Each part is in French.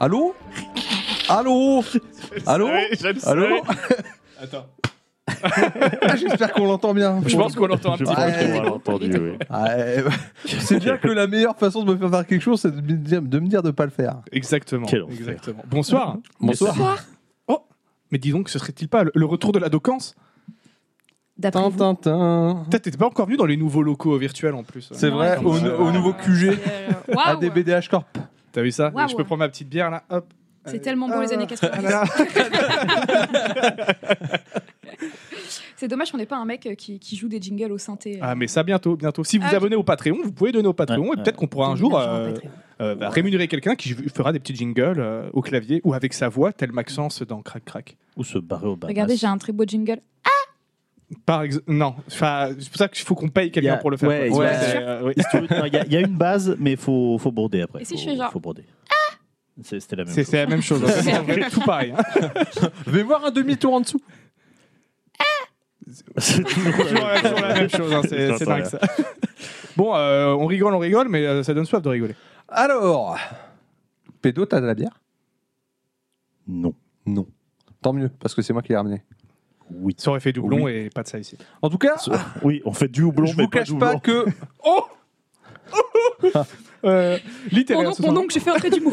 Allô? Allô? Allô? Allô? Attends. J'espère qu'on l'entend bien. Je pense qu'on l'entend un Je petit pense peu. qu'on l'a entendu, oui. C'est bien que la meilleure façon de me faire faire quelque chose, c'est de me dire de pas le faire. Exactement. Quel enfer. Exactement. Bonsoir. Bonsoir. Oh, mais dis donc, ce serait-il pas le retour de la docance? D'après vous. Tintin. Peut-être t'es pas encore venu dans les nouveaux locaux virtuels en plus. C'est Non, vrai, ils au sont- nouveau QG, Waouh. ADBDH Corp. T'as vu ça? Waouh. Je peux prendre ma petite bière là, hop. C'est tellement beau les années 90. C'est dommage qu'on n'ait pas un mec qui joue des jingles au synthé. Ah mais ça bientôt. Si vous Ah, abonnez au Patreon, vous pouvez donner au Patreon et peut-être qu'on pourra un jour rémunérer quelqu'un qui fera des petits jingles au clavier ou avec sa voix, tel Maxence dans Crac Crac. Ou se barrer au Bahamas. Regardez, j'ai un très beau jingle. Non, enfin, c'est pour ça qu'il faut qu'on paye quelqu'un pour le faire. Ouais, quoi. ouais. Oui. Il y a une base, mais faut broder après. Et si je fais genre- Faut broder. C'était la même C'est chose. la même chose. hein. Tout pareil. hein. Vais voir un demi-tour en dessous. C'est toujours Toujours la même chose. hein. C'est J'entends dingue rien. ça. Bon, on rigole, mais ça donne soif de rigoler. Alors, Pédo, t'as de la bière? Non. Non. Tant mieux, parce que c'est moi qui l'ai ramené. Oui. Ça aurait fait doublon Oui. et pas de ça ici. En tout cas, Oui, on fait du houblon, je mais vous pas cache doublon. pas que Oh Littéraire. ce Mon soir. oncle, j'ai fait un trait d'humour.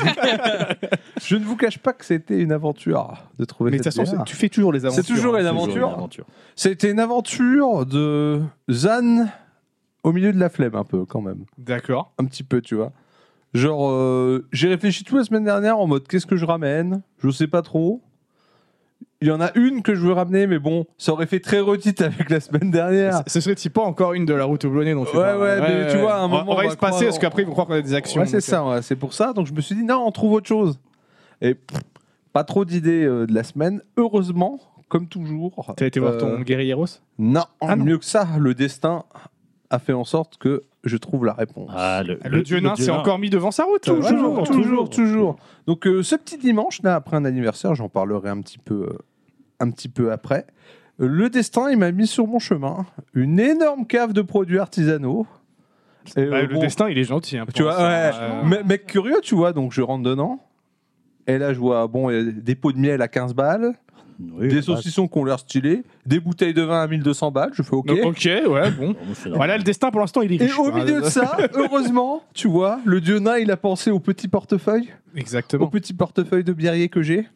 je ne vous cache pas que c'était une aventure de trouver Mais de toute cette façon, bière. tu fais toujours les aventures. C'est toujours une Toujours aventure. C'était une aventure de Zan au milieu de la flemme un peu quand même. D'accord. Un petit peu, tu vois. Genre, j'ai réfléchi toute la semaine dernière en mode qu'est-ce que je ramène? Je sais pas trop. Il y en a une que je veux ramener, mais bon, ça aurait fait très redite avec la semaine dernière. Ce serait-il pas encore une de la route au Blonnet dont tu Ouais, parles ouais, mais tu vois, à un moment, on va on y va se passer croire- parce qu'après ils vont croire qu'on a des actions. Ouais, c'est donc, ça, ouais, c'est pour ça. Donc je me suis dit, non, on trouve autre chose. Et pas trop d'idées de la semaine. Heureusement, comme toujours. T'as été voir ton guerrilleros? Non, Ah non. mieux que ça, le destin a fait en sorte que je trouve la réponse. Ah, Le dieu nain s'est encore mis devant sa route. Toujours, Ouais. toujours, toujours. Donc ce petit dimanche, là, après un anniversaire, j'en parlerai un petit peu après. Le destin, il m'a mis sur mon chemin une énorme cave de produits artisanaux. Et, Bah, le bon, destin, il est gentil. hein, pour tu vois, l'instant. ouais, mec curieux, tu vois, donc je rentre dedans. Et là, je vois, bon, il y a des pots de miel à 15 balles, Oui, des bah, saucissons qui ont l'air stylés, des bouteilles de vin à 1200 balles, je fais OK. Donc, ok, ouais, bon. bon, c'est normal. Voilà, le destin pour l'instant, il est Et riche. au quoi. milieu de ça, heureusement, tu vois, le dieu nain, il a pensé au petit portefeuille, au Exactement. petit portefeuille de biérier que j'ai.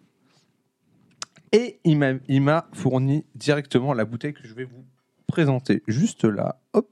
Et il m'a fourni directement la bouteille que je vais vous présenter juste là. Hop,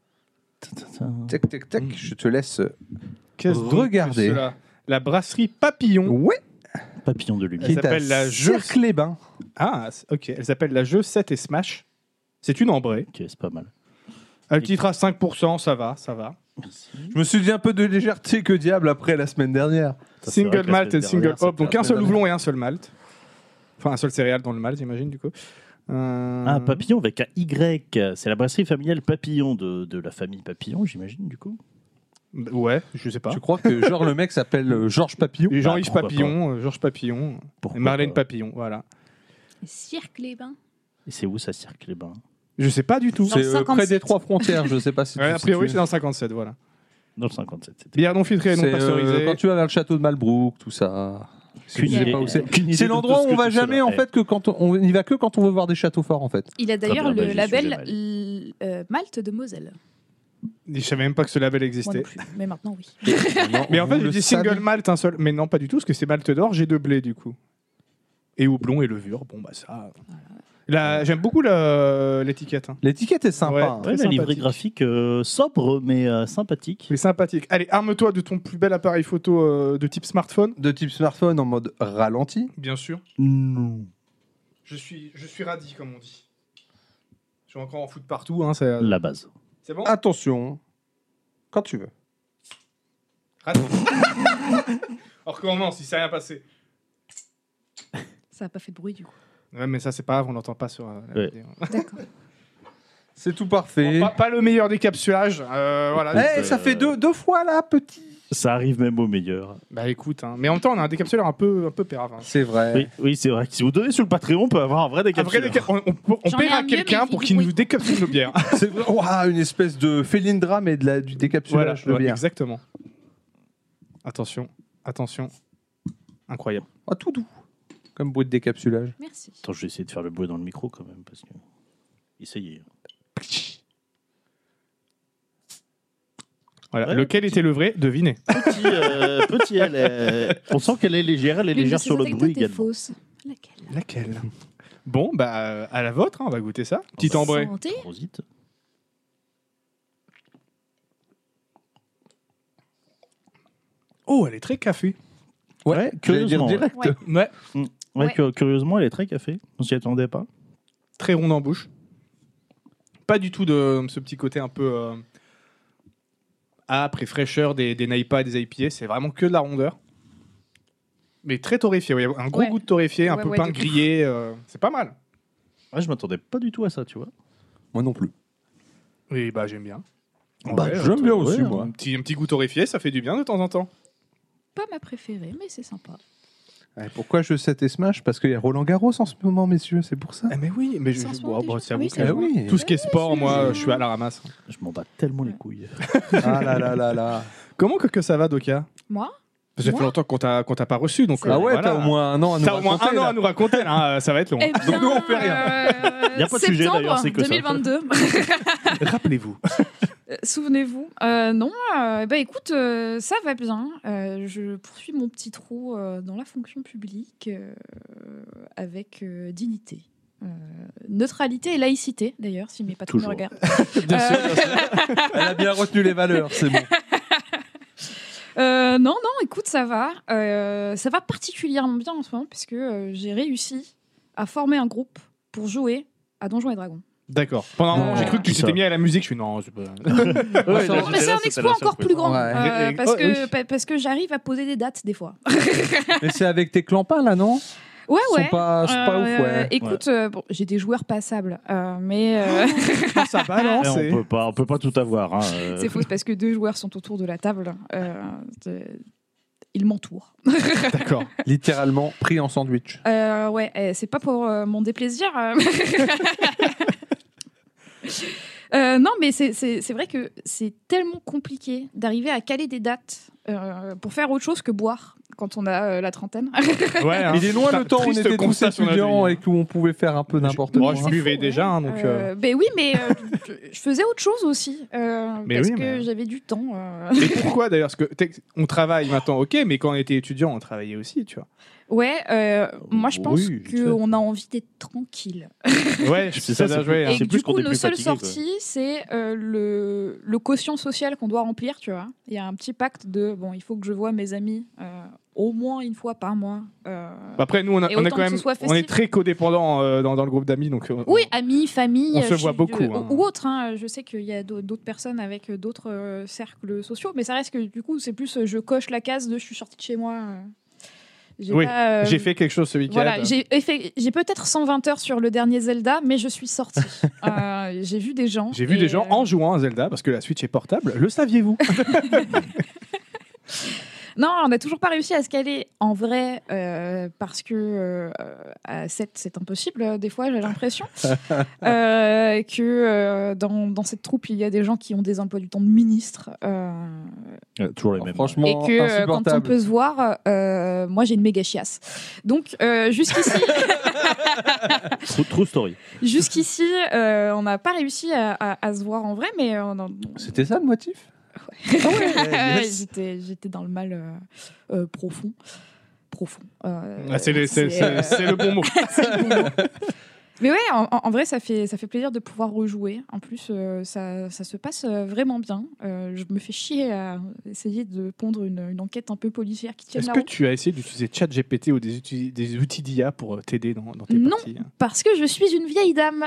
tac, tac, tac, je te laisse. Qu'est-ce donc Regardez. que cela La brasserie Papillon. Ouais, Papillon de lumière. qui est à s'appelle la Jeu- Cercle-les-Bains. Ah, ok. Elle s'appelle la Jeu 7 et Smash. C'est une ambrée. Ok, c'est pas mal. Elle titre à 5%, ça va. Merci. Je me suis dit un peu de légèreté que diable après la semaine dernière. Ça, c'est vrai Single que la malt et semaine single dernière, hop. Donc c'était un seul la houblon et un seul malt. Enfin, un seul céréale dans le malt, j'imagine, du coup. Ah, Papillon avec un Y. C'est la brasserie familiale Papillon de la famille Papillon, j'imagine, du coup. Ouais, je sais pas. Je crois que genre le mec s'appelle Georges Papillon. Et Jean-Yves pourquoi Papillon, Georges Papillon, Pourquoi et Marlène pas. Papillon, voilà. Cirque les bains. Et c'est où ça cirque les bains? Je sais pas du tout. C'est Dans près 57. des trois frontières, je sais pas si Ouais, tu a priori, sais. c'est dans 57, voilà. Dans le 57, c'était. Bière non filtrée et non C'est pasteurisée. quand tu vas vers le château de Malbrook, tout ça. Qu'une Je sais idée- pas où c'est. qu'une idée C'est de l'endroit tout où ce on que va tout jamais cela en est. fait que quand on y va que quand on veut voir des châteaux forts en fait. Il a d'ailleurs bien, bah, le j'y label suis Malte de Moselle. Je savais même pas que ce label Moi existait. non plus, mais maintenant oui. Mais en fait, Vous j'ai le dit savez. single malt, un seul. Mais non, pas du tout, parce que c'est malt d'or, j'ai deux blés, du coup. Et houblon et levure, bon, bah ça. Là, j'aime beaucoup l'étiquette. Hein. L'étiquette est sympa. Ouais. hein. Ouais, la sympathique. livrée graphique sobre mais sympathique. Mais sympathique. Allez, arme-toi de ton plus bel appareil photo de type smartphone. De type smartphone en mode ralenti. Bien sûr. Non. Je suis radis, comme on dit. Je vais encore en foutre partout. Hein, c'est La base. bon Attention, quand tu veux. Radis. On recommence, il s'est rien passé. Ça n'a pas fait de bruit du coup. Ouais, mais ça, c'est pas grave, on l'entend pas sur la Ouais. vidéo. D'accord. C'est tout parfait. Bon, pas le meilleur décapsulage. Voilà. Eh, ça fait deux fois là, petit. Ça arrive même au meilleur. Bah écoute, hein. Mais en même temps, on a un décapsuleur un peu pérave. Hein. C'est vrai. Oui, oui, c'est vrai que si vous donnez sur le Patreon, on peut avoir un vrai Après, décapsuleur. on J'en ai paiera un mieux, quelqu'un mais pour il qu'il fait nous du décapsule nos bières. C'est vrai. Ouah, une espèce de félindra mais du décapsulage de ouais, bière. exactement. Attention, attention. Incroyable. Ah, tout doux. Comme bruit de décapsulage. Merci. Attends, je vais essayer de faire le bruit dans le micro quand même. Parce que... Essayez. Voilà. Ouais, Lequel était le vrai? Devinez. Petit, on sent qu'elle est légère. Elle est légère sur le bruit également. Fausse. Laquelle? Bon, bah, à la vôtre, hein, on va goûter ça. Petit ambré. Santé. Rosite. Oh, elle est très café. Ouais, j'allais dire curieusement. direct. Ouais. Ouais. Ouais, curieusement, elle est très café. On s'y attendait pas. Très ronde en bouche. Pas du tout de ce petit côté un peu âpre et fraîcheur des Naipa et des IPA. C'est vraiment que de la rondeur. Mais très torréfié. Ouais. Un gros Ouais. goût de torréfié, un Ouais, peu ouais, pain de ouf. grillé. C'est pas mal. Ouais, je m'attendais pas du tout à ça, tu vois. Moi non plus. Oui, bah j'aime bien. En Bah, vrai, J'aime bien ouais, aussi, hein. moi. un petit goût torréfié, ça fait du bien de temps en temps. Pas ma préférée, mais c'est sympa. Ouais, pourquoi je sais et Smash? Parce qu'il y a Roland Garros en ce moment, messieurs, c'est pour ça. Ah mais oui, mais C'est en ce moment déjà. c'est à Ah vous oui, que- c'est Ah vrai. oui. Tout ce qui est sport, moi, je suis à la ramasse. Je m'en bats tellement les couilles. Ah là là là là. Comment que ça va, Doka? Moi Ça fait Moi longtemps qu'on t'a pas reçu, donc C'est Ah ouais, voilà. t'as au moins un an à nous T'as au moins raconter, un an là. à nous raconter, là, ça va être long. Eh bien, nous, on fait rien. Y a pas de sujet, septembre d'ailleurs, c'est que ça. 2022. Rappelez-vous. Souvenez-vous. Non, bah écoute, ça va bien. Je poursuis mon petit trou dans la fonction publique avec dignité. Neutralité et laïcité, d'ailleurs, si mes patrons me Toujours. regardent. Bien sûr, bien sûr. Elle a bien retenu les valeurs, c'est bon. Non, écoute, ça va. Ça va particulièrement bien en ce moment, puisque j'ai réussi à former un groupe pour jouer à Donjons et Dragons. D'accord. Pendant un moment, j'ai cru que tu Ça. t'étais mis à la musique. Je suis non, c'est pas. Ouais, Non, là, Non, mais j'étais c'est là, un c'était exploit la encore surprise. plus grand, Ouais. parce que j'arrive à poser des dates des fois. Mais c'est avec tes clampins, là, non? Ouais, Ils ouais. sont pas ouf, ouais. Écoute, bon, j'ai des joueurs passables, mais Ça balance. Eh, on peut pas tout avoir. Hein. c'est faux, c'est parce que 2 joueurs sont autour de la table. Ils m'entourent. D'accord. Littéralement pris en sandwich. Ouais, c'est pas pour mon déplaisir. Non, mais c'est vrai que c'est tellement compliqué d'arriver à caler des dates pour faire autre chose que boire quand on a la trentaine. Ouais. hein. Il est loin le temps où on Triste était tous constat sur notre étudiants vie. et où on pouvait faire un peu n'importe Moi, quoi. je buvais fou, déjà, ouais. hein, donc. Ben oui, mais je faisais autre chose aussi. Mais parce oui, que mais- j'avais du temps. Et pourquoi d'ailleurs? Parce que on travaille maintenant, ok, mais quand on était étudiant, on travaillait aussi, tu vois. Ouais, moi je pense Oui, tu sais. qu'on a envie d'être tranquille. Ouais, C'est ça, doit c'est jouer. plus- hein. Et c'est du qu'on coup, est nos plus seules fatigué, quoi. sorties, c'est le quotient social qu'on doit remplir, tu vois. Il y a un petit pacte de, bon, il faut que je vois mes amis au moins une fois par mois. Après, nous, on Et est autant quand que même, ce soit on est festif. très codépendants dans le groupe d'amis, donc. Oui, amis, famille. On se voit beaucoup, hein. Ou autres. Hein. Je sais qu'il y a d'autres personnes avec d'autres cercles sociaux, mais ça reste que du coup, c'est plus je coche la case de je suis sortie de chez moi. Oui, pas, j'ai fait quelque chose ce week-end. Voilà, j'ai peut-être 120 heures sur le dernier Zelda, mais je suis sortie. J'ai vu des gens. J'ai vu et, des gens en jouant à Zelda, parce que la Switch est portable. Le saviez-vous? Non, on n'a toujours pas réussi à se caler en vrai parce que à 7, c'est impossible. Des fois, j'ai l'impression que dans cette troupe, il y a des gens qui ont des emplois du temps de ministre. Toujours les mêmes. Franchement, Et que quand on insupportable. peut se voir, moi j'ai une méga chiasse. Donc jusqu'ici, True story. jusqu'ici, on n'a pas réussi à se voir en vrai, mais C'était ça le motif? j'étais dans le mal profond. C'est le bon mot. C'est le bon mot. Mais ouais, en vrai, ça fait plaisir de pouvoir rejouer. En plus, ça se passe vraiment bien. Je me fais chier à essayer de pondre une enquête un peu policière qui tienne Est-ce la que route. tu as essayé d'utiliser ChatGPT ou des outils d'IA pour t'aider dans tes Non. parties? Parce que je suis une vieille dame.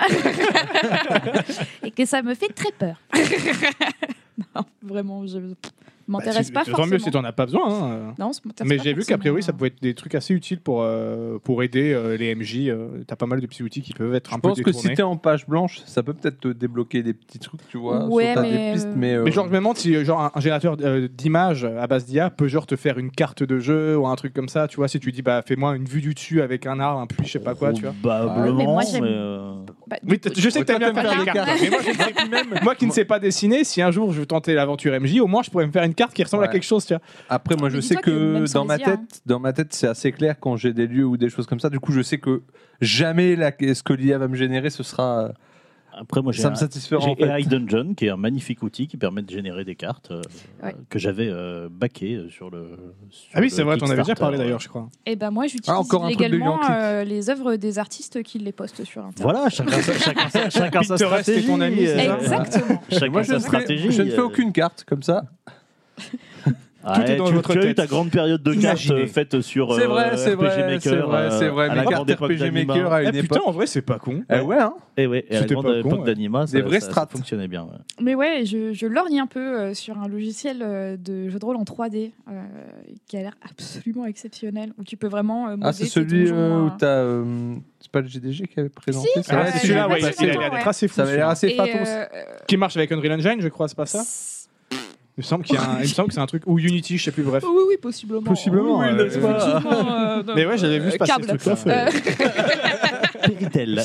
Et que ça me fait très peur. Non, vraiment, je m'intéresse pas Tant forcément. mieux si tu n'en as pas besoin. hein. Non, ça m'intéresse Mais pas j'ai vu qu'a forcément. priori, ça pouvait être des trucs assez utiles pour aider les MJ. T'as pas mal de petits outils qui peuvent être Je un peu pense que détournés. si t'es en page blanche, ça peut peut-être te débloquer des petits trucs, tu vois. Ouais, sur t'as mais, des pistes, mais. Mais genre, je me demande si genre, un générateur d'images à base d'IA peut genre te faire une carte de jeu ou un truc comme ça, tu vois, si tu dis bah fais-moi une vue du dessus avec un arbre, un puits, je sais pas quoi, tu vois. Probablement, mais moi, j'aime- Oui, je sais que t'aimes bien toi, faire t'aimes des faire cartes. des Mais moi qui ne sais pas dessiner, si un jour je veux tenter l'aventure MJ, au moins je pourrais me faire une carte qui ressemble à Ouais. quelque chose, tu vois. Après, moi, je Mais sais dis-toi que même que sans les IA, dans ma tête, c'est assez clair quand j'ai des lieux ou des choses comme ça. Du coup, je sais que jamais ce que l'IA va me générer, ce sera. Après, moi, Ça me satisfera, j'ai en fait. AI Dungeon, qui est un magnifique outil qui permet de générer des cartes Ouais. que j'avais backé sur le. Ah oui, c'est vrai, t'en avais déjà parlé Kickstarter, d'ailleurs, je crois. Et ben moi, j'utilise encore un truc de légalement Yankee. les œuvres des artistes qui les postent sur Internet. Voilà, chacun sa Pinterest stratégie. est ton ami, c'est ça Exactement. Chacun Moi, sa stratégie. je ne fais aucune carte comme ça. Ah, Tout est dans tu, votre tu as eu tête. ta grande période de Imaginez. cartes faites sur C'est vrai, RPG c'est vrai, Maker. c'est vrai, c'est vrai. à Mes la cartes grande époque RPG d'Anima. Maker à une Eh putain, époque. en vrai, c'est pas con. Ouais, hein. Et ouais, et à la C'était grande pas con, époque ouais. d'Anima, Des vrais ça strats. fonctionnait bien. Ouais. Mais ouais, je lorgne un peu sur un logiciel de jeu de rôle en 3D qui a l'air absolument exceptionnel, où tu peux vraiment Ah, modder c'est tes celui donjons, où t'as. C'est pas le GDG qui avait présenté Si, ça Ah, ouais, c'est celui-là, ouais, ouais, il a ouais. l'air d'être assez fou. Ça avait l'air assez Et, fatos. Qui marche avec Unreal Engine, je crois, c'est pas ça Il me semble qu'il me semble que c'est un truc. Ou Unity, je sais plus, bref. Oui, possiblement. Possiblement, Oui, n'est-ce pas effectivement, Mais ouais, j'avais vu se passer câble. ce truc-là. Péritel.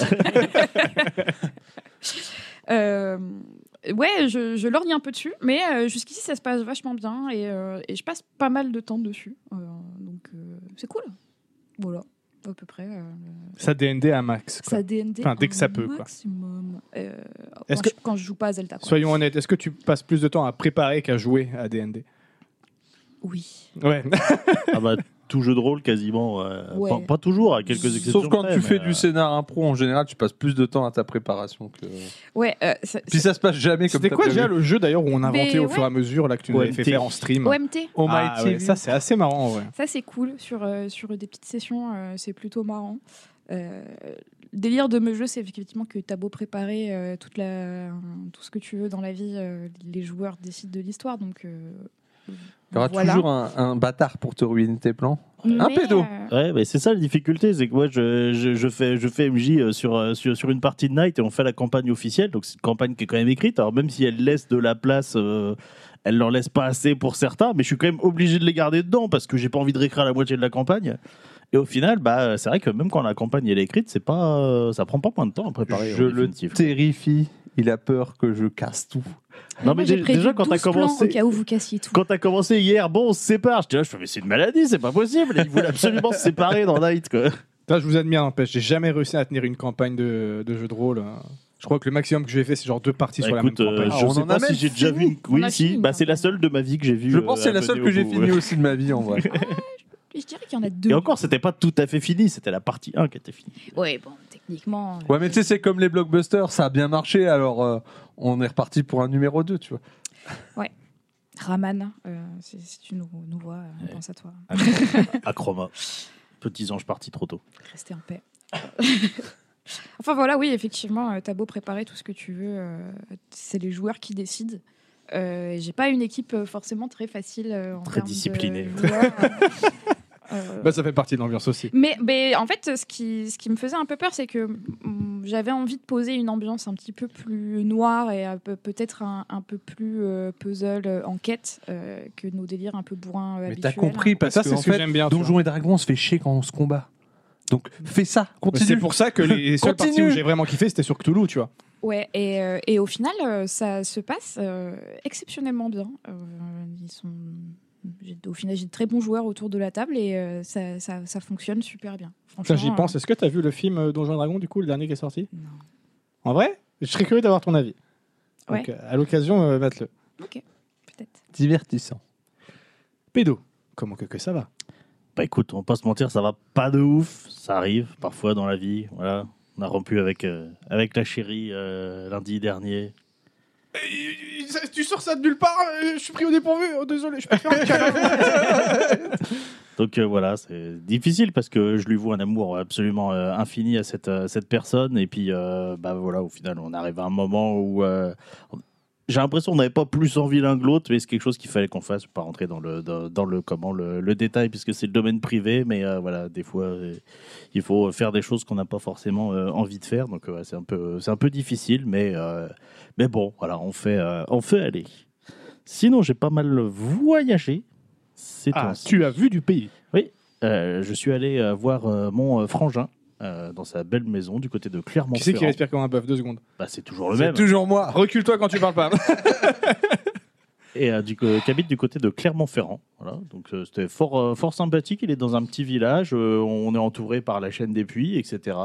Ouais, je lorgne un peu dessus, mais jusqu'ici ça se passe vachement bien et je passe pas mal de temps dessus, donc c'est cool. Voilà, à peu près. Ça DND à max. quoi. Ça DND Enfin, dès que ça peut, quoi. maximum. Est-ce Quand je joue pas à Zelda. Quoi. Soyons honnêtes, est-ce que tu passes plus de temps à préparer qu'à jouer à DND Oui. Ouais. Ah bah, tout jeu de rôle quasiment. Ouais. Pas toujours, à quelques exceptions. Sauf quand près, tu mais, fais du scénar impro, en général, tu passes plus de temps à ta préparation que. Ouais. Puis ça se passe jamais comme C'était t'as quoi prévu. déjà le jeu d'ailleurs où on inventait Mais au ouais. fur et à mesure là que tu nous avais fait OMT. faire en stream OMT. Oh Ah my ouais, ça c'est assez marrant en vrai. Ça c'est cool sur des petites sessions, c'est plutôt marrant. Le délire de mes jeux, c'est effectivement que t'as beau préparer tout ce que tu veux dans la vie, les joueurs décident de l'histoire, donc. Il y aura voilà. toujours un bâtard pour te ruiner tes plans. Un Mais, pédo. Ouais, mais c'est ça la difficulté, c'est que moi je fais MJ sur une partie de Night et on fait la campagne officielle, donc c'est une campagne qui est quand même écrite. Alors même si elle laisse de la place, elle leur laisse pas assez pour certains, mais je suis quand même obligé de les garder dedans parce que j'ai pas envie de réécrire la moitié de la campagne. Et au final, bah c'est vrai que même quand la campagne elle est écrite, c'est pas, ça prend pas moins de temps à préparer. Je en le définitive. terrifie. Il a peur que je casse tout. Non, moi, mais j'ai prévu déjà quand t'as 12 plans commencé. au cas où vous cassiez tout. Quand t'as commencé hier, bon, on se sépare. Je fais, mais c'est une maladie, c'est pas possible. Et ils voulaient absolument se séparer dans Night, quoi. Là, je vous admire, n'empêche, j'ai jamais réussi à tenir une campagne de jeu de rôle. Je crois que le maximum que j'ai fait, c'est genre 2 parties Bah, sur écoute, la même campagne. Ah, je on sais en a pas si même j'ai déjà vu une. On Oui, a si. fini une Bah, c'est la campagne. seule de ma vie que j'ai vue. Je pense que c'est la mener seule au que j'ai bout, finie ouais. aussi de ma vie en vrai. Et je dirais qu'il y en a 2. Et encore, c'était pas tout à fait fini. C'était la partie 1 qui était finie. Ouais, bon, techniquement. Ouais, mais tu sais, c'est comme les blockbusters, ça a bien marché, alors on est reparti pour un numéro 2, tu vois. Raman, si tu nous vois, on pense à toi. Acroma. Petits anges partis trop tôt. Restez en paix. Enfin voilà, oui, effectivement, t'as beau préparer tout ce que tu veux, c'est les joueurs qui décident. J'ai pas une équipe forcément très facile en Très termes disciplinée. de joueurs. Bah, ça fait partie de l'ambiance aussi. Mais en fait, ce qui me faisait un peu peur, c'est que j'avais envie de poser une ambiance un petit peu plus noire et peut-être un peu plus puzzle, enquête que nos délires un peu bourrins Mais habituels. t'as compris, parce Ça, que c'est en ce que fait, j'aime bien. tu vois. Donjons et Dragons, on se fait chier quand on se combat. Donc fais ça, Bah, continue. c'est pour ça que les seules parties Continue. où j'ai vraiment kiffé, c'était sur Cthulhu, tu vois. Ouais, et au final, ça se passe exceptionnellement bien. Au final, j'ai de très bons joueurs autour de la table et ça fonctionne super bien. Tiens, j'y Franchement, pense. Est-ce que t'as vu le film Donjons et Dragons, du coup, le dernier qui est sorti non. En vrai Je serais curieux d'avoir ton avis. Ouais. Donc, à l'occasion, mate-le. Ok, peut-être. Divertissant. Pédo, comment que ça va Bah écoute, on va pas se mentir, ça va pas de ouf. Ça arrive parfois dans la vie. Voilà. On a rompu avec la chérie lundi dernier. Tu sors ça de nulle part Je suis pris au dépourvu. Oh, désolé, je peux faire un câlin. Donc voilà, c'est difficile parce que je lui voue un amour absolument infini à cette personne. Et puis, bah voilà, au final, on arrive à un moment où j'ai l'impression qu'on n'avait pas plus envie l'un que l'autre, mais c'est quelque chose qu'il fallait qu'on fasse. Je ne vais pas rentrer dans le détail puisque c'est le domaine privé, mais voilà, des fois, il faut faire des choses qu'on n'a pas forcément envie de faire. Donc c'est un peu difficile, mais bon, voilà, on fait aller. Sinon, j'ai pas mal voyagé. Ah, tu as vu du pays. Oui, je suis allé voir mon frangin dans sa belle maison du côté de Clermont-Ferrand. Qui c'est qui respire comme un bœuf 2 secondes? Bah, c'est toujours le C'est même. toujours moi. Recule-toi quand tu parles pas. Et qui habite du côté de Clermont-Ferrand. Voilà. Donc c'était fort sympathique. Il est dans un petit village. On est entouré par la chaîne des puits, etc.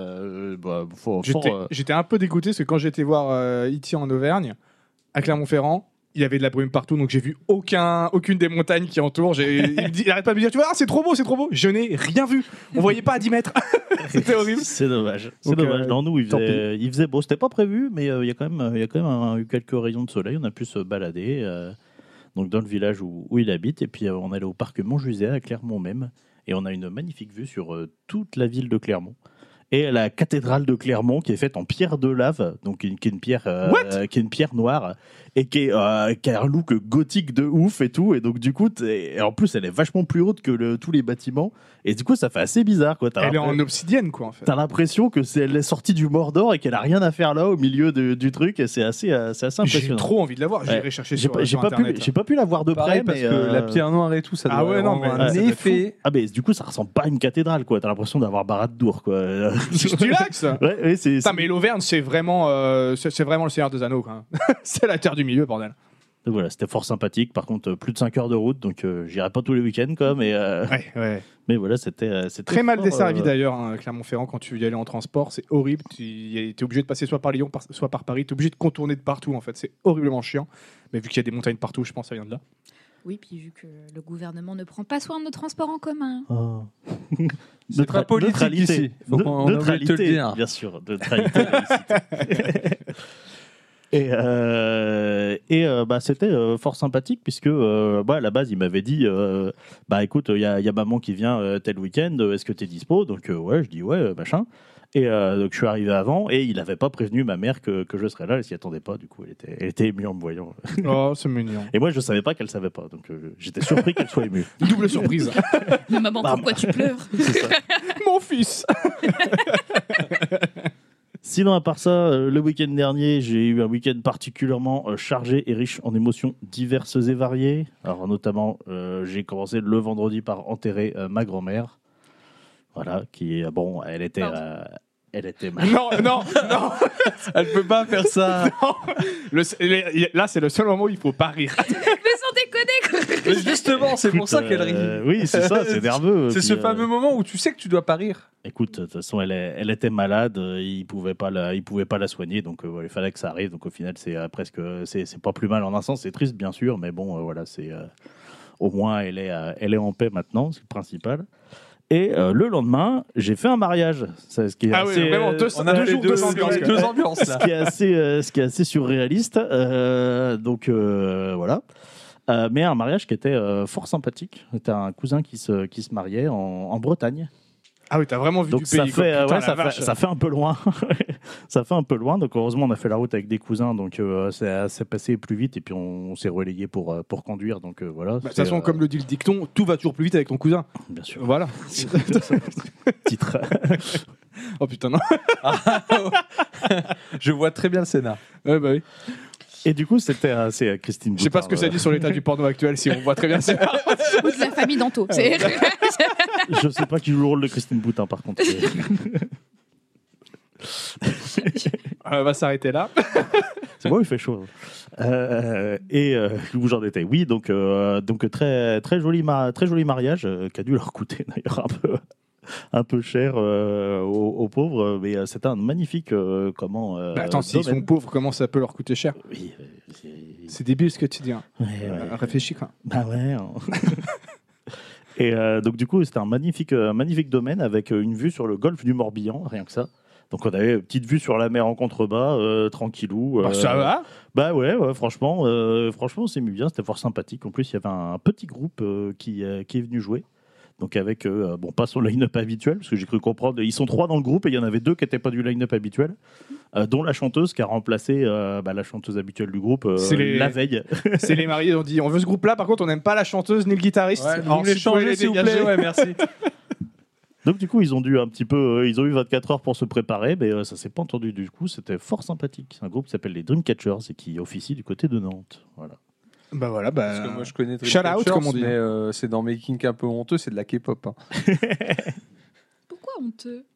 J'étais un peu dégoûté parce que quand j'étais voir E.T. en Auvergne, à Clermont-Ferrand, il y avait de la brume partout, donc j'ai vu aucune des montagnes qui entourent. Il arrête pas de me dire, tu vois, c'est trop beau. Je n'ai rien vu. On voyait pas à 10 mètres. C'était horrible. C'est dommage. Donc, Non, nous, il tant faisait beau. C'était pas prévu, mais il y a quand même eu quelques rayons de soleil. On a pu se balader donc dans le village où il habite. Et puis, on allait au parc Montjuset à Clermont même. Et on a une magnifique vue sur toute la ville de Clermont. Et la cathédrale de Clermont qui est faite en pierre de lave, donc qui est une pierre noire et qui a un look gothique de ouf et tout. Et donc du coup, et en plus elle est vachement plus haute que tous les bâtiments. Et du coup, ça fait assez bizarre quoi. Elle est en obsidienne quoi en fait. T'as l'impression que elle est sortie du Mordor et qu'elle a rien à faire là au milieu du truc. Et c'est assez impressionnant. J'ai trop envie de la voir. J'irai chercher sur internet. J'ai pas pu la voir de Pareil, près, parce mais que la pierre noire et tout, ça doit avoir un effet. Ah mais du coup, ça ressemble pas à une cathédrale quoi. T'as l'impression d'avoir Barad-dûr quoi. Du lax. Ouais, Putain, mais l'Auvergne, c'est vraiment le Seigneur des Anneaux. Quoi. C'est la terre du milieu, bordel. Donc voilà, c'était fort sympathique. Par contre, plus de 5 heures de route, donc j'irai pas tous les week-ends, quoi. Mais voilà, c'était très mal desservi d'ailleurs, hein, Clermont-Ferrand, quand tu y allais en transport, c'est horrible. Tu es obligé de passer soit par Lyon, soit par Paris. Tu es obligé de contourner de partout, en fait. C'est horriblement chiant. Mais vu qu'il y a des montagnes partout, je pense que ça vient de là. Oui, puis vu que le gouvernement ne prend pas soin de nos transports en commun. Oh. C'est pas politique ici. Faut qu'on neutralité, te le dire. bien sûr. Neutralité. C'était fort sympathique puisque à la base il m'avait dit écoute il y a maman qui vient tel week-end, est-ce que t'es dispo? Donc ouais, je dis ouais machin. Et donc je suis arrivé avant et il n'avait pas prévenu ma mère que je serais là, elle s'y attendait pas, du coup elle était émue en me voyant. Oh, c'est mignon. Et moi je savais pas qu'elle savait pas, donc j'étais surpris qu'elle soit émue. Double surprise. Mais maman, pourquoi tu pleures? Mon fils. Sinon, à part ça, le week-end dernier, j'ai eu un week-end particulièrement chargé et riche en émotions diverses et variées. Alors, notamment, j'ai commencé le vendredi par enterrer ma grand-mère. Voilà, qui est elle était malade. Non. Elle peut pas faire ça. Là, c'est le seul moment où il faut pas rire. Mais sans déconner, quoi. Mais justement, c'est pour ça qu'elle rit. Oui, c'est ça, c'est nerveux. C'est ce fameux moment où tu sais que tu dois pas rire. Écoute, de toute façon, elle était malade, il pouvait pas la soigner, donc il fallait que ça arrive. Donc au final, c'est pas plus mal en un sens. C'est triste, bien sûr, mais bon, voilà, au moins elle est en paix maintenant, c'est le principal. Et le lendemain, j'ai fait un mariage. C'est ce qui est assez, vraiment, on a deux ambiances là. Ce qui est assez surréaliste. Voilà. Mais un mariage qui était fort sympathique. C'était un cousin qui se mariait en Bretagne. Ah oui, t'as vraiment vu donc du pays. Ça fait un peu loin. Ça fait un peu loin. Donc heureusement, on a fait la route avec des cousins. Donc c'est passé plus vite. Et puis on s'est relayé pour conduire. Donc voilà. De toute façon, comme le dit le dicton, tout va toujours plus vite avec ton cousin. Bien sûr. Voilà. Titre. Oh putain, non. Je vois très bien le scénar. Ouais, bah oui. Et du coup, c'est Christine Boutin. Je sais pas ce que ça dit sur l'état du porno actuel, si on voit très bien ça. Ou de la famille Danto. Je sais pas qui joue le rôle de Christine Boutin, par contre. On va s'arrêter là. C'est bon, il fait chaud. Où j'en étais. Oui, donc très, très joli mariage qui a dû leur coûter d'ailleurs un peu cher aux pauvres, mais c'était un magnifique attends, s'ils sont pauvres, comment ça peut leur coûter cher? Oui, c'est débile ce que tu dis. Hein. Ouais. Réfléchis quoi. Bah ouais. Et donc du coup, c'était un magnifique domaine avec une vue sur le golfe du Morbihan, rien que ça. Donc on avait une petite vue sur la mer en contrebas, tranquillou. Ça va. Bah ouais, franchement, on s'est mis bien, c'était fort sympathique. En plus, il y avait un petit groupe qui est venu jouer. Donc avec, pas son line-up habituel, parce que j'ai cru comprendre, ils sont 3 dans le groupe et il y en avait 2 qui n'étaient pas du line-up habituel, dont la chanteuse qui a remplacé la chanteuse habituelle du groupe la veille. C'est les mariés, on dit on veut ce groupe-là, par contre on n'aime pas la chanteuse ni le guitariste. Ouais, alors, les changer s'il vous plaît, ouais, merci. Donc du coup, ils ont eu 24 heures pour se préparer, mais ça s'est pas entendu du coup, c'était fort sympathique. C'est un groupe qui s'appelle les Dreamcatchers et qui officie du côté de Nantes. Voilà. Parce que moi je connais shout out, comme on dit. Mais c'est dans Making un peu honteux, c'est de la K-pop. Hein. Pourquoi honteux?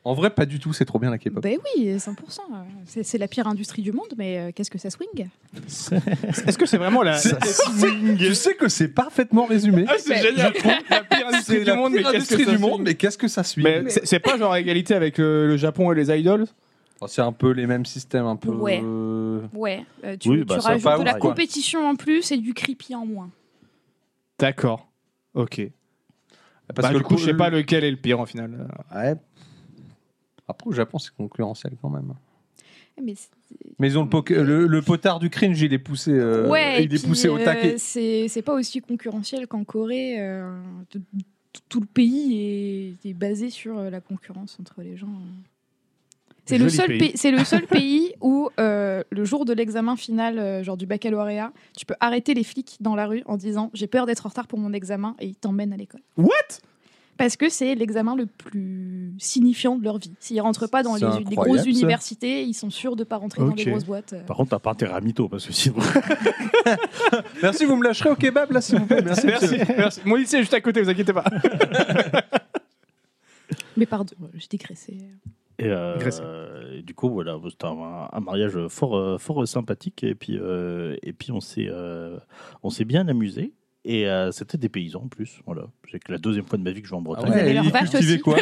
En vrai, pas du tout, c'est trop bien la K-pop. Ben oui, 100%. C'est la pire industrie du monde, mais qu'est-ce que ça swing? Est-ce que c'est vraiment la. Tu sais que c'est parfaitement résumé. Ah, c'est génial. La pire industrie C'est du la monde, mais pire qu'est-ce que industrie ça du suit monde, mais qu'est-ce que ça suit? Mais c'est pas genre égalité avec le Japon et les idols? C'est un peu les mêmes systèmes, un peu. Ouais. Ouais, tu, Oui, tu bah, ça rajoutes va de la ouf, quoi. compétition en plus et du creepy en moins. D'accord. Ok. Parce que Du coup, je sais pas lequel est le pire en final. Ouais. Après, au Japon, c'est concurrentiel quand même. Mais Mais ils ont le potard du cringe, il est poussé, ouais, il est poussé au taquet. C'est pas aussi concurrentiel qu'en Corée. Tout le pays est basé sur la concurrence entre les gens. C'est le seul pays où le jour de l'examen final, genre du baccalauréat, tu peux arrêter les flics dans la rue en disant j'ai peur d'être en retard pour mon examen et ils t'emmènent à l'école. What? Parce que c'est l'examen le plus signifiant de leur vie. S'ils rentrent pas dans C'est les incroyable, grosses ça. universités, ils sont sûrs de pas rentrer dans Ok. les grosses boîtes. Par contre, t'as pas intérêt à mytho, parce que sinon. Merci, vous me lâcherez au kebab là, s'il vous plaît. Merci. Merci, merci. Mon lycée est juste à côté, vous inquiétez pas. Mais pardon, j'ai dégraissé. Et, Agressif. et du coup, voilà, c'était un mariage fort sympathique. Et puis on s'est bien amusé. Et c'était des paysans en plus. Voilà. C'est que la deuxième fois de ma vie que je vais en Bretagne. Vous avez leur il vache cultivait aussi. quoi?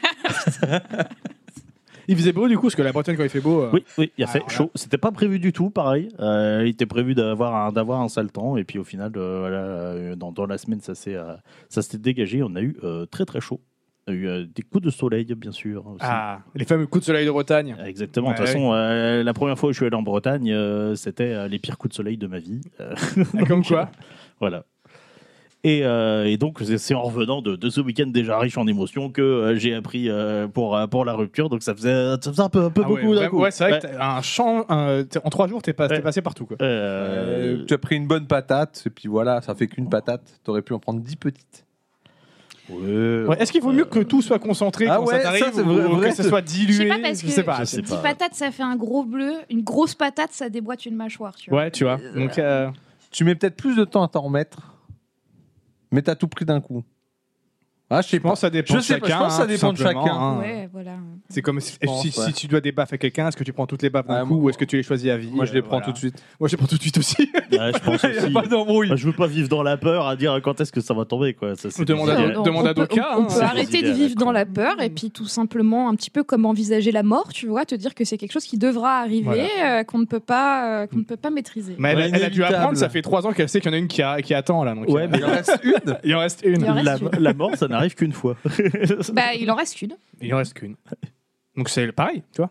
Il faisait beau du coup, parce que la Bretagne, quand il fait beau. Oui, il a fait alors là- chaud. C'était pas prévu du tout, pareil. Il était prévu d'avoir un sale temps. Et puis au final, dans la semaine, ça s'est dégagé. On a eu très très chaud. On a eu des coups de soleil, bien sûr. Aussi. Ah, les fameux coups de soleil de Bretagne. Exactement. De Ouais, toute façon, la première fois où je suis allé en Bretagne, c'était les pires coups de soleil de ma vie. Comme quoi. Voilà. Et donc, c'est en revenant de ce week-end déjà riche en émotions que j'ai appris pour la rupture. Donc, ça faisait un peu Ah beaucoup d'un coup. Ouais, c'est vrai que t'as un champ. En 3 jours, t'es passé partout. Quoi. Tu as pris une bonne patate, et puis voilà, ça fait qu'une patate. T'aurais pu en prendre 10 petites. Ouais, est-ce qu'il vaut mieux que tout soit concentré Ah quand ouais, ça t'arrive ça, c'est ou vrai, que ça soit Je dilué sais pas, parce Je que sais pas. Je sais 10 pas. patates, ça fait un gros bleu. Une grosse patate, ça déboîte une mâchoire. Tu vois. Ouais, tu vois. Donc, Tu mets peut-être plus de temps à t'en remettre, mais t'as tout pris d'un coup. Ah, je sais je pense que ça dépend Je de sais pas, chacun. je pense que ça tout dépend de simplement, chacun. hein. Ouais, voilà. C'est comme si, pense, ouais. si tu dois des baffes à quelqu'un, est-ce que tu prends toutes les baffes d'un Ouais, coup moi- ou est-ce que tu les choisis à vie Moi, je les prends voilà. tout de suite. Moi, je les prends tout de suite aussi. Ouais, je pense Il n'y a aussi. pas d'embrouille. Moi, je veux pas vivre dans la peur à dire quand est-ce que ça va tomber. Quoi. Ça, c'est Demande des à idées- d'autres. Demande à d'autres cas, On hein. peut C'est arrêter des de idées à vivre la dans con. la peur et puis tout simplement un petit peu comme envisager la mort, tu vois, te dire que c'est quelque chose qui devra arriver, qu'on ne peut pas maîtriser. Mais Ouais, elle a dû inévitable. apprendre, ça fait 3 ans qu'elle sait qu'il y en a une qui attend là. Donc, Ouais, mais Il en reste une. il en reste une. Il en reste une. la mort, ça n'arrive qu'une fois. Bah, il en reste qu'une. Il en reste qu'une. Donc c'est pareil, tu vois.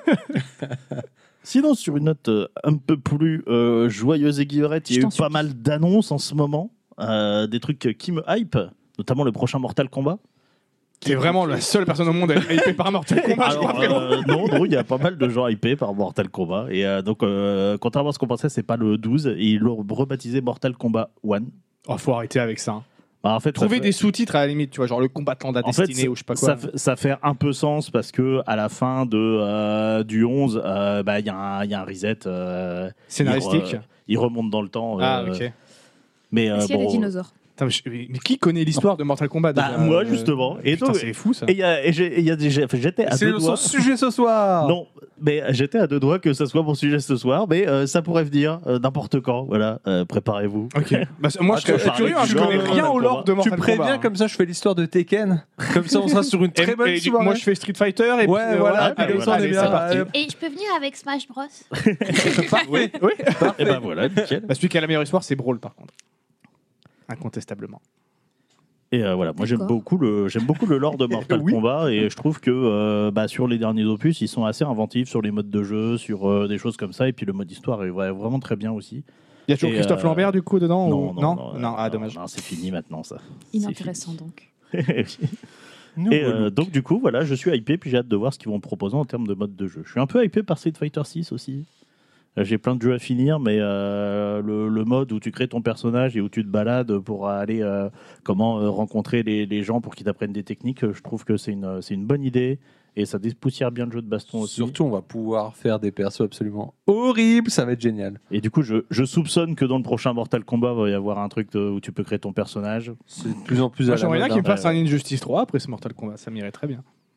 Sinon, sur une note un peu plus joyeuse et guillerette, il y a Je eu t'en pas supplie. mal d'annonces en ce moment, des trucs qui me hype, notamment le prochain Mortal Kombat. T'es vraiment la seule personne au monde à être hypée par Mortal Kombat, je crois, frérot. Non, il y a pas mal de gens hypés par Mortal Kombat. Et donc, contrairement à ce qu'on pensait, c'est pas le 12, et ils l'ont rebaptisé Mortal Kombat 1. Oh, faut arrêter avec ça. Hein. Bah, en fait, Trouver ça fait- des sous-titres à la limite, tu vois, genre le combattant de la En fait, destinée ou je sais pas quoi. ça fait un peu sens parce que à la fin du 11, il y a un reset. Scénaristique. Il remonte dans le temps. Ah, ok. Mais Est-ce qu'il y a bon, des dinosaures? Attends, mais qui connaît l'histoire de Mortal Kombat Bah, déjà moi, justement. Et Putain, donc- c'est fou ça. Et j'étais à C'est deux son doigts. sujet ce soir. Non, mais j'étais à deux doigts que ça soit mon sujet ce soir, mais ça pourrait venir n'importe quand. Voilà, préparez-vous. Ok. Bah, moi, je suis curieux, hein, je connais rien au lore de Tu Mortal préviens, Kombat. comme ça je fais l'histoire de Tekken. Comme ça on sera sur une très bonne soirée. Moi, je fais Street Fighter et Ouais, puis voilà, allez, comme ça, on est allez, bien. c'est parti. Et je peux venir avec Smash Bros? Oui, oui. Et ben voilà, nickel. Bah, celui qui a la meilleure histoire, c'est Brawl, par contre. Incontestablement. Et voilà, moi j'aime D'accord. beaucoup le lore de Mortal Oui. Kombat et je trouve que sur les derniers opus, ils sont assez inventifs sur les modes de jeu, sur des choses comme ça. Et puis le mode histoire est vraiment très bien aussi. Il y a toujours Et, Christophe Lambert, du coup, dedans ou... Non, Ah, dommage. non, c'est fini maintenant ça. Inintéressant donc. Nous, Et relou. donc du coup, voilà, je suis hypé, puis j'ai hâte de voir ce qu'ils vont me proposer en termes de mode de jeu. Je suis un peu hypé par Street Fighter 6 aussi. J'ai plein de jeux à finir, mais le mode où tu crées ton personnage et où tu te balades pour aller rencontrer les gens pour qu'ils t'apprennent des techniques, je trouve que c'est une bonne idée et ça dépoussière bien le jeu de baston aussi. Surtout, on va pouvoir faire des persos absolument horribles, ça va être génial. Et du coup, je soupçonne que dans le prochain Mortal Kombat, il va y avoir un truc où tu peux créer ton personnage. C'est de plus en plus Moi, à la j'aimerais bien mode. qu'il me hein. fasse un Injustice 3 après ce Mortal Kombat, ça m'irait très bien.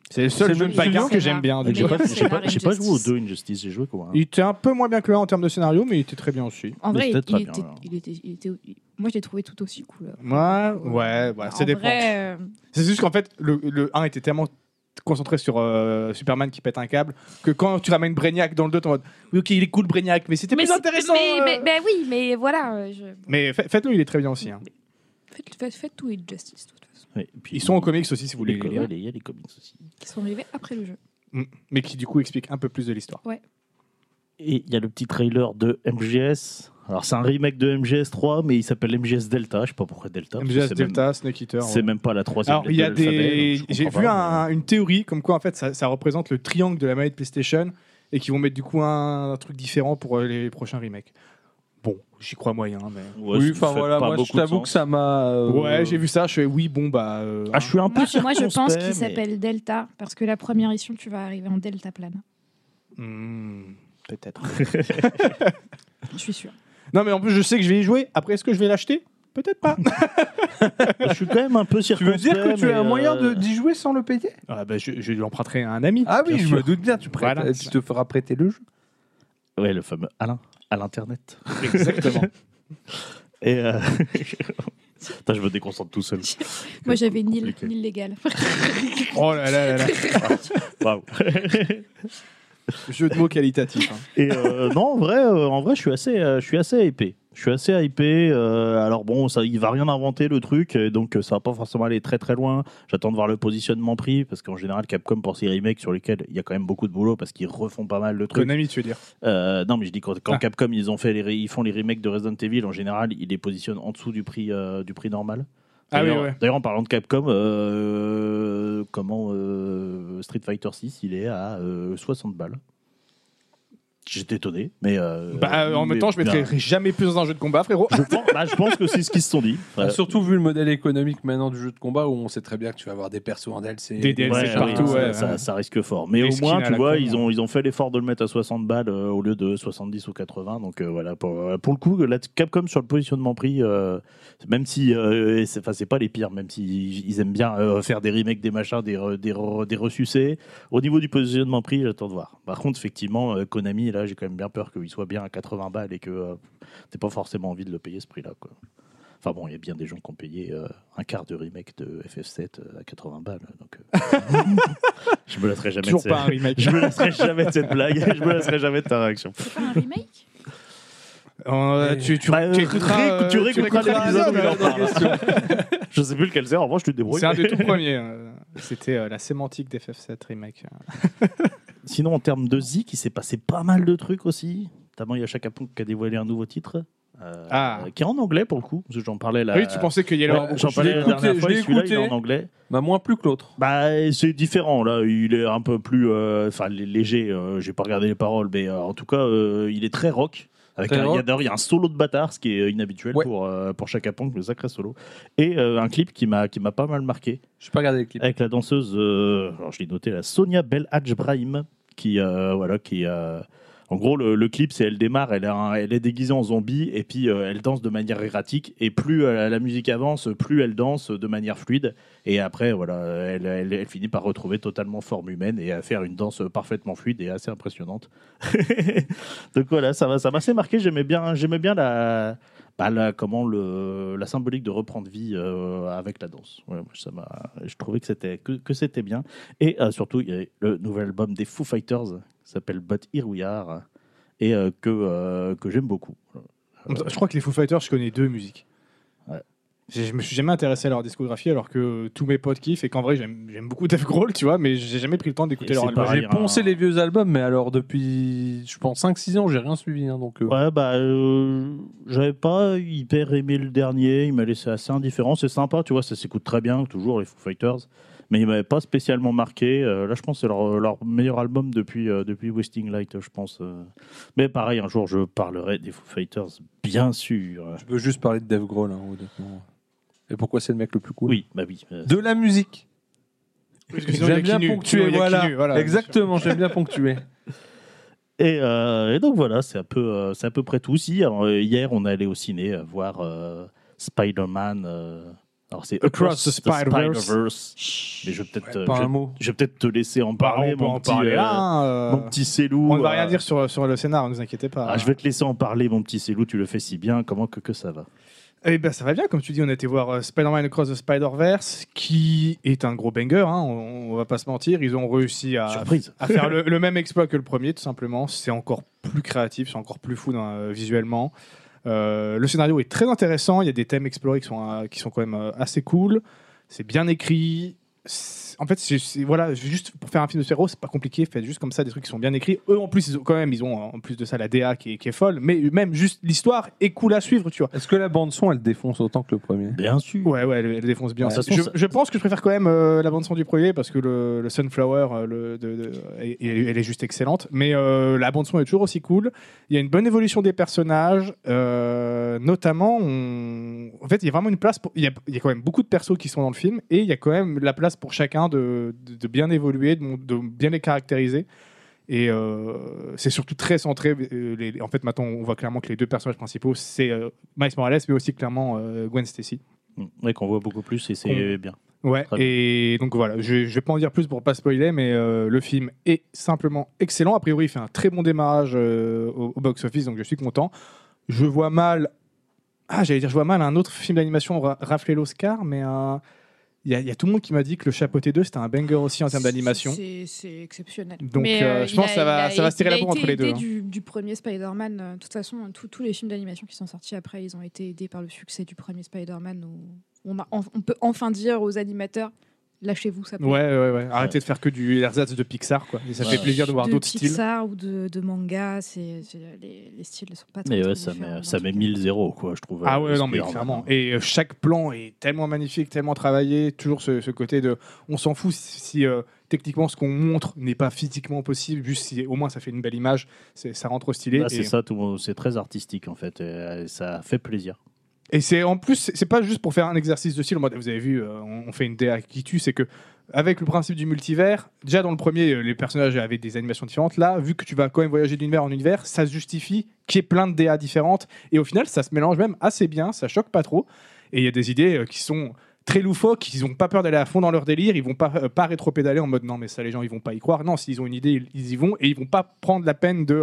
C'est le seul C'est jeu le de bagarre meilleur que j'aime bien. scénar. du coup. J'ai pas joué aux Injustice. deux Injustice, j'ai joué quoi. Il était un peu moins bien que là en termes de scénario, mais il était très bien aussi. En Mais vrai, c'était très il bien, était, alors. moi, je l'ai trouvé tout aussi cool. Ouais, ça En dépend. vrai, C'est juste qu'en fait, le 1 était tellement concentré sur Superman qui pète un câble que quand tu ramènes Brainiac dans le 2, t'es en mode oui, ok, il est cool Brainiac, mais c'était plus intéressant. oui, mais voilà. Mais faites-le, il est très bien aussi. Hein. Faites tout Injustice, de toute façon. Ouais, et puis, Ils sont en comics aussi si vous voulez les les lire, il y a les comics aussi. Qui sont arrivés après le jeu. mais qui du coup expliquent un peu plus de l'histoire. Et il y a le petit trailer de MGS. Alors c'est un remake de MGS 3, mais il s'appelle MGS Delta. Je sais pas pourquoi Delta. parce que MGS c'est Delta, Snake Eater. C'est même pas la troisième. Alors, il y a lettre de l'alphabet, donc je j'ai comprends vu pas, mais- une théorie comme quoi en fait ça représente le triangle de la manette PlayStation et qui vont mettre du coup un truc différent pour les prochains remakes. Bon, j'y crois moyen, mais. Ouais, Oui, ça enfin fait voilà, pas moi je beaucoup de t'avoue sens. que ça m'a. Ouais, j'ai vu ça, je fais oui, bon bah. Ah, je suis un peu Moi, je pense circonspect, qu'il mais- s'appelle Delta parce que la première issue, tu vas arriver en Delta plane. Peut-être. Je suis sûr. Non, mais en plus, je sais que je vais y jouer. Après, est-ce que je vais l'acheter? Peut-être pas. Je suis quand même un peu Tu circonspect. veux dire que tu mais, as un moyen d'y jouer sans le payer? Ah, bah, je l'emprunterai à un ami. Ah oui, bien je sûr. me doute bien, tu Voilà. te feras prêter le jeu. Ouais, le fameux Alain, à l'internet. Exactement. Et Putain, je me déconcentre tout seul. Moi, j'avais ni Compliqué. légal. Oh là là là là. Waouh. Jeu de mots qualitatif. Hein. Et non, en vrai, je suis assez hypé. Je suis assez hypé. Alors bon, ça, il va rien inventer le truc, et donc ça va pas forcément aller très très loin. J'attends de voir le positionnement prix, parce qu'en général, Capcom pour ces remakes sur lesquels il y a quand même beaucoup de boulot, parce qu'ils refont pas mal de trucs. Konami, tu veux dire? Non, mais je dis quand Ah. Capcom ils font les remakes de Resident Evil, en général, ils les positionnent en dessous du prix normal. Ah oui, D'ailleurs, ouais. D'ailleurs, en parlant de Capcom, Street Fighter 6, il est à 60 balles. J'étais étonné, mais En même temps, je bien. mettrai jamais plus dans un jeu de combat, frérot. Je pense que c'est ce qu'ils se sont dit. Surtout vu le modèle économique maintenant du jeu de combat où on sait très bien que tu vas avoir des persos en DLC. Des DLC Ouais, partout, oui, ouais, ça, ouais. ça risque fort. Mais Des au skins moins, à tu la vois, con, ils ont fait l'effort de le mettre à 60 balles au lieu de 70 ou 80. Donc voilà, pour le coup, là, Capcom sur le positionnement prix, même si c'est pas les pires, même s'ils aiment bien faire des remakes, des machins, des ressucés, au niveau du positionnement prix, j'attends de voir. Par contre, effectivement, Konami, là, j'ai quand même bien peur qu'il soit bien à 80 balles et que t'aies pas forcément envie de le payer ce prix-là, quoi. Enfin bon, il y a bien des gens qui ont payé un quart de remake de FF7 à 80 balles. Donc, je me lasserai jamais Toujours de pas un remake. je me lasserai jamais de cette blague. Je me lasserai jamais de ta réaction. C'est pas un remake? Tu Bah, écouteras, tu réécouteras l'épisode où il en parle. question. Je sais plus lequel c'est. En revanche, tu te débrouilles. C'est un des tout premiers. C'était la sémantique d'FF7 remake. Sinon, en termes de Zik, il s'est passé pas mal de trucs aussi. Notamment, il y a Chaka Ponk qui a dévoilé un nouveau titre. Qui est en anglais pour le coup. Parce que j'en parlais là. Oui, tu pensais qu'il y allait avoir J'en beaucoup parlais de- la dernière fois. je l'ai Et celui-là, il est écouté. en anglais. Bah, moins plus que l'autre. Bah, c'est différent là. Il est un peu plus, léger. J'ai pas regardé les paroles, mais en tout cas, il est très rock. Avec Très rock. il y a un solo de bâtard, ce qui est inhabituel Ouais. pour Chaka Ponk, le sacré solo. Et un clip qui m'a pas mal marqué. Je n'ai pas regardé les clips. Avec la danseuse, alors je l'ai noté, la Sonia Bel Brahim, en gros, le clip, c'est elle démarre, elle est déguisée en zombie, et puis elle danse de manière erratique, et plus la musique avance, plus elle danse de manière fluide, et après, voilà, elle finit par retrouver totalement forme humaine, et à faire une danse parfaitement fluide et assez impressionnante. Donc voilà, ça m'a assez marqué, j'aimais bien la symbolique de reprendre vie avec la danse. Ouais, je trouvais que c'était bien. Et surtout, il y a le nouvel album des Foo Fighters qui s'appelle But Here We Are et que j'aime beaucoup. Je crois que les Foo Fighters, je connais 2 musiques. Ouais. Je me suis jamais intéressé à leur discographie alors que tous mes potes kiffent et qu'en vrai j'aime beaucoup Dave Grohl, tu vois, mais j'ai jamais pris le temps d'écouter Et leur c'est album. pareil. J'ai poncé les vieux albums, mais alors depuis, je pense, 5-6 ans, j'ai rien suivi. Hein, donc, Ouais, j'avais pas hyper aimé le dernier, il m'a laissé assez indifférent. C'est sympa, tu vois, ça s'écoute très bien, toujours les Foo Fighters, mais il m'avait pas spécialement marqué. Là, je pense que c'est leur meilleur album depuis Wasting Light, je pense. Mais pareil, un jour, je parlerai des Foo Fighters, bien sûr. je peux juste parler de Dave Grohl, hein, honnêtement. Et pourquoi c'est le mec le plus cool? Oui, bah oui. De la musique. Parce que sinon, il y a J'aime bien Kinu. ponctuer, Sinon, il y a voilà. Kinu, voilà. Exactement, j'aime bien ponctuer. Et donc voilà, c'est à peu près tout. Si, alors, hier, on est allé au ciné voir Spider-Man Alors c'est Across the Spider-Verse. Spider-Verse. Mais je vais peut-être Pas un mot. je vais peut-être te laisser en parler, on peut mon en petit, parler là. hein, mon petit Célou. On ne va rien dire sur le scénar, ne vous inquiétez pas. Je vais te laisser en parler, mon petit Célou. Tu le fais si bien. Comment que ça va? Eh ben, ça va bien, comme tu dis, on a été voir Spider-Man Across the Spider-Verse, qui est un gros banger, hein, on va pas se mentir. Ils ont réussi à faire le même exploit que le premier, tout simplement. C'est encore plus créatif, c'est encore plus fou visuellement. Le scénario est très intéressant, il y a des thèmes explorés qui sont quand même assez cool. C'est bien écrit. En fait, voilà, juste pour faire un film de super-héros, c'est pas compliqué. Faites juste comme ça des trucs qui sont bien écrits. Eux, en plus, ils ont en plus de ça la DA qui est folle. Mais même juste l'histoire est cool à suivre, tu vois. Est-ce que la bande son elle défonce autant que le premier? Bien sûr. Ouais, elle défonce bien. Ouais, Je pense que je préfère quand même la bande son du premier parce que le Sunflower, elle est juste excellente. Mais la bande son est toujours aussi cool. Il y a une bonne évolution des personnages, notamment. En fait, il y a vraiment une place. Il y a quand même beaucoup de persos qui sont dans le film et il y a quand même la place pour chacun de bien évoluer, de bien les caractériser. Et c'est surtout très centré. En fait, maintenant, on voit clairement que les deux personnages principaux, c'est Miles Morales, mais aussi clairement Gwen Stacy. Oui, qu'on voit beaucoup plus et c'est bien. Ouais, et donc voilà, je vais pas en dire plus pour pas spoiler, mais le film est simplement excellent. A priori, il fait un très bon démarrage au box-office, donc je suis content. Je vois mal un autre film d'animation rafler l'Oscar, mais il y a tout le monde qui m'a dit que le Chapeauté 2 c'était un banger aussi en termes d'animation. C'est exceptionnel. Donc je pense que ça va se tirer la bourre entre les deux. Du premier Spider-Man, de toute façon, tous les films d'animation qui sont sortis après, ils ont été aidés par le succès du premier Spider-Man. On peut enfin dire aux animateurs, lâchez-vous, ça plaît. Ouais. Arrêtez de faire que du ersatz de Pixar, quoi. Et ça fait plaisir de voir d'autres styles. De Pixar ou de manga, les styles ne sont pas très différents. Mais ça met 1000-0, quoi, je trouve. Ah ouais, non, mais clairement. Et chaque plan est tellement magnifique, tellement travaillé. Toujours ce côté de. On s'en fout si techniquement ce qu'on montre n'est pas physiquement possible, juste si au moins ça fait une belle image, ça rend trop stylé. C'est ça, c'est très artistique en fait. Et ça fait plaisir. Et c'est en plus, c'est pas juste pour faire un exercice de style. Vous avez vu, on fait une DA qui tue, c'est que avec le principe du multivers, déjà dans le premier, les personnages avaient des animations différentes. Là, vu que tu vas quand même voyager d'univers en univers, ça se justifie qu'il y ait plein de DA différentes. Et au final, ça se mélange même assez bien, ça choque pas trop. Et il y a des idées qui sont très loufoques, ils n'ont pas peur d'aller à fond dans leur délire, ils vont pas rétro-pédaler en mode non, mais ça, les gens, ils vont pas y croire. Non, s'ils ont une idée, ils y vont et ils vont pas prendre la peine de.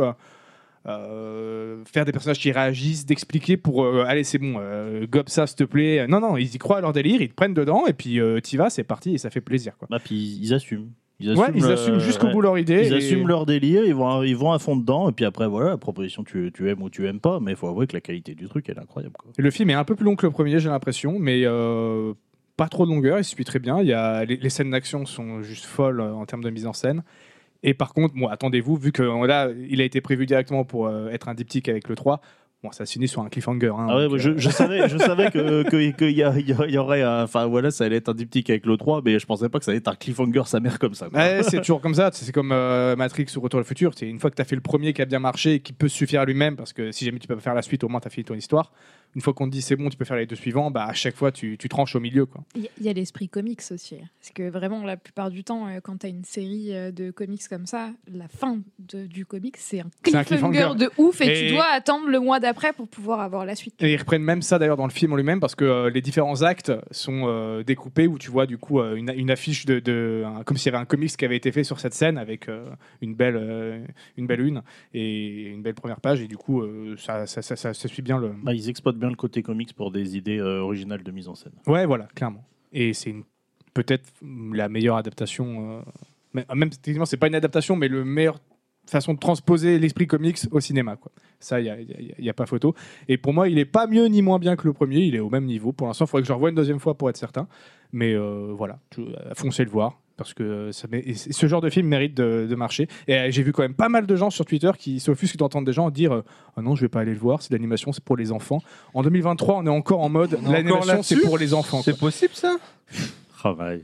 Faire des personnages qui réagissent, d'expliquer pour allez c'est bon, gobe ça s'il te plaît. Non, ils y croient à leur délire, ils te prennent dedans et puis t'y vas, c'est parti et ça fait plaisir, quoi. Puis ils assument. Ils assument jusqu'au bout leur idée. Ils assument leur délire, ils vont à fond dedans et puis après voilà, la proposition tu aimes ou tu aimes pas, mais il faut avouer que la qualité du truc elle est incroyable, quoi. Le film est un peu plus long que le premier, j'ai l'impression, mais pas trop de longueur, il se suit très bien. Il y a les scènes d'action sont juste folles en termes de mise en scène. Et par contre, attendez-vous, vu que là, il a été prévu directement pour être un diptyque avec le 3, ça se finit sur un cliffhanger. Hein, ah ouais, je savais qu'il y aurait ça allait être un diptyque avec le 3, mais je pensais pas que ça allait être un cliffhanger sa mère comme ça. Ouais, c'est toujours comme ça, c'est comme Matrix ou Retour à le futur. Une fois que tu as fait le premier qui a bien marché et qui peut se suffire à lui-même, parce que si jamais tu peux pas faire la suite, au moins tu as fini ton histoire. Une fois qu'on te dit c'est bon, tu peux faire les deux suivants, à chaque fois tu tranches au milieu, quoi. Il y a l'esprit comics aussi. Parce que vraiment, la plupart du temps, quand tu as une série de comics comme ça, la fin du comics, c'est un cliffhanger de ouf et tu dois attendre le mois d'après pour pouvoir avoir la suite. Et ils reprennent même ça d'ailleurs dans le film en lui-même parce que les différents actes sont découpés où tu vois du coup une affiche comme s'il y avait un comics qui avait été fait sur cette scène avec une belle une et une belle première page et du coup ça suit bien le. Ils exploitent bien le côté comics pour des idées originales de mise en scène. Ouais, voilà, clairement. Et c'est peut-être la meilleure adaptation. Même techniquement, c'est pas une adaptation, mais le meilleur façon de transposer l'esprit comics au cinéma, quoi. Ça, il y a pas photo. Et pour moi, il est pas mieux ni moins bien que le premier. Il est au même niveau. Pour l'instant, il faudrait que je le revoie une deuxième fois pour être certain. Mais voilà, foncez le voir. Parce que ce genre de film mérite de marcher. Et j'ai vu quand même pas mal de gens sur Twitter qui s'offusquent d'entendre des gens dire « Ah non, je vais pas aller le voir, c'est l'animation, c'est pour les enfants. » En 2023, on est encore en mode « L'animation, c'est pour les enfants. » C'est possible, ça? Travail.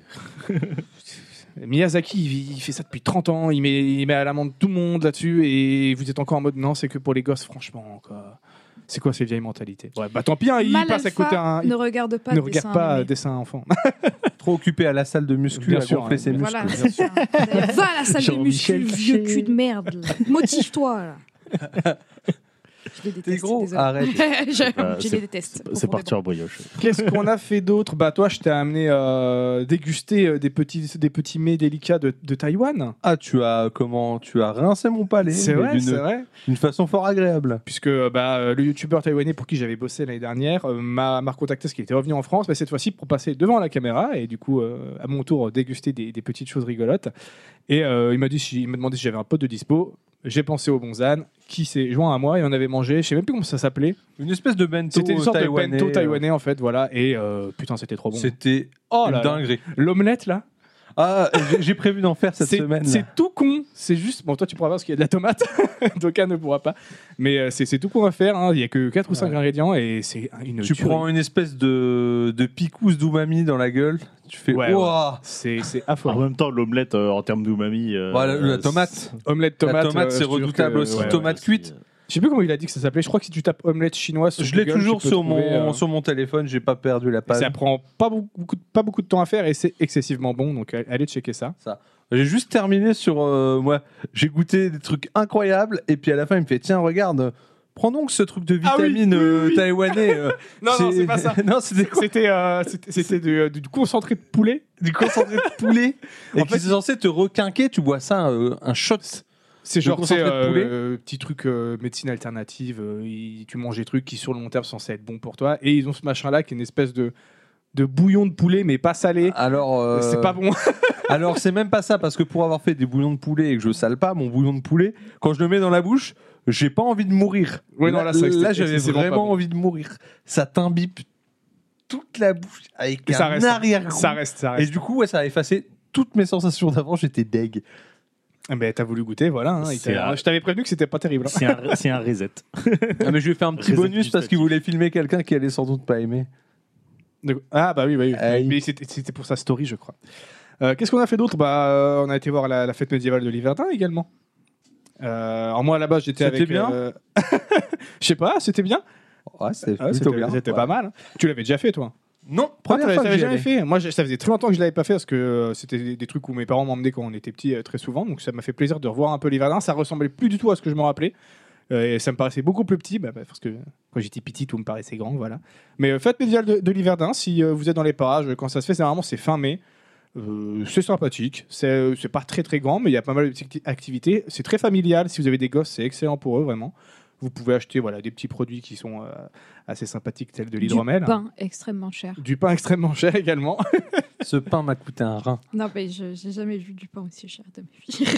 Miyazaki, il fait ça depuis 30 ans, il met à l'amende tout le monde là-dessus, et vous êtes encore en mode « Non, c'est que pour les gosses, franchement. » quoi. C'est quoi ces vieilles mentalités? Ouais, tant pis, il passe à côté ne regarde pas dessin enfant. Trop occupé à la salle de muscu, à gonfler ses muscles. Voilà, c'est ça. Va à la salle de muscu, vieux cul de merde. Motive-toi. Là. Je les T'es déteste. gros. désolée. Arrête. Je les déteste. C'est parti en brioche. Qu'est-ce qu'on a fait d'autre? Bah toi, je t'ai amené déguster des petits mets délicats de Taïwan. Ah, tu as rincé mon palais. C'est mais vrai, c'est vrai. d'une façon fort agréable. Puisque le youtubeur taïwanais pour qui j'avais bossé l'année dernière m'a recontacté parce qu'il était revenu en France, mais cette fois-ci pour passer devant la caméra et du coup à mon tour déguster des petites choses rigolotes. Et il m'a demandé si j'avais un pote de dispo. J'ai pensé au bon Zan qui s'est joint à moi et on avait mangé, je sais même plus comment ça s'appelait. Une espèce de bento C'était une sorte taïwanais. de bento taïwanais en fait, voilà. Et putain, c'était trop bon. C'était Oh une là là. dinguerie. L'omelette là. Ah, j'ai prévu d'en faire cette semaine. C'est tout con. C'est juste. Bon, toi, tu pourras voir parce qu'il y a de la tomate. D'aucun ne pourra pas. Mais c'est tout con à faire. Hein. Il n'y a que 4 ou 5 ingrédients et c'est une. Tu tuerie. prends une espèce de picouse d'umami dans la gueule. Tu fais Ouais, ouah. C'est En affolant. même temps, l'omelette en termes d'umami. Voilà, la tomate. Omelette tomate. La tomate, c'est je te jure redoutable que- aussi. ouais, Tomate ouais, cuite. Je sais plus comment il a dit que ça s'appelait. Je crois que si tu tapes omelette chinoise sur Je l'ai Google, toujours tu peux trouver, sur mon téléphone. J'ai pas perdu la page. Ça prend pas beaucoup de temps à faire et c'est excessivement bon. Donc allez checker ça. J'ai juste terminé sur moi. J'ai goûté des trucs incroyables et puis à la fin il me fait tiens regarde. Prends donc ce truc de Ah oui, vitamine oui. taïwanais. Non, c'est pas ça. Non, c'était quoi? C'était du concentré de poulet. Du concentré de poulet. Et En qui fait, c'est censé te requinquer. Tu bois ça, un shot. C'est Le genre concentré de poulet. petit truc médecine alternative. Tu manges des trucs qui sur le long terme sont censés être bons pour toi. Et ils ont ce machin là qui est une espèce de bouillon de poulet mais pas salé. Alors, C'est pas bon. alors c'est même pas ça parce que pour avoir fait des bouillons de poulet et que je sale pas mon bouillon de poulet, quand je le mets dans la bouche, j'ai pas envie de mourir. Ouais, non, là, c'est j'avais excessivement pas vraiment bon. envie de mourir. Ça t'imbibe toute la bouche avec Mais ça un reste. arrière-goût. Ça reste. Et du coup, ouais, ça a effacé toutes mes sensations d'avant. J'étais deg. Mais t'as voulu goûter, voilà. Hein, C'est je t'avais prévenu que c'était pas terrible. Hein. C'est un reset. Ah, mais je lui ai fait un petit Reset bonus parce qu'il gustatif. voulait filmer quelqu'un qui allait sans doute pas aimer. Ah bah oui. Aïe. Mais c'était pour sa story, je crois. Qu'est-ce qu'on a fait d'autre? On a été voir la fête médiévale de Liverdun également. Alors moi là-bas j'étais C'était avec. bien Je sais pas, c'était bien. Ouais, c'était Ah, plutôt bien. C'était Ouais. pas mal. Tu l'avais déjà fait toi? Non, Ah, première fois que t'avais j'y jamais allais. fait. Moi, ça faisait très longtemps que je l'avais pas fait parce que c'était des trucs où mes parents m'emmenaient quand on était petits très souvent. Donc ça m'a fait plaisir de revoir un peu Liverdun. Ça ressemblait plus du tout à ce que je me rappelais. Et ça me paraissait beaucoup plus petit, parce que quand j'étais petit, tout me paraissait grand, voilà. Mais fête médiévale de Liverdun, si vous êtes dans les parages, quand ça se fait, c'est fin mai. C'est sympathique, c'est pas très très grand, mais il y a pas mal de petites activités. C'est très familial, si vous avez des gosses, c'est excellent pour eux, vraiment. Vous pouvez acheter des petits produits qui sont assez sympathiques, tels de l'hydromel. Du pain extrêmement cher. Du pain extrêmement cher également. Ce pain m'a coûté un rein. Non, mais j'ai jamais vu du pain aussi cher de ma vie.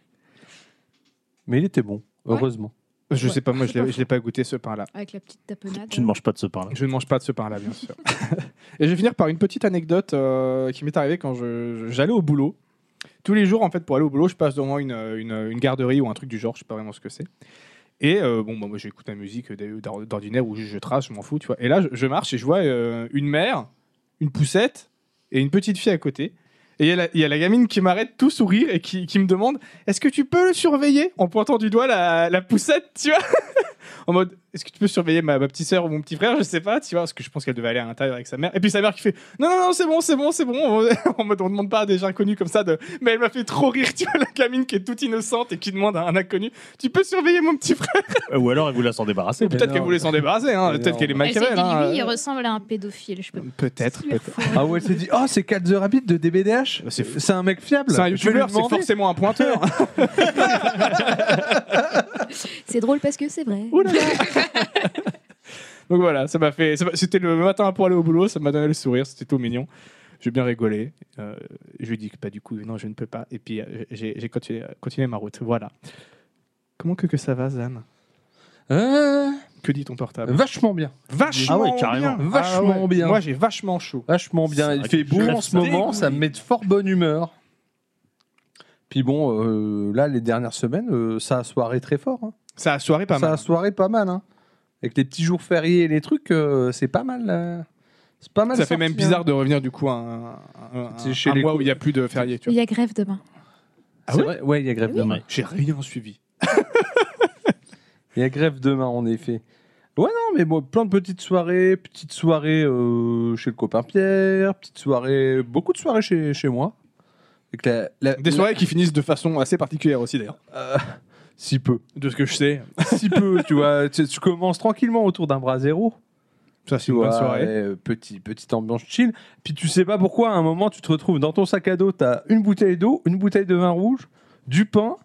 Mais il était bon, heureusement. Je Ouais, sais pas, moi c'est pas je l'ai pas goûté ce pain-là. Avec la petite tapenade. Tu ne manges pas de ce pain-là. Je ne mange pas de ce pain-là, bien sûr. Et je vais finir par une petite anecdote qui m'est arrivée quand j'allais au boulot. Tous les jours, en fait, pour aller au boulot, je passe devant une garderie ou un truc du genre, je sais pas vraiment ce que c'est. Et moi, j'écoute la musique d'ordinaire où je trace, je m'en fous, tu vois. Et là, je marche et je vois une mère, une poussette et une petite fille à côté. Et il y a la gamine qui m'arrête tout sourire et qui me demande est-ce que tu peux le surveiller en pointant du doigt la poussette, tu vois. En mode est-ce que tu peux surveiller ma petite sœur ou mon petit frère, je sais pas, tu vois, parce que je pense qu'elle devait aller à l'intérieur avec sa mère. Et puis sa mère qui fait non, c'est bon. En mode on demande pas à des gens inconnus comme ça mais elle m'a fait trop rire, tu vois, la gamine qui est toute innocente et qui demande à un inconnu tu peux surveiller mon petit frère. Ou alors elle voulait s'en débarrasser. Peut-être non. qu'elle voulait s'en débarrasser, hein. Mais Peut-être non. qu'elle est Elle s'est Machiavel. dit, Hein. lui, il ressemble à un pédophile. Je peux Peut-être. Ah ouais, elle s'est dit oh, c'est Cat the Rabbit de DBDH. C'est un mec fiable. C'est un Je vais lui youtubeur, c'est demander. forcément un pointeur. C'est drôle parce que c'est vrai. Ouh là là. Donc voilà, c'était le matin pour aller au boulot, ça m'a donné le sourire, c'était tout mignon. J'ai bien rigolé. Je lui ai dit que du coup, non, je ne peux pas. Et puis j'ai continué ma route. Voilà. Comment que ça va, Zan? Que dit ton portable? Vachement bien. Vachement Ah ouais, carrément. bien. Vachement bien. Moi, j'ai vachement chaud. Vachement bien. C'est Il vrai fait que beau je en rêve ce ça. moment, ça me met de fort bonne humeur. Puis bon, là, les dernières semaines, ça a soiré très fort. Hein. Ça a soiré pas Ça mal. a soiré pas mal. Hein. Avec les petits jours fériés et les trucs, c'est pas mal. C'est pas mal. Ça fait sorti, même hein. bizarre de revenir du coup C'est chez un les mois co- où il n'y a plus de fériés. Tu Il vois. y a grève demain. Ah C'est ouais vrai. Ouais, il y a grève Oui. demain. J'ai rien suivi. Il y a grève demain, en effet. Ouais, non, mais bon, plein de petites soirées chez le copain Pierre, beaucoup de soirées chez moi. Avec Des soirées qui finissent de façon assez particulière aussi d'ailleurs. Si peu. De ce que je sais, Si peu, tu vois. Tu commences tranquillement autour d'un bras zéro. ça c'est Tu une bonne vois, soirée. petite ambiance chill. Puis tu sais pas pourquoi, à un moment, tu te retrouves dans ton sac à dos, t'as une bouteille d'eau, une bouteille de vin rouge, du pain,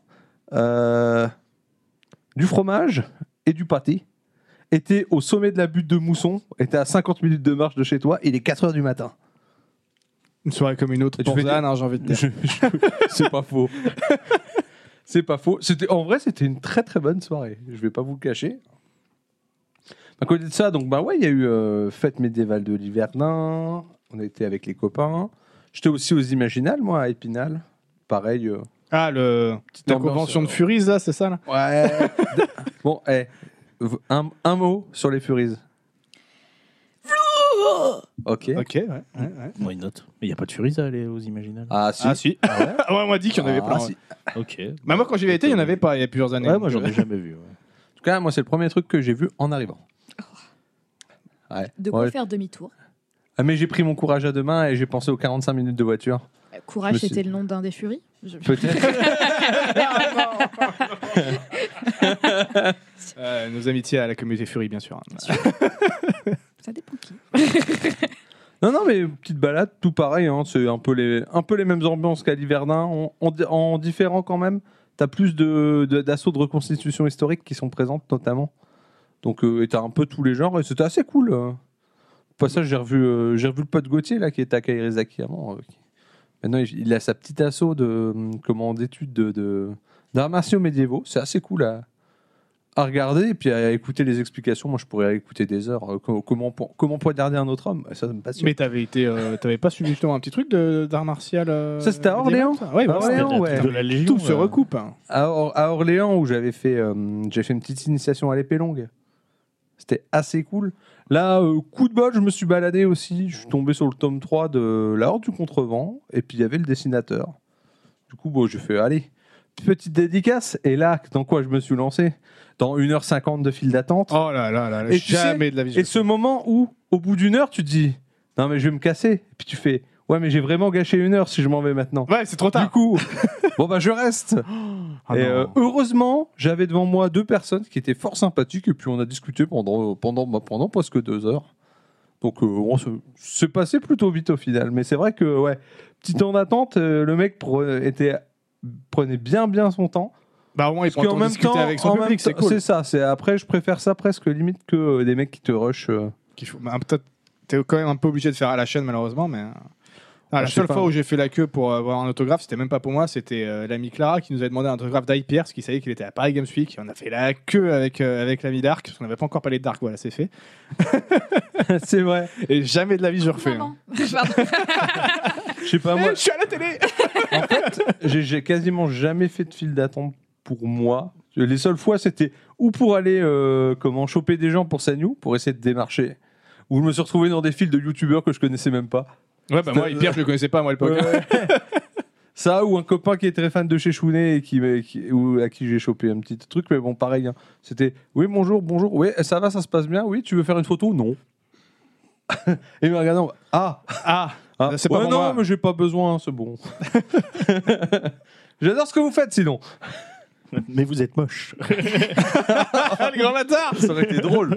du fromage et du pâté. Et t'es au sommet de la butte de Mousson, et t'es à 50 minutes de marche de chez toi, il est 4h du matin. Une soirée comme une autre Et tu pour fais Zan, hein, j'ai envie de dire. C'est pas faux. C'est pas faux. En vrai, c'était une très très bonne soirée. Je vais pas vous le cacher. À côté de ça, donc bah ouais, il y a eu fête médiévale de l'Hiverdin. On était avec les copains. J'étais aussi aux Imaginales, moi, à Épinal. Pareil. Ah, la ambiance, convention de Furies, là, c'est ça là Ouais. Bon, un mot sur les Furies. Ok. Ok, ouais. Moi, une note. Mais il n'y a pas de Furies à aller aux Imaginales. Ah si. Ah si. Ah ouais. Ah ouais, on m'a dit qu'il y en avait Ah, plein. si. Ouais. Ok. Bah, moi, quand j'y avais été, il y en avait pas, il y a plusieurs années. Ouais, donc, moi, j'en ai jamais vu. Ouais. En tout cas, moi, c'est le premier truc que j'ai vu en arrivant. Ouais. De quoi Ouais. faire demi-tour. Ah, mais j'ai pris mon courage à deux mains et j'ai pensé aux 45 minutes de voiture. Courage, Je me suis- c'était le nom d'un des furies. Peut-être. nos amitiés à la communauté Fury, bien sûr. Ça dépend qui. Non, non, mais petite balade, tout pareil. Hein, c'est un peu les mêmes ambiances qu'à l'Hiverdin, en différent quand même. T'as plus d'assauts de reconstitution historique qui sont présentes, notamment. Donc, et t'as un peu tous les genres, et c'était assez cool. Au passage, j'ai revu le pote Gauthier, là, qui était à Kairizaki avant. Maintenant, il a sa petite assaut d'études d'arts martiaux médiévaux. C'est assez cool à regarder et puis à écouter les explications. Moi, je pourrais écouter des heures. Comment poignarder un autre homme, ça me passionne. Mais t'avais pas suivi justement un petit truc d'art martial Ça, c'était à Orléans. Oui, À Orléans, ouais. De la Légion. Tout se recoupe. Hein. À Orléans, où j'avais fait une petite initiation à l'épée longue. C'était assez cool. Là, coup de bol, je me suis baladé aussi. Je suis tombé sur le tome 3 de La Horde du Contrevent. Et puis, il y avait le dessinateur. Du coup, bon, j'ai fait, allez, petite dédicace. Et là, dans quoi je me suis lancé? Dans 1h50 de file d'attente. Oh là là là, Et tu jamais de la vie. Et ce moment où, au bout d'une heure, tu te dis, non, mais je vais me casser. Et puis tu fais, ouais, mais j'ai vraiment gâché une heure si je m'en vais maintenant. Ouais, c'est trop tard. Du coup, bon, bah, je reste. Ah Et non. heureusement, j'avais devant moi deux personnes qui étaient fort sympathiques et puis on a discuté pendant presque 2 heures. Donc c'est passé plutôt vite au final. Mais c'est vrai que, ouais, petit temps d'attente, le mec prenait bien son temps. Bah au moins il Parce prend le temps qu'en de discuter avec son public, c'est cool. C'est ça. Après, je préfère ça presque limite que des mecs qui te rushent. Bah, peut-être t'es quand même un peu obligé de faire à la chaîne malheureusement, mais la je sais seule pas. fois où j'ai fait la queue pour avoir un autographe, c'était même pas pour moi, c'était l'ami Clara qui nous avait demandé un autographe d'Hyper, parce qu'il savait qu'il était à Paris Games Week. On a fait la queue avec l'ami Dark, parce qu'on n'avait pas encore parlé de Dark, voilà, c'est fait. C'est vrai. Et jamais de la vie je refais. Maman. Je sais pas, moi, Je suis à la télé. en fait, j'ai quasiment jamais fait de file d'attente pour moi. Les seules fois, c'était ou pour aller choper des gens pour Sanyu, pour essayer de démarcher, ou je me suis retrouvé dans des files de youtubeurs que je connaissais même pas. Ouais, bah moi Hyper je le connaissais pas moi à l'époque. Ça, ou un copain qui est très fan de chez Chounet et ou à qui j'ai chopé un petit truc, mais bon, pareil. Hein. C'était oui, bonjour, oui, ça va, ça se passe bien, oui, tu veux faire une photo? Non. Et il me regarde, C'est pas ouais, pour non, moi. mais j'ai pas besoin, c'est bon. J'adore ce que vous faites sinon. Mais vous êtes moche. Le grand bâtard. Ça aurait été drôle.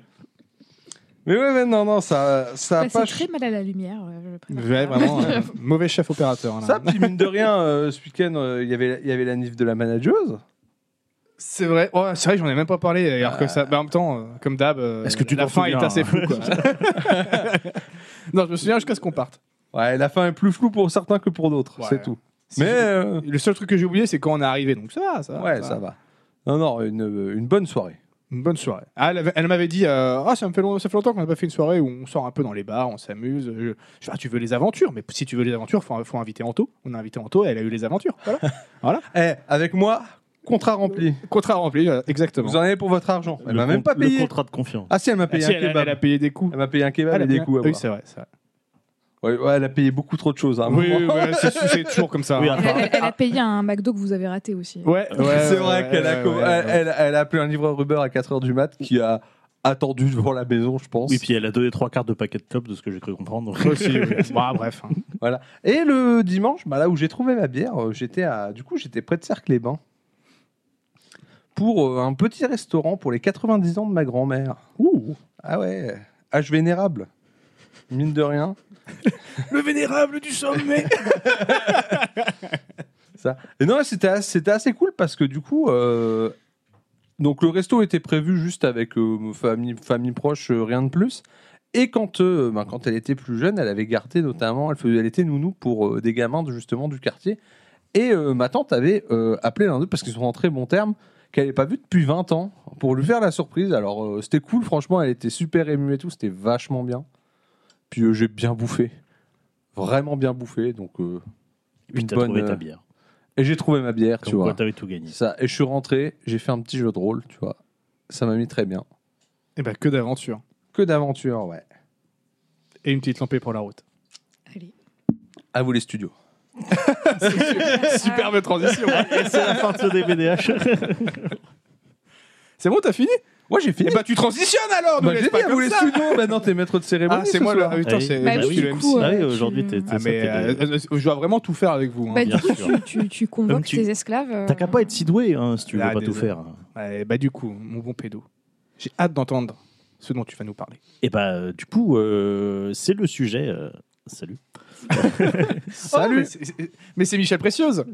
Mais ouais, non, ça a Bah, pas. c'est très mal à la lumière. Je préfère Ouais, pas. vraiment mauvais chef opérateur. Là. Ça, puis mine de rien, ce week-end, il y avait la nif de la manageuse. C'est vrai. Ouais, c'est vrai, j'en ai même pas parlé. Alors que ça, bah, en même temps, comme d'hab, Est-ce que tu la t'en fin est souviens, assez hein floue. Quoi. Non, je me souviens jusqu'à ce qu'on parte. Ouais, la fin est plus floue pour certains que pour d'autres, Ouais. c'est tout. Si Mais Le seul truc que j'ai oublié, c'est quand on est arrivé. Donc ça va. ouais, ça va. Non, une bonne soirée. Une bonne soirée. Ah, elle m'avait dit ça fait longtemps qu'on n'a pas fait une soirée où on sort un peu dans les bars, on s'amuse. Je dis, tu veux les aventures? Mais si tu veux les aventures, faut inviter Anto. On a invité Anto, elle a eu les aventures. Voilà. Avec moi, contrat rempli. Contrat rempli, exactement. Vous en avez pour votre argent. Elle Le m'a même pas le payé. contrat de confiance. Ah si, elle m'a Ah, payé si, un kebab. elle a payé des coups. Elle m'a payé un kebab et des coups à Oui, boire. c'est vrai. Ouais, elle a payé beaucoup trop de choses. Hein, à un Oui, moment. c'est toujours comme ça. Oui, hein. Elle a payé un McDo que vous avez raté aussi. Ouais, C'est vrai qu'elle ouais. elle a appelé un livreur Uber à 4h du mat qui a attendu devant la maison, je pense. Oui, puis elle a donné 3 cartes de paquet de top, de ce que j'ai cru comprendre. Donc. Aussi, oui. Bah, bref. Hein. Voilà. Et le dimanche, là où j'ai trouvé ma bière, j'étais près de Cercle-les-Bains. pour un petit restaurant pour les 90 ans de ma grand-mère. Ouh. Ah ouais, âge vénérable, mine de rien. Le vénérable du sommet. Ça. Et non, c'était assez cool parce que du coup, donc le resto était prévu juste avec famille proche, rien de plus. Et quand elle était plus jeune, elle avait gardé notamment, elle était nounou pour des gamins justement du quartier. Et ma tante avait appelé l'un d'eux parce qu'ils sont en très bons termes, qu'elle n'avait pas vu depuis 20 ans, pour lui faire la surprise. Alors c'était cool, franchement, elle était super émue et tout, c'était vachement bien. Puis j'ai bien bouffé, vraiment bien bouffé, donc Puis t'as trouvé ta bière. Et j'ai trouvé ma bière, Comme tu quoi, vois. t'avais tout gagné. Ça, et je suis rentré, j'ai fait un petit jeu de rôle, tu vois. Ça m'a mis très bien. Et bah que d'aventure. Que d'aventure, ouais. Et une petite lampée pour la route. Allez. À vous les studios. Superbe transition. Et c'est la fin de ce DBDH. C'est bon, t'as fini? Moi j'ai fini. Eh bah tu transitionnes alors. nous Bah, laisse j'ai pas dit à vous comme les ça. studios. Maintenant t'es maître de cérémonie. Ah, c'est ce moi soir. le. Putain, Oui. c'est Bah moi oui, qui suis du le coup, MC. Ah oui, tu- aujourd'hui, t'es Ah, mais je dois vraiment tout faire avec vous. Hein. Bah, bien du coup, sûr. tu convoques Comme tu- tes esclaves. T'as qu'à pas être si doué si tu veux Ah, pas tout désolé. faire. Ouais, bah du coup, mon bon pédo, j'ai hâte d'entendre ce dont tu vas nous parler. Et bah, du coup, c'est le sujet. Salut. Salut. Mais c'est Michel Précieuse.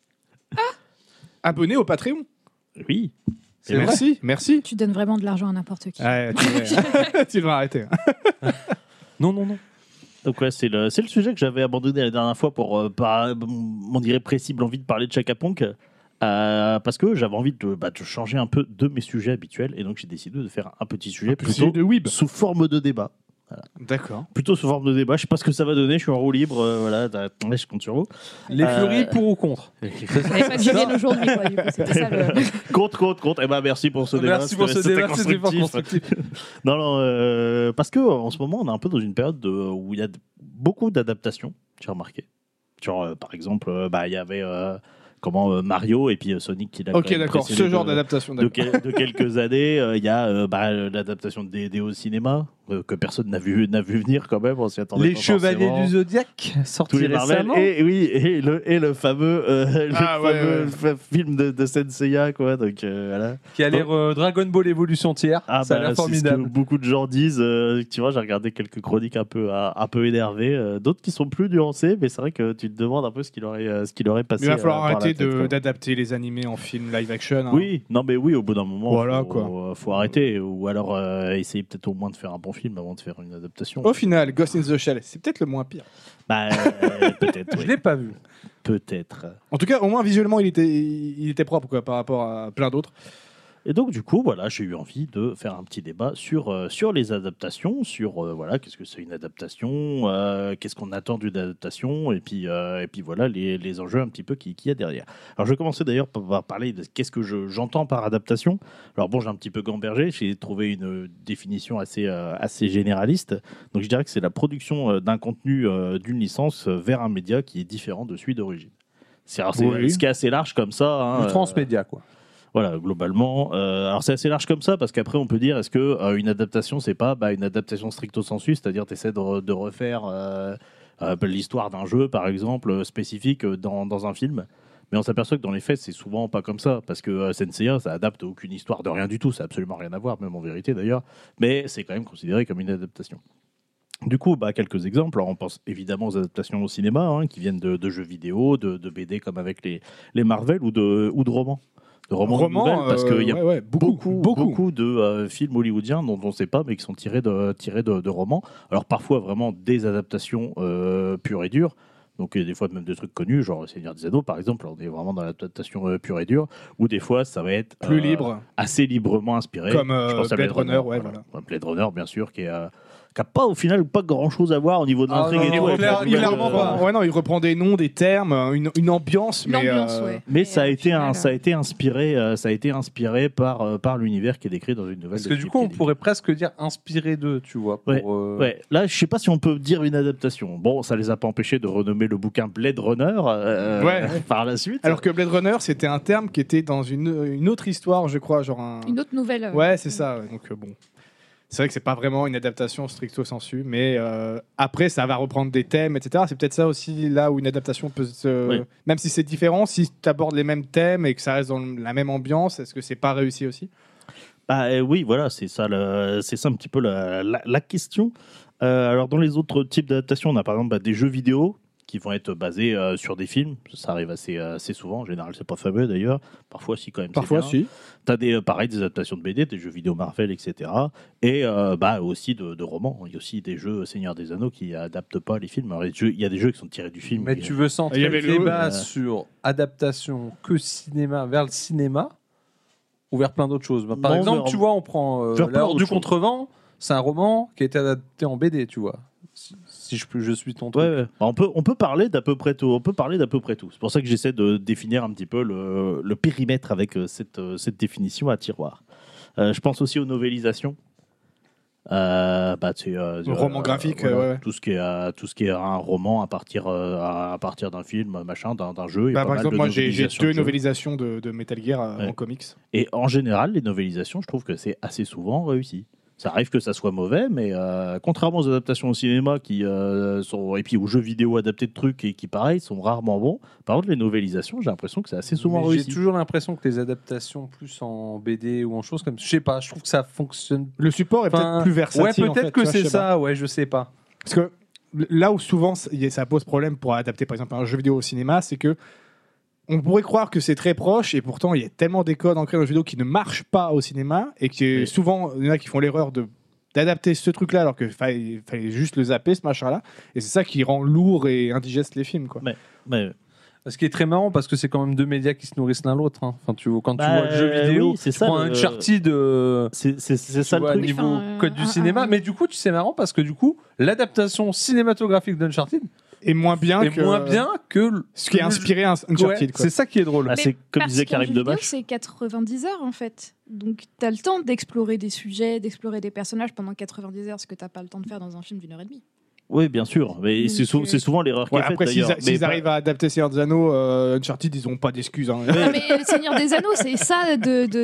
Abonné au Patreon. Oui. Et merci, merci. Tu donnes vraiment de l'argent à n'importe qui. Ouais, tu devrais arrêter. Non. Donc ouais, c'est le sujet que j'avais abandonné la dernière fois pour par mon irrépressible envie de parler de Chaka Ponk. Parce que j'avais envie de changer un peu de mes sujets habituels et donc j'ai décidé de faire un petit sujet plutôt de Weeb. sous forme de débat. D'accord. Plutôt sous forme de débat. Je sais pas ce que ça va donner. Je suis en roue libre. Voilà, ouais, je compte sur vous. Les furies pour ou contre. Il fallait pas que je vienne aujourd'hui, quoi. Du coup, c'était ça le. Contre. Eh ben merci pour ce débat. Merci pour ce C'était débat, c'était fort constructif. Non, parce que en ce moment, on est un peu dans une période où il y a beaucoup d'adaptations. J'ai remarqué. Genre, par exemple, il y avait Mario et puis Sonic qui l'a. Ok, d'accord. Ce genre d'adaptation. De quelques années, il y a l'adaptation de D&D au cinéma que personne n'a vu venir quand même. On s'y attendait Les pas Chevaliers forcément. du Zodiac, Tous sortis les Marvel récemment. et le fameux film de Senseiya quoi. Donc voilà. Qui a l'air Dragon Ball Evolution tiers. Ça a l'air C'est ce formidable. que beaucoup de gens disent. Tu vois, j'ai regardé quelques chroniques un peu énervées, d'autres qui sont plus nuancées, mais c'est vrai que tu te demandes un peu ce qu'il aurait passé. Il va falloir par la arrêter tête, quoi. d'adapter les animés en film live action. Hein. Oui, non mais oui, au bout d'un moment, Voilà, faut arrêter, ou alors essayer peut-être au moins de faire un bon film avant de faire une adaptation. Au final, Ghost in the Shell, c'est peut-être le moins pire. Bah, peut-être. Je Oui. l'ai pas vu. Peut-être. En tout cas, au moins visuellement, il était propre quoi, par rapport à plein d'autres. Et donc, du coup, voilà, j'ai eu envie de faire un petit débat sur les adaptations, sur voilà, qu'est-ce que c'est une adaptation, qu'est-ce qu'on attend d'une adaptation, et puis voilà, les enjeux un petit peu qu'il y a derrière. Alors, je vais commencer d'ailleurs par parler de qu'est-ce que j'entends par adaptation. Alors, bon, j'ai un petit peu gambergé, j'ai trouvé une définition assez généraliste. Donc, je dirais que c'est la production d'un contenu d'une licence vers un média qui est différent de celui d'origine. C'est Oui. ce qui est assez large comme ça. Hein, Du transmédia, quoi. Voilà, globalement. Alors c'est assez large comme ça parce qu'après on peut dire est-ce que une adaptation c'est pas une adaptation stricto sensu, c'est-à-dire tu essaies de refaire l'histoire d'un jeu par exemple spécifique dans un film. Mais on s'aperçoit que dans les faits c'est souvent pas comme ça parce que Senseiya ça adapte aucune histoire de rien du tout, ça a absolument rien à voir, même en vérité d'ailleurs. Mais c'est quand même considéré comme une adaptation. Du coup, quelques exemples. Alors, on pense évidemment aux adaptations au cinéma qui viennent de jeux vidéo, de BD comme avec les Marvel ou de romans. De romans de nouvelles, parce qu'il y a beaucoup de films hollywoodiens dont on ne sait pas, mais qui sont tirés de romans. Alors parfois vraiment des adaptations pures et dures. Donc des fois même des trucs connus, genre Seigneur des Anneaux par exemple, on est vraiment dans l'adaptation pure et dure, ou des fois ça va être Plus libre. assez librement inspiré. Comme Je pense à Blade Runner, ouais, voilà. Blade Runner bien sûr, qui a pas au final pas grand chose à voir au niveau de l'intrigue non, et tout. non, avec la nouvelle, clairement pas. Ouais, non, il reprend des noms, des termes, une ambiance, mais L'ambiance, ouais. Mais ça a été final, ça a été inspiré par l'univers qui est décrit dans une nouvelle. Parce que du coup, on pourrait presque dire inspiré d'eux, tu vois. Ouais. Là, je sais pas si on peut dire une adaptation. Bon, ça les a pas empêchés de renommer le bouquin Blade Runner par la suite. Alors que Blade Runner, c'était un terme qui était dans une autre histoire, je crois, genre Une autre nouvelle. Ouais, c'est ça. Ouais. Donc bon, c'est vrai que c'est pas vraiment une adaptation stricto sensu, mais après ça va reprendre des thèmes, etc. C'est peut-être ça aussi là où une adaptation peut se... Même si c'est différent, si tu abordes les mêmes thèmes et que ça reste dans la même ambiance, est-ce que c'est pas réussi aussi? Oui, voilà, c'est ça un petit peu la question. Alors, dans les autres types d'adaptations, on a par exemple des jeux vidéo qui vont être basés sur des films. Ça arrive assez souvent. En général, c'est pas fameux d'ailleurs. Parfois, si, quand même. Parfois, si. Tu as des adaptations de BD, des jeux vidéo Marvel, etc. Et aussi de romans. Il y a aussi des jeux Seigneur des Anneaux qui adaptent pas les films. Alors, il y a des jeux qui sont tirés du film. Mais tu veux centrer Il y avait le débat sur adaptation que cinéma vers le cinéma ou vers plein d'autres choses. Par exemple, tu vois, on prend vers plein La Horde du d'autres Contrevent, c'est un roman qui a été adapté en BD, tu vois. Si je suis ton truc. Ouais. On peut parler d'à peu près tout. C'est pour ça que j'essaie de définir un petit peu le périmètre avec cette définition à tiroir. Je pense aussi aux novélisations. Roman graphique, voilà, tout ce qui est un roman à partir d'un film, machin, d'un jeu. Il y a pas par mal exemple, de moi j'ai novélisations 2 de jeux. novélisations de Metal Gear en comics. Et en général, les novélisations, je trouve que c'est assez souvent réussi. Ça arrive que ça soit mauvais, mais contrairement aux adaptations au cinéma et puis aux jeux vidéo adaptés de trucs et qui, pareil, sont rarement bons. Par contre, les novélisations, j'ai l'impression que c'est assez souvent Mais réussi. j'ai toujours l'impression que les adaptations plus en BD ou en choses comme, je sais pas, je trouve que ça fonctionne. Le support est peut-être plus versatile. Ouais, peut-être en fait, que tu vois, c'est je sais pas. ça. Ouais, je sais pas. Parce que là où souvent ça pose problème pour adapter par exemple un jeu vidéo au cinéma, c'est que on pourrait croire que c'est très proche et pourtant il y a tellement des codes ancrés dans le jeu vidéo qui ne marchent pas au cinéma et que souvent il y en a qui font l'erreur d'adapter ce truc-là alors qu'il fallait juste le zapper, ce machin-là. Et c'est ça qui rend lourd et indigeste les films, quoi. Mais Ce qui est très marrant parce que c'est quand même 2 médias qui se nourrissent l'un l'autre. Hein. Enfin, quand tu vois le jeu vidéo, oui, c'est tu ça, prends Uncharted c'est ça le au truc. niveau code du cinéma. Mais du coup, c'est marrant parce que du coup, l'adaptation cinématographique d'Uncharted Et moins bien que ce qui est inspiré Uncharted. Ouais, Quoi. c'est ça qui est drôle. Ah, c'est comme parce disait qu'un Karim jeu vidéo, Debache. c'est 90 heures en fait. Donc tu as le temps d'explorer des sujets, d'explorer des personnages pendant 90 heures, ce que tu n'as pas le temps de faire dans un film d'1 heure et demie. Oui, bien sûr. Mais c'est souvent l'erreur qui est faite Après, d'ailleurs. s'ils arrivent à adapter Seigneur des Anneaux, Uncharted, ils n'ont pas d'excuses. Hein. Ah, mais le Seigneur des Anneaux, c'est ça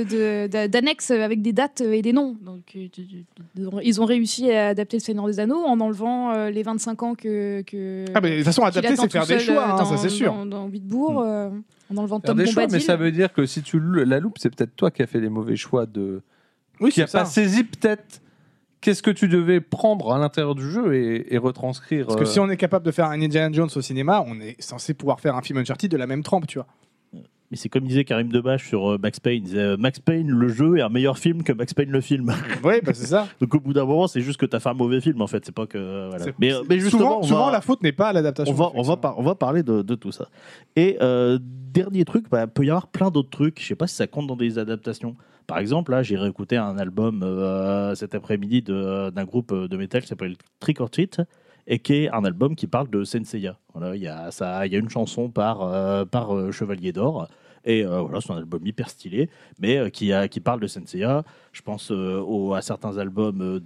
d'annexes avec des dates et des noms. Donc ils ont réussi à adapter le Seigneur des Anneaux en enlevant les 25 ans que Ah, mais de toute façon, qu'il adapter, attend c'est faire tout des seul, choix, hein, ça dans- c'est sûr. Dans Whitbourg, en enlevant Faire Tom des choix, Bombadil. mais ça veut dire que si tu la loupes, c'est peut-être toi qui as fait les mauvais choix Oui, qui c'est a ça. pas saisi peut-être qu'est-ce que tu devais prendre à l'intérieur du jeu et retranscrire. Parce que si on est capable de faire un Indiana Jones au cinéma, on est censé pouvoir faire un film Uncharted de la même trempe, tu vois. Mais c'est comme disait Karim Debache sur Max Payne. Il disait, Max Payne, le jeu, est un meilleur film que Max Payne, le film. Oui, bah c'est ça. Donc au bout d'un moment, c'est juste que tu as fait un mauvais film, en fait. C'est pas que. Voilà. C'est- Mais justement, souvent la faute n'est pas à l'adaptation. on va parler de tout ça. Et dernier truc, peut y avoir plein d'autres trucs. Je sais pas si ça compte dans des adaptations. Par exemple, là, j'ai réécouté un album cet après-midi d'un groupe de métal qui s'appelle Trick or Treat et qui est un album qui parle de Senseiya. Voilà, il y a une chanson par Chevalier d'Or. Et voilà, c'est un album hyper stylé, mais qui parle de Senseiya. Je pense à certains albums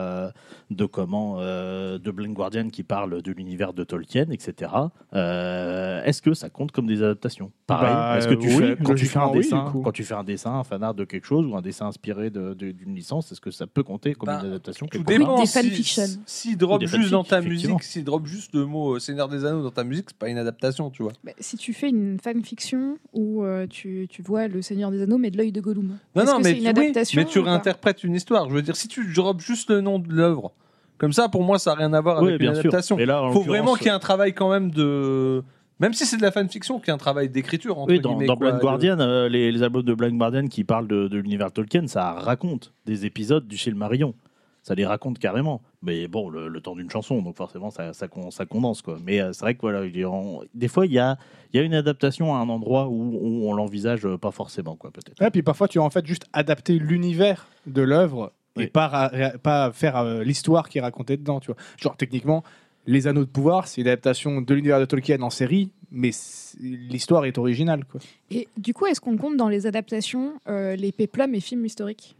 de Blind Guardian qui parlent de l'univers de Tolkien, etc. Est-ce que ça compte comme des adaptations? Pareil. Bah, Est-ce que tu oui, fais quand tu fais un logiquement, oui, dessin, du coup. quand tu fais un dessin, un fanart de quelque chose ou un dessin inspiré d'une licence, est-ce que ça peut compter comme Bah, une adaptation Tout quelque part dépend. Des Si- fanfictions. S'il drop Ou des juste dans ta fanfics, effectivement. musique, s'il drop juste le mot Seigneur des Anneaux dans ta musique, c'est pas une adaptation, tu vois. Bah, si tu fais une fanfiction où tu vois le Seigneur des Anneaux mais de l'œil de Gollum. Non, Est-ce non, que mais c'est une adaptation mais tu ou pas réinterprètes une histoire. Je veux dire, si tu drops juste le nom de l'œuvre, comme ça, pour moi, ça n'a rien à voir Oui, avec bien une sûr. adaptation. Et là, en Faut l'occurrence, vraiment qu'il y ait un travail quand même de. Même si c'est de la fanfiction, qu'il y ait un travail d'écriture. Entre Oui, dans guillemets, quoi, Blind de- Guardian, les albums de Blind Guardian qui parlent de l'univers Tolkien, ça raconte des épisodes du Silmarillion. Ça les raconte carrément. Mais bon, le temps d'une chanson, donc forcément, ça condense, quoi. Mais c'est vrai que voilà, des fois, il y a une adaptation à un endroit où on l'envisage pas forcément, quoi, peut-être. Et puis parfois, tu vas en fait juste adapter l'univers de l'œuvre Oui. et pas faire l'histoire qui est racontée dedans, tu vois. Genre, techniquement, Les Anneaux de Pouvoir, c'est une adaptation de l'univers de Tolkien en série, mais l'histoire est originale, quoi. Et du coup, est-ce qu'on compte dans les adaptations les péplums et films historiques?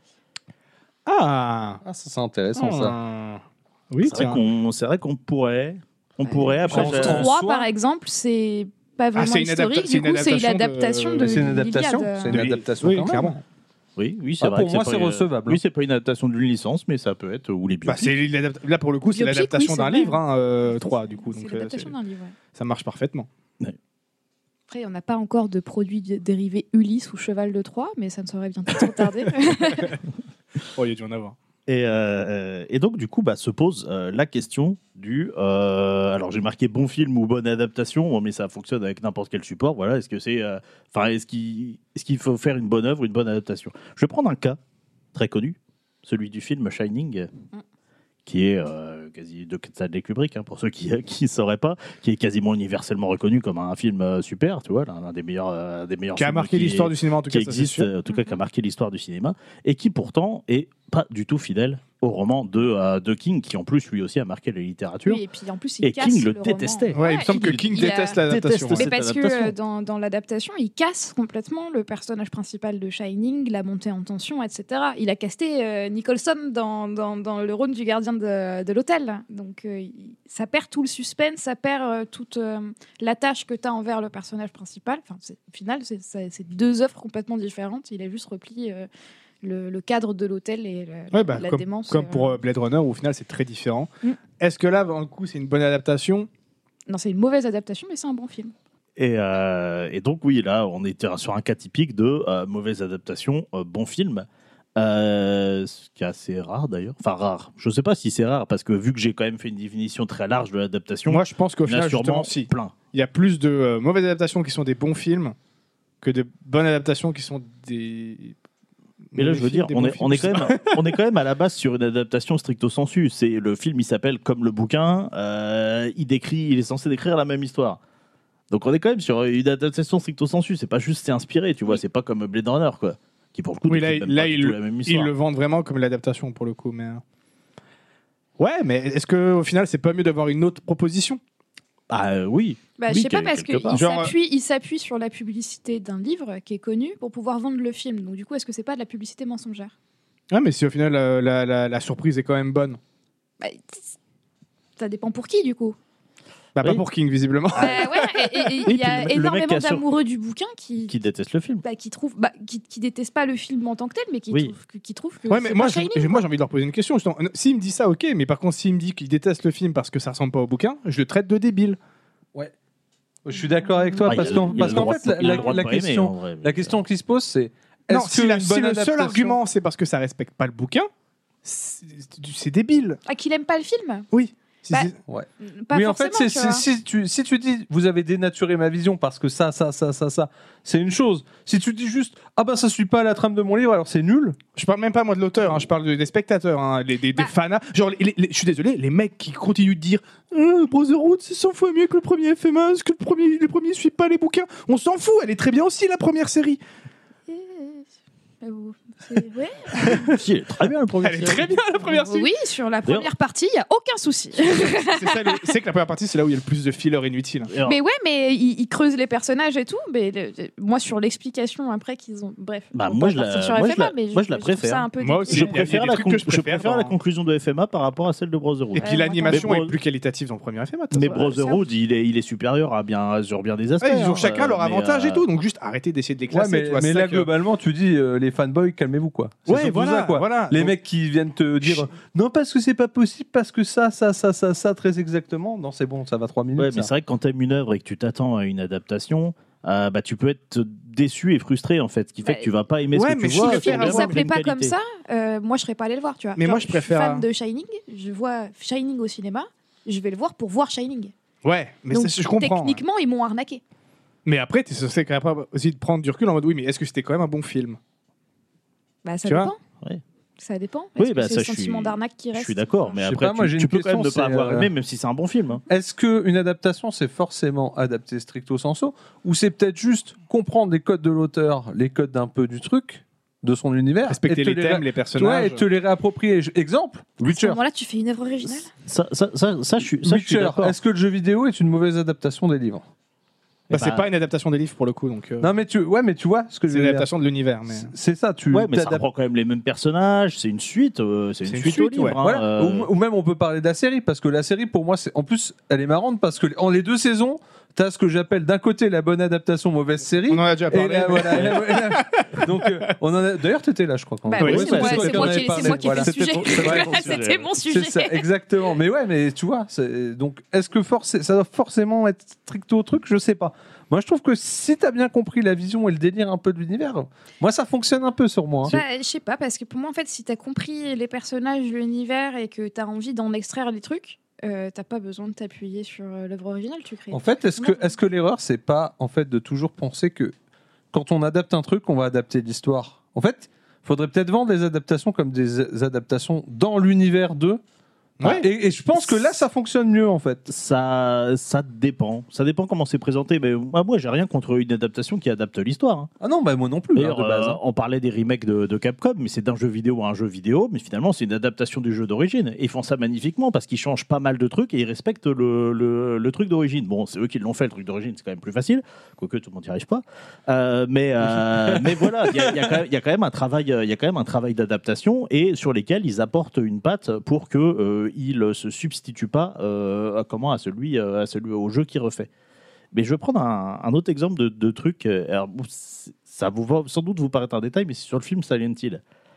Ah, Ah, ça, c'est intéressant, ça. Oui, C'est vrai qu'on pourrait. On pourrait après. en j'ai- soi- 3, par exemple, c'est pas vraiment c'est une historique. c'est Du une coup, c'est une adaptation adaptation de- de Mais c'est une adaptation. l'Iliade. C'est une adaptation oui, quand même. clairement. Oui, c'est Ah, vrai. pour que moi, pas c'est une- recevable. Oui, c'est pas une adaptation d'une licence, mais ça peut être ou les Bah, biopics. là, pour le coup, c'est Biopic, l'adaptation oui, d'un c'est vrai. livre, hein, 3, du coup. C'est Donc, l'adaptation d'un livre. Ouais. ça marche parfaitement. Après, on n'a pas encore de produits dérivés Ulysse ou Cheval de Troie, mais ça ne saurait bientôt trop tarder. Oh, il y a dû en avoir. Et donc, du coup, se pose la question du. Alors, j'ai marqué bon film ou bonne adaptation, mais ça fonctionne avec n'importe quel support. Voilà, est-ce que c'est. Est-ce qu'il faut faire une bonne œuvre, une bonne adaptation? Je vais prendre un cas très connu, celui du film Shining, qui est quasi de Stanley Kubrick, pour ceux qui ne sauraient pas, qui est quasiment universellement reconnu comme un film super, tu vois, l'un des meilleurs Qui a films marqué l'histoire du cinéma, en tout qui cas, ça, c'est existe, sûr. en tout cas qui a marqué l'histoire du cinéma, et qui pourtant est pas du tout fidèle au roman de King, qui en plus lui aussi a marqué la littérature. Oui, et puis en plus, il Et casse King le roman. détestait. Ouais, il me semble que il- King il a- déteste l'adaptation. déteste Mais cette parce que adaptation. dans l'adaptation, il casse complètement le personnage principal de Shining, la montée en tension, etc. Il a casté Nicholson dans le rôle du gardien de l'hôtel. Donc ça perd tout le suspense, ça perd toute l'attache que tu as envers le personnage principal. Enfin, au final, c'est deux œuvres complètement différentes. Il a juste repris le cadre de l'hôtel et la démence. Comme pour Blade Runner, où au final, c'est très différent. Est-ce que là, d'un coup, c'est une bonne adaptation? Non, c'est une mauvaise adaptation, mais c'est un bon film. Et donc, oui, là, on était sur un cas typique de mauvaise adaptation, bon film. Ce qui est assez rare d'ailleurs. Enfin, rare. Je ne sais pas si c'est rare, parce que vu que j'ai quand même fait une définition très large de l'adaptation, Moi, je pense qu'au il y en a final, sûrement justement, si. plein. Il y a plus de mauvaises adaptations qui sont des bons films que de bonnes adaptations qui sont des. Mais là, je veux dire, on est quand même à la base sur une adaptation stricto sensu. C'est le film, il s'appelle comme le bouquin. Il est censé décrire la même histoire. Donc on est quand même sur une adaptation stricto sensu. C'est pas juste c'est inspiré, tu vois. C'est pas comme Blade Runner, quoi. Qui pour le coup, Oui, décrit même pas du tout la même ils histoire. le vendent vraiment comme l'adaptation pour le coup. Mais ouais, mais est-ce que au final, c'est pas mieux d'avoir une autre proposition? Oui. Bah, Oui, je sais pas, parce quelque part. qu'il s'appuie sur la publicité d'un livre qui est connu pour pouvoir vendre le film. Donc du coup, est-ce que c'est pas de la publicité mensongère? Ouais, mais si au final la surprise est quand même bonne. Bah, ça dépend pour qui, du coup. Bah, pas Oui. pour King visiblement. Et il Oui, y a puis le mec énormément qui a sur- d'amoureux du bouquin qui déteste le film. qui détestent pas le film en tant que tel, mais qui Oui. trouvent que Ouais, mais c'est moi, pas Shining. moi j'ai envie de leur poser une question. Justement. S'il me dit ça, ok, mais par contre, s'il me dit qu'il déteste le film parce que ça ressemble pas au bouquin, je le traite de débile. Je suis d'accord avec toi, Ah, parce il a qu'en le droit fait, il a le droit de la pas aimer, question, en vrai, mais- la question qui se pose, c'est Non, est-ce si, que la- une si bonne le seul adaptation- argument c'est parce que ça respecte pas le bouquin, c'est débile. Ah, qu'il aime pas le film? Oui. Si Bah, c'est- Pas oui, en fait, forcément, tu vois. si tu dis vous avez dénaturé ma vision parce que ça, c'est une chose. Si tu dis juste ah ben ça suit pas la trame de mon livre, alors c'est nul. Je parle même pas moi de l'auteur, hein, je parle des spectateurs, hein, des fans. Genre, je suis désolé, les mecs qui continuent de dire Brotherhood c'est 100 fois mieux que le premier FMA, parce que le premier suit pas les bouquins. On s'en fout, elle est très bien aussi la première série. Ouais. Si, elle est très bien le premier. Elle est très bien la première série. Oui, sur la première partie, il y a aucun souci. C'est que la première partie c'est là où il y a le plus de filler inutile. Mais ouais, mais ils creusent les personnages et tout. Mais moi, sur l'explication après qu'ils ont. Bref. Bah, on moi, va je la- partir sur moi, je FMA, la- mais moi, je la trouve préfère. ça un peu Moi débile. aussi, Je il y a des préfère, trucs que je je préfère préfère la dans- conclusion de FMA par rapport à celle de Brotherhood. Et puis Ouais, l'animation moi, est plus qualitative dans le premier FMA. Mais Ouais, Brotherhood, il est supérieur sur bien des aspects. Ouais, ils ont hein, chacun leur mais, avantage et tout, donc juste arrêtez d'essayer de les Ouais, classer. mais tu vois, mais c'est là ça que- globalement tu dis les fanboys calmez-vous quoi. C'est Ouais, surtout voilà, ça, quoi. voilà. Les Donc- mecs qui viennent te dire non parce que c'est pas possible parce que ça très exactement. Non c'est bon ça va 3 minutes. Ouais, ça. mais c'est vrai que quand tu aimes une œuvre et que tu t'attends à une adaptation, tu peux être déçu et frustré en fait, ce qui fait Bah, que tu vas pas aimer ouais, ce que mais tu si vois. le Le film faire ne avoir s'appelait pas comme ça, moi je serais pas allé le voir, tu vois. Mais moi, je suis préfère- fan de Shining, je vois Shining au cinéma, je vais le voir pour voir Shining. Ouais, mais Donc, ça, je comprends. techniquement, ils m'ont arnaqué. Mais après, tu es censé quand même aussi de prendre du recul en mode oui, mais est-ce que c'était quand même un bon film? Bah, ça Tu vois dépend. Ouais. Ça dépend. Oui, Est-ce bah, que c'est ça, le je sentiment suis- d'arnaque qui Je reste? suis d'accord, mais Je sais après pas, moi, j'ai tu une peux quand même ne question, pas avoir c'est, aimé, même si c'est un bon film. hein. Est-ce qu'une adaptation, c'est forcément adapté stricto sensu ou c'est peut-être juste comprendre les codes de l'auteur, les codes d'un peu du truc, de son univers Respecter et te les thèmes, les ouais, personnages. et te les réapproprier. Exemple, À ce Witcher. moment-là, tu fais une œuvre originale. Ça, je suis Witcher, d'accord. est-ce que le jeu vidéo est une mauvaise adaptation des livres Bah, c'est Bah, pas une adaptation des livres pour le coup, donc Non, mais tu vois ce que je c'est veux une dire. adaptation de l'univers. Mais... C'est ça, tu Ouais, mais ça t'adaptes- reprend quand même les mêmes personnages, c'est une suite, c'est une une suite au suite, livre. ouais. hein, Voilà. Ou même on peut parler de la série parce que la série pour moi c'est en plus elle est marrante parce que en les 2 saisons t'as ce que j'appelle d'un côté la bonne adaptation, mauvaise série. On en a déjà Et parlé. là, voilà, donc, on en a. D'ailleurs, t'étais là, je crois. Quand Bah on- oui, oui, c'est moi, toi c'est qui en moi avais qui parlé. c'est moi qui ai Voilà. fait le sujet. C'était ton sujet. C'était mon C'est sujet. ça, exactement. Mais ouais, mais tu vois, donc est-ce que ça doit forcément être stricto au truc? Je sais pas. Moi, je trouve que si t'as bien compris la vision et le délire un peu de l'univers, moi, ça fonctionne un peu sur moi. Hein. Bah, je sais pas, parce que pour moi, en fait, si t'as compris les personnages, l'univers et que t'as envie d'en extraire des trucs, t'as pas besoin de t'appuyer sur l'œuvre originale, tu crées. En fait, est-ce que l'erreur, c'est pas en fait de toujours penser que quand on adapte un truc, on va adapter l'histoire? En fait, faudrait peut-être vendre les adaptations comme des adaptations dans l'univers de. Ouais. Et je pense que là, ça fonctionne mieux en fait. Ça dépend. Ça dépend comment c'est présenté. Mais moi, j'ai rien contre une adaptation qui adapte l'histoire. Hein. Ah non, bah moi non plus. D'ailleurs, de base. Hein. on parlait des remakes de Capcom, mais c'est d'un jeu vidéo à un jeu vidéo, mais finalement c'est une adaptation du jeu d'origine. Et ils font ça magnifiquement parce qu'ils changent pas mal de trucs et ils respectent le truc d'origine. Bon, c'est eux qui l'ont fait, le truc d'origine, c'est quand même plus facile, quoique tout le monde n'y arrive pas. Mais voilà, il y a quand même un travail d'adaptation et sur lesquels ils apportent une patte pour que ils se substituent pas au jeu qui refait. Mais je vais prendre un autre exemple de truc. Alors, ça va sans doute vous paraître un détail, mais c'est sur le film Silent Hill.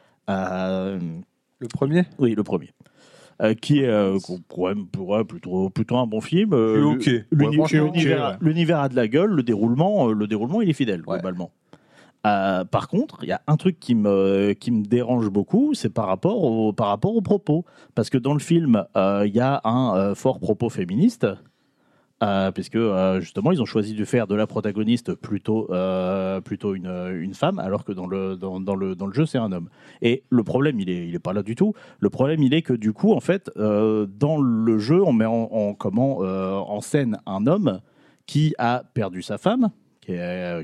Le premier. Oui, le premier. Qui est plutôt un bon film. Ok. L'univers a de la gueule, le déroulement il est fidèle, Ouais. globalement. Par contre, il y a un truc qui me dérange beaucoup, c'est par rapport au propos. Parce que dans le film, il y a un fort propos féministe. Puisque justement ils ont choisi de faire de la protagoniste plutôt une femme, alors que dans le jeu c'est un homme. Et le problème il est pas là du tout. Le problème il est que du coup en fait dans le jeu on met en scène un homme qui a perdu sa femme, qui est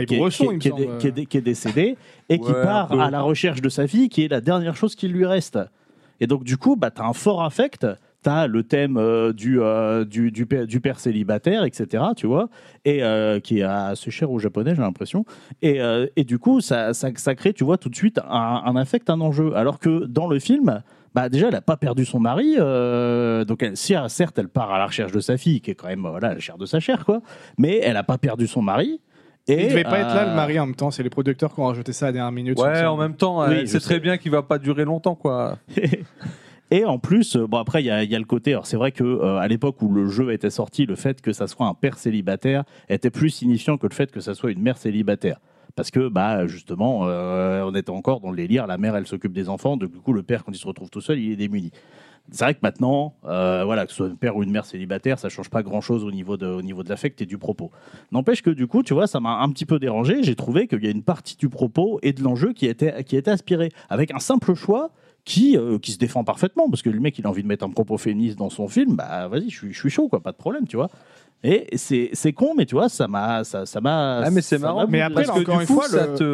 décédée et qui Ouais, part un peu. à la recherche de sa fille, qui est la dernière chose qui lui reste. Et donc du coup t'as un fort affect. T'as le thème du père célibataire, etc., tu vois, et qui est assez cher aux Japonais, j'ai l'impression. Et du coup, ça crée, tu vois, tout de suite un affect, un enjeu. Alors que dans le film, bah déjà, elle n'a pas perdu son mari. Donc, certes, elle part à la recherche de sa fille, qui est quand même la chair de sa chair, quoi. Mais elle n'a pas perdu son mari. Et, Il devait pas être là le mari en même temps, c'est les producteurs qui ont rajouté ça à la dernière minute. il me Ouais, semble. en même temps, Oui, elle je sait sais. très bien qu'il va pas durer longtemps, quoi. Et en plus, bon après il y a le côté. Alors c'est vrai que à l'époque où le jeu était sorti, le fait que ça soit un père célibataire était plus signifiant que le fait que ça soit une mère célibataire. Parce que bah justement, on était encore dans le délire. La mère, elle s'occupe des enfants. Du coup, le père, quand il se retrouve tout seul, il est démuni. C'est vrai que maintenant, voilà, que ce soit un père ou une mère célibataire, ça change pas grand-chose au niveau de l'affect et du propos. N'empêche que du coup, tu vois, ça m'a un petit peu dérangé. J'ai trouvé qu'il y a une partie du propos et de l'enjeu qui était aspirée avec un simple choix. Qui se défend parfaitement, parce que le mec il a envie de mettre un propos féministe dans son film, bah vas-y, je suis chaud, quoi, pas de problème, tu vois. Et c'est con, mais tu vois, ça m'a. Ah, mais c'est marrant. Mais après, parce que encore du une coup, fois,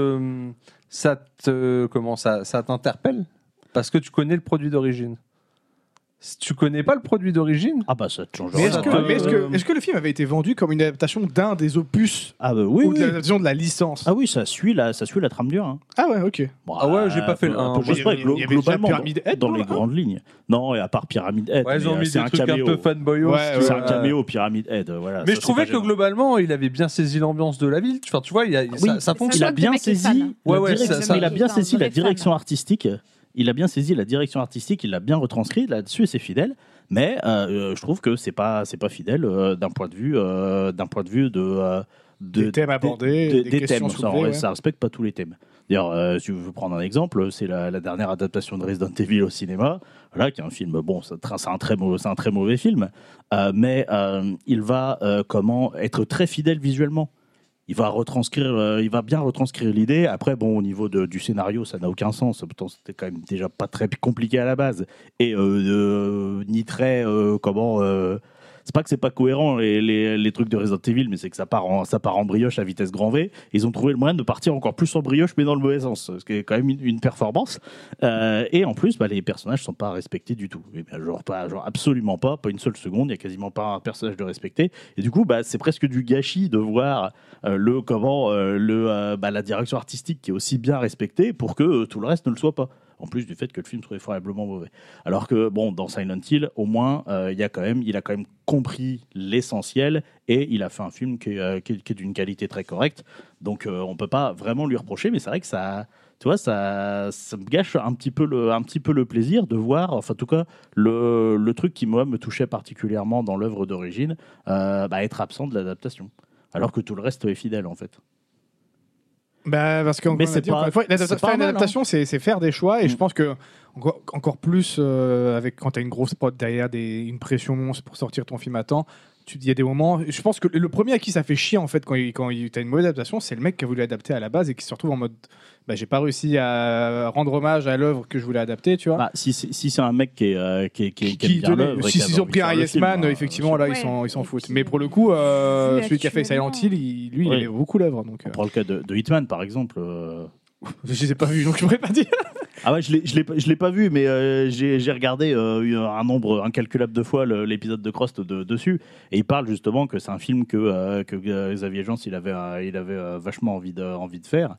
ça t'interpelle parce que tu connais le produit d'origine. Si tu connais pas le produit d'origine, Ah bah ça te change Mais rien. est-ce que, Ouais, est-ce que le film avait été vendu comme une adaptation d'un des opus Ah bah oui, ou de oui. l'adaptation de la licence? Ah oui, ça suit la trame dure. Hein. Ah ouais, ok. Bon, Ah ouais, j'ai pas fait le un un. peu Il y juste près, avait- il y avait déjà globalement, Pyramid Head dans dans les le un. grandes lignes. Non, et à part Pyramid Head, Ouais, ils ont mais, mis c'est des un trucs caméo. un peu fanboyos. Ouais, tu C'est vois. un caméo Pyramid Head, voilà. Mais Ça, je c'est trouvais pas que gênant. globalement, il avait bien saisi l'ambiance de la ville. Enfin, tu vois, Oui, ça fonctionne. il a choque de bien mec qui est saisi. fan. Ouais, la ouais, direction- ça- il a bien c'est un saisi la vrai fan. direction artistique. Il a bien saisi la direction artistique. Il l'a bien retranscrit. Là-dessus, c'est fidèle. Mais je trouve que c'est pas fidèle d'un point de vue Des thèmes abordés, des questions thèmes. soulevées, ouais. Ça respecte pas tous les thèmes. D'ailleurs, si vous voulez prendre un exemple, c'est la dernière adaptation de Resident Evil au cinéma, voilà, qui est un film. Bon, c'est un très mauvais film, mais il va être très fidèle visuellement. Il va bien retranscrire l'idée. Après, bon, au niveau du scénario, ça n'a aucun sens. Pourtant, c'était quand même déjà pas très compliqué à la base. Et ni très c'est pas que c'est pas cohérent les trucs de Resident Evil, mais c'est que ça part en brioche à vitesse grand V. Ils ont trouvé le moyen de partir encore plus en brioche, mais dans le mauvais sens, ce qui est quand même une performance. Et en plus, les personnages sont pas respectés du tout. Et bien, genre absolument pas une seule seconde. Il y a quasiment pas un personnage de respecté. Et du coup, c'est presque du gâchis de voir la direction artistique qui est aussi bien respectée pour que tout le reste ne le soit pas. en plus du fait que le film soit effroyablement mauvais. Alors que bon, dans Silent Hill, au moins, il a quand même compris l'essentiel et il a fait un film qui est d'une qualité très correcte. Donc on peut pas vraiment lui reprocher, mais c'est vrai que ça, tu vois, ça me gâche un petit peu le plaisir de voir, enfin en tout cas le truc qui moi me touchait particulièrement dans l'œuvre d'origine, être absent de l'adaptation, alors que tout le reste est fidèle en fait. Bah, parce que Mais c'est pas- c'est pas faire une mal, adaptation, c'est faire des choix, et je pense que encore plus quand tu as une grosse prod derrière, une pression monstre pour sortir ton film à temps. Il y a des moments, je pense que le premier à qui ça fait chier en fait quand t'as une mauvaise adaptation, c'est le mec qui a voulu adapter à la base et qui se retrouve en mode j'ai pas réussi à rendre hommage à l'œuvre que je voulais adapter, tu vois. Bah, si c'est un mec qui aime bien l'œuvre, et qui a S'ils ont envie pris de un faire le Yes film, Man, effectivement, là, Ouais. ils s'en Et foutent. puis, Mais pour le coup, celui qui a fait Silent actuellement. Hill, lui, il Oui. aimait beaucoup l'œuvre. Donc, on prend le cas de Hitman par exemple. je les ai pas vus, donc je pourrais pas dire. Ah ouais, je l'ai pas vu, mais j'ai regardé un nombre incalculable de fois l'épisode de Crost dessus, et il parle justement que c'est un film que Xavier Jeance il avait vachement envie de faire.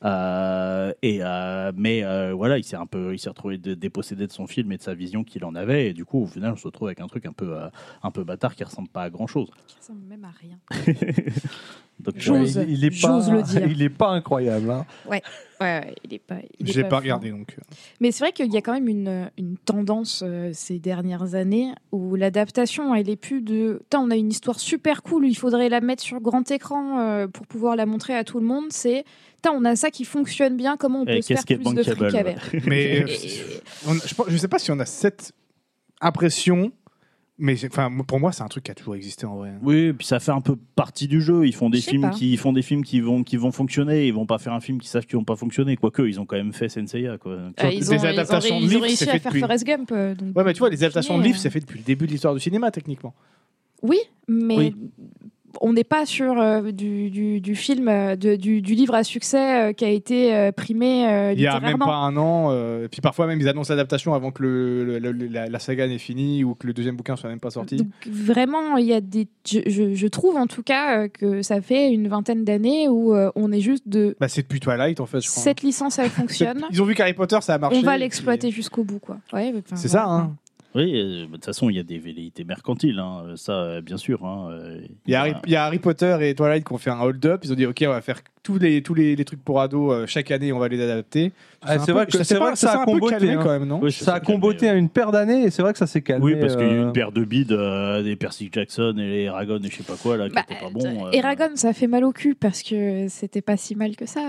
Mais voilà, il s'est retrouvé dépossédé de son film et de sa vision qu'il en avait, et du coup au final on se retrouve avec un truc un peu bâtard qui ressemble pas à grand chose. Qui ressemble même à rien. Donc, J'ose. il est J'ose pas, le dire. il est pas incroyable. Hein. Ouais, il est pas. Je l'ai pas fou. regardé, donc. Mais c'est vrai qu'il y a quand même une tendance ces dernières années où l'adaptation, elle est plus de. Putain, on a une histoire super cool, il faudrait la mettre sur grand écran pour pouvoir la montrer à tout le monde. C'est. Putain, on a ça qui fonctionne bien, comment on peut se qu'est-ce faire qui est plus de fric bankable, avec. Mais Et- je sais pas si on a cette impression, mais pour moi, c'est un truc qui a toujours existé en vrai. oui, et puis ça fait un peu partie du jeu. Ils font des Je sais films pas. qui vont fonctionner. Ils vont pas faire un film qui savent qu'ils vont pas fonctionner. Quoique ils ont quand même fait Senseiya, quoi. Ils ont, des adaptations de ils ont livres, réussi c'est à fait faire depuis- Forrest Gump. Donc, Ouais, mais tu vois, les adaptations de livres, c'est c'est fait depuis le début de l'histoire du cinéma, techniquement. Oui, mais Oui. on n'est pas sur du film, du livre à succès qui a été primé Il y a même littérairement. pas un an, et puis parfois même ils annoncent l'adaptation avant que la saga n'est finie ou que le deuxième bouquin soit même pas sorti. Donc vraiment, il y a des. Je trouve en tout cas que ça fait une vingtaine d'années où on est juste de Bah, c'est depuis Twilight en fait, je crois. cette licence, elle fonctionne. Ils ont vu qu'Harry Potter ça a marché. On va et l'exploiter puis- jusqu'au bout, quoi. Ouais, C'est ça, voilà, hein. Oui, de toute façon, il y a des velléités mercantiles, hein, ça, bien sûr. Hein, Il y a Harry Potter et Twilight qui ont fait un hold-up. Ils ont dit ok, on va faire tous les trucs pour ados chaque année, on va les adapter. C'est vrai que ça a un peu comboté, calmé hein. quand même, non? Oui, Ça a comboté à une paire d'années et c'est vrai que ça s'est calmé. Oui, parce qu'il y a eu une paire de bides, des Percy Jackson et les Eragon et je sais pas quoi, là, qui Bah, étaient pas bons. Eragon, ça fait mal au cul parce que c'était pas si mal que ça.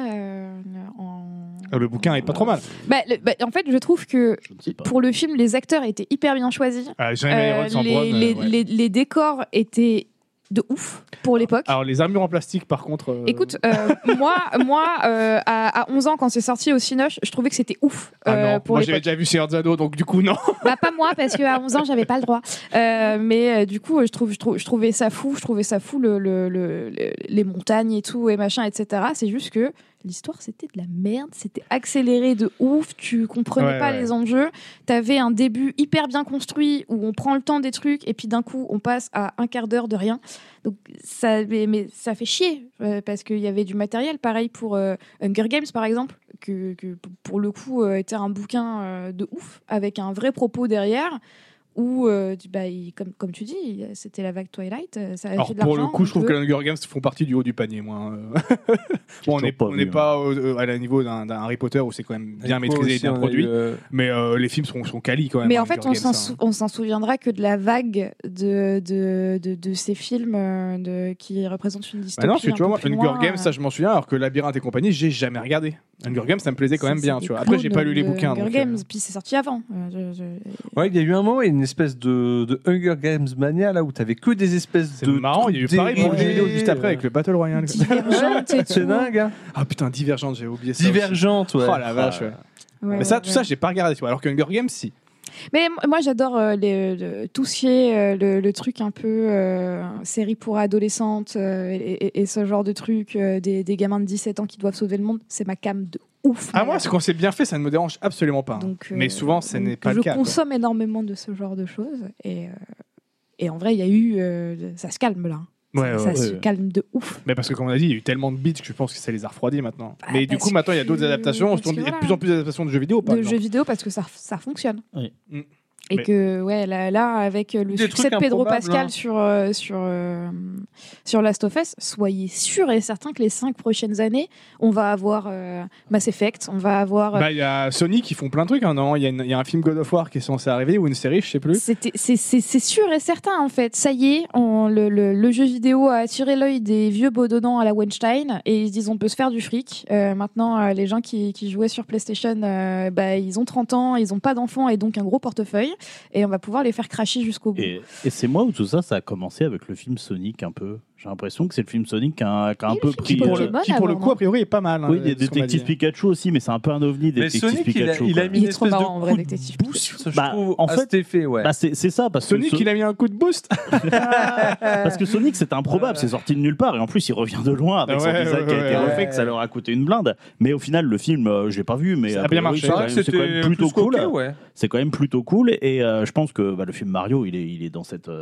Le bouquin est pas trop mal. En fait, je trouve que Je ne sais pas. pour le film, les acteurs étaient hyper bien choisis. Les décors étaient de ouf pour l'époque. Alors les armures en plastique par contre. Écoute, moi à 11 ans, quand c'est sorti au Cinoche, je trouvais que c'était ouf pour moi j'avais l'époque. déjà vu Seigneur des Anneaux, donc du coup non. Bah, pas moi, parce qu'à 11 ans, j'avais pas le droit. Mais du coup, je trouvais ça fou. Je trouvais ça fou, les montagnes et tout, et machin, etc. C'est juste que l'histoire, c'était de la merde. C'était accéléré de ouf. Tu comprenais pas les enjeux. T'avais un début hyper bien construit où on prend le temps des trucs, et puis d'un coup, on passe à un quart d'heure de rien. Donc, mais ça fait chier, parce qu'il y avait du matériel. Pareil pour Hunger Games, par exemple, que pour le coup, était un bouquin de ouf, avec un vrai propos derrière. Où, comme tu dis, c'était la vague Twilight, ça avait Alors fait de pour l'argent. le coup, je trouve que que les Hunger Games font partie du haut du panier, moi. Bon, on n'est vu, pas à la niveau d'un Harry Potter où c'est quand même bien maîtrisé et bien produit, mais les films sont quali quand même. Mais hein, en fait, Hunger Games, hein. on s'en souviendra que de la vague de ces films qui représentent une Bah dystopie. non, parce que un tu vois, peu moi, plus Hunger loin, Games, ça je m'en souviens, alors que Labyrinthe et compagnie, j'ai jamais regardé. Hunger Games, ça me plaisait quand même c'est bien, des tu vois. Après, j'ai pas lu les clones de bouquins. Hunger donc, Games, puis c'est sorti avant. Ouais, il y a eu un moment, une espèce de Hunger Games mania là où t'avais que des espèces C'est de. marrant, il y a eu pareil pour le jeu vidéo juste après avec le Battle Royale. Divergente et C'est tout. dingue, hein. Ah putain, Divergente, j'ai oublié ça. aussi. Divergente, ouais. Oh la vache, ouais. Ouais, Mais ça, ouais, tout ouais. ça, j'ai pas regardé, tu vois. Alors que Hunger Games, si. Mais moi, j'adore tout ce qui est le truc un peu série pour adolescentes et ce genre de truc, des gamins de 17 ans qui doivent sauver le monde. C'est ma cam de ouf. Ah, moi, quand c'est bien fait, ça ne me dérange absolument pas. Donc, Mais souvent, ce donc, n'est pas le cas. Je consomme énormément de ce genre de choses. Et en vrai, il y a eu. Ça se calme là. Ça se calme de ouf. Mais parce que, comme on a dit, il y a eu tellement de bits que je pense que ça les a refroidis maintenant. Bah, mais du coup, maintenant, il y a d'autres adaptations. Il y a de plus en plus d'adaptations de jeux vidéo. De jeux vidéo parce que ça fonctionne. Oui. Et que, ouais, là, avec le succès de Pedro Pascal sur Last of Us, soyez sûrs et certains que les 5 prochaines années, on va avoir Mass Effect, on va avoir... Il y a Sony qui font plein de trucs. Hein, non, il y a un film God of War qui est censé arriver, ou une série, je sais plus. C'est sûr et certain, en fait. Ça y est, le jeu vidéo a attiré l'œil des vieux bedonnants à la Weinstein, et ils se disent on peut se faire du fric. Maintenant, les gens qui jouaient sur PlayStation, ils ont 30 ans, ils n'ont pas d'enfants, et donc un gros portefeuille. Et on va pouvoir les faire cracher jusqu'au bout. Et c'est moi où tout ça a commencé avec le film Sonic un peu. J'ai l'impression que c'est le film Sonic qui a un peu pris... Qui pour le coup, a priori, est pas mal. Oui, il y a Détective Pikachu aussi, mais c'est un peu un ovni, Détective Pikachu. Il a mis une espèce de en vrai, Détective Pikachu. Je trouve, en fait, cet effet, ouais. C'est ça, parce Sonic, il a mis un coup de boost. Parce que Sonic, c'est improbable, c'est sorti de nulle part, et en plus, il revient de loin avec son design qui a été refait, que ça leur a coûté une blinde. Mais au final, le film, je l'ai pas vu, mais ça a bien marché. C'est quand même plutôt cool. C'est quand même plutôt cool, et je pense que le film Mario, il est dans cette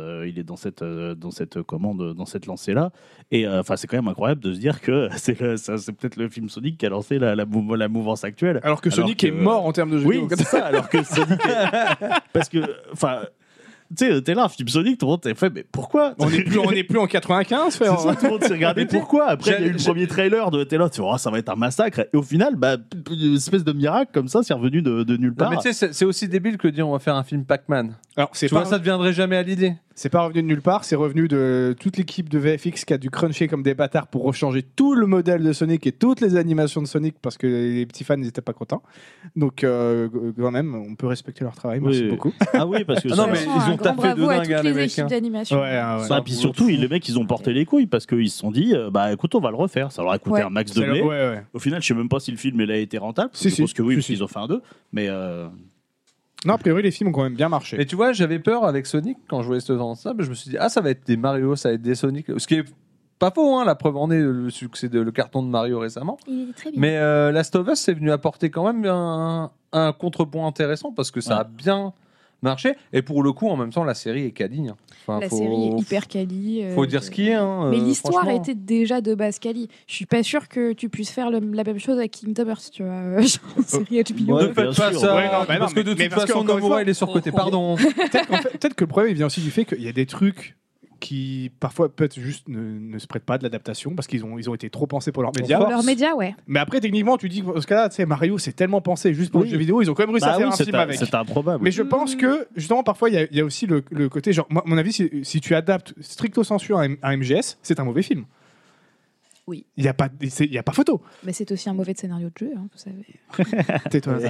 lancée-là. Et c'est quand même incroyable de se dire que c'est peut-être le film Sonic qui a lancé la mouvance actuelle. Alors que Sonic est mort en termes de jeux vidéo. Oui, c'est ça. Alors que Sonic parce que, tu sais, t'es là, un film Sonic, tout le monde t'es fait, mais pourquoi on n'est plus en 95, frère. C'est ça, tout le monde s'est regardé pourquoi. Après, il y a eu le premier trailer de t'es là, tu vois, ça va être un massacre. Et au final, une espèce de miracle comme ça, c'est revenu de nulle part. Mais tu sais, c'est aussi débile que de dire on va faire un film Pac-Man. Alors, tu vois, ça ne viendrait jamais à l'idée. C'est pas revenu de nulle part, c'est revenu de toute l'équipe de VFX qui a dû cruncher comme des bâtards pour rechanger tout le modèle de Sonic et toutes les animations de Sonic parce que les petits fans n'étaient pas contents. Donc, quand même, on peut respecter leur travail. Merci beaucoup. Ah oui, parce que non, mais ils ont tapé de dingue, les mecs. Et puis surtout, les mecs, ils ont porté les couilles parce qu'ils se sont dit, écoute, on va le refaire. Ça leur a coûté un max de blé. Au final, je sais même pas si le film a été rentable. Je pense que oui, parce qu'ils ont fait un 2. Mais. Non, a priori, les films ont quand même bien marché. Et tu vois, j'avais peur avec Sonic quand je jouais ce temps ça. Je me suis dit, ça va être des Mario, ça va être des Sonic. Ce qui est pas faux, hein, la preuve en est le succès le carton de Mario récemment. Il est très bien. Mais Last of Us, c'est venu apporter quand même un contrepoint intéressant parce que ça a bien marché. Et pour le coup, en même temps, la série est quali. La série est hyper quali. Faut dire ce qui est. Mais l'histoire était déjà de base quali. Je suis pas sûr que tu puisses faire la même chose avec Kingdom Hearts, tu vois. Série HBO. Ne faites pas ça. Parce que de toute façon, Nomura, il est surcoté. Pardon. Peut-être que le problème vient aussi du fait qu'il y a des trucs qui parfois peut-être juste ne se prêtent pas de l'adaptation parce qu'ils ont été trop pensés pour leurs médias. Pour leurs médias, ouais. Mais après, techniquement, tu dis que dans ce cas-là, tu sais, Mario, c'est tellement pensé juste pour le jeu vidéo, ils ont quand même réussi à faire un film avec. C'est improbable. Mais je pense que, justement, parfois, il y a aussi le côté, genre, à mon avis, si tu adaptes stricto sensu à un MGS, c'est un mauvais film. Oui. Il n'y a pas photo. Mais c'est aussi un mauvais scénario de jeu, hein, vous savez. Tais-toi.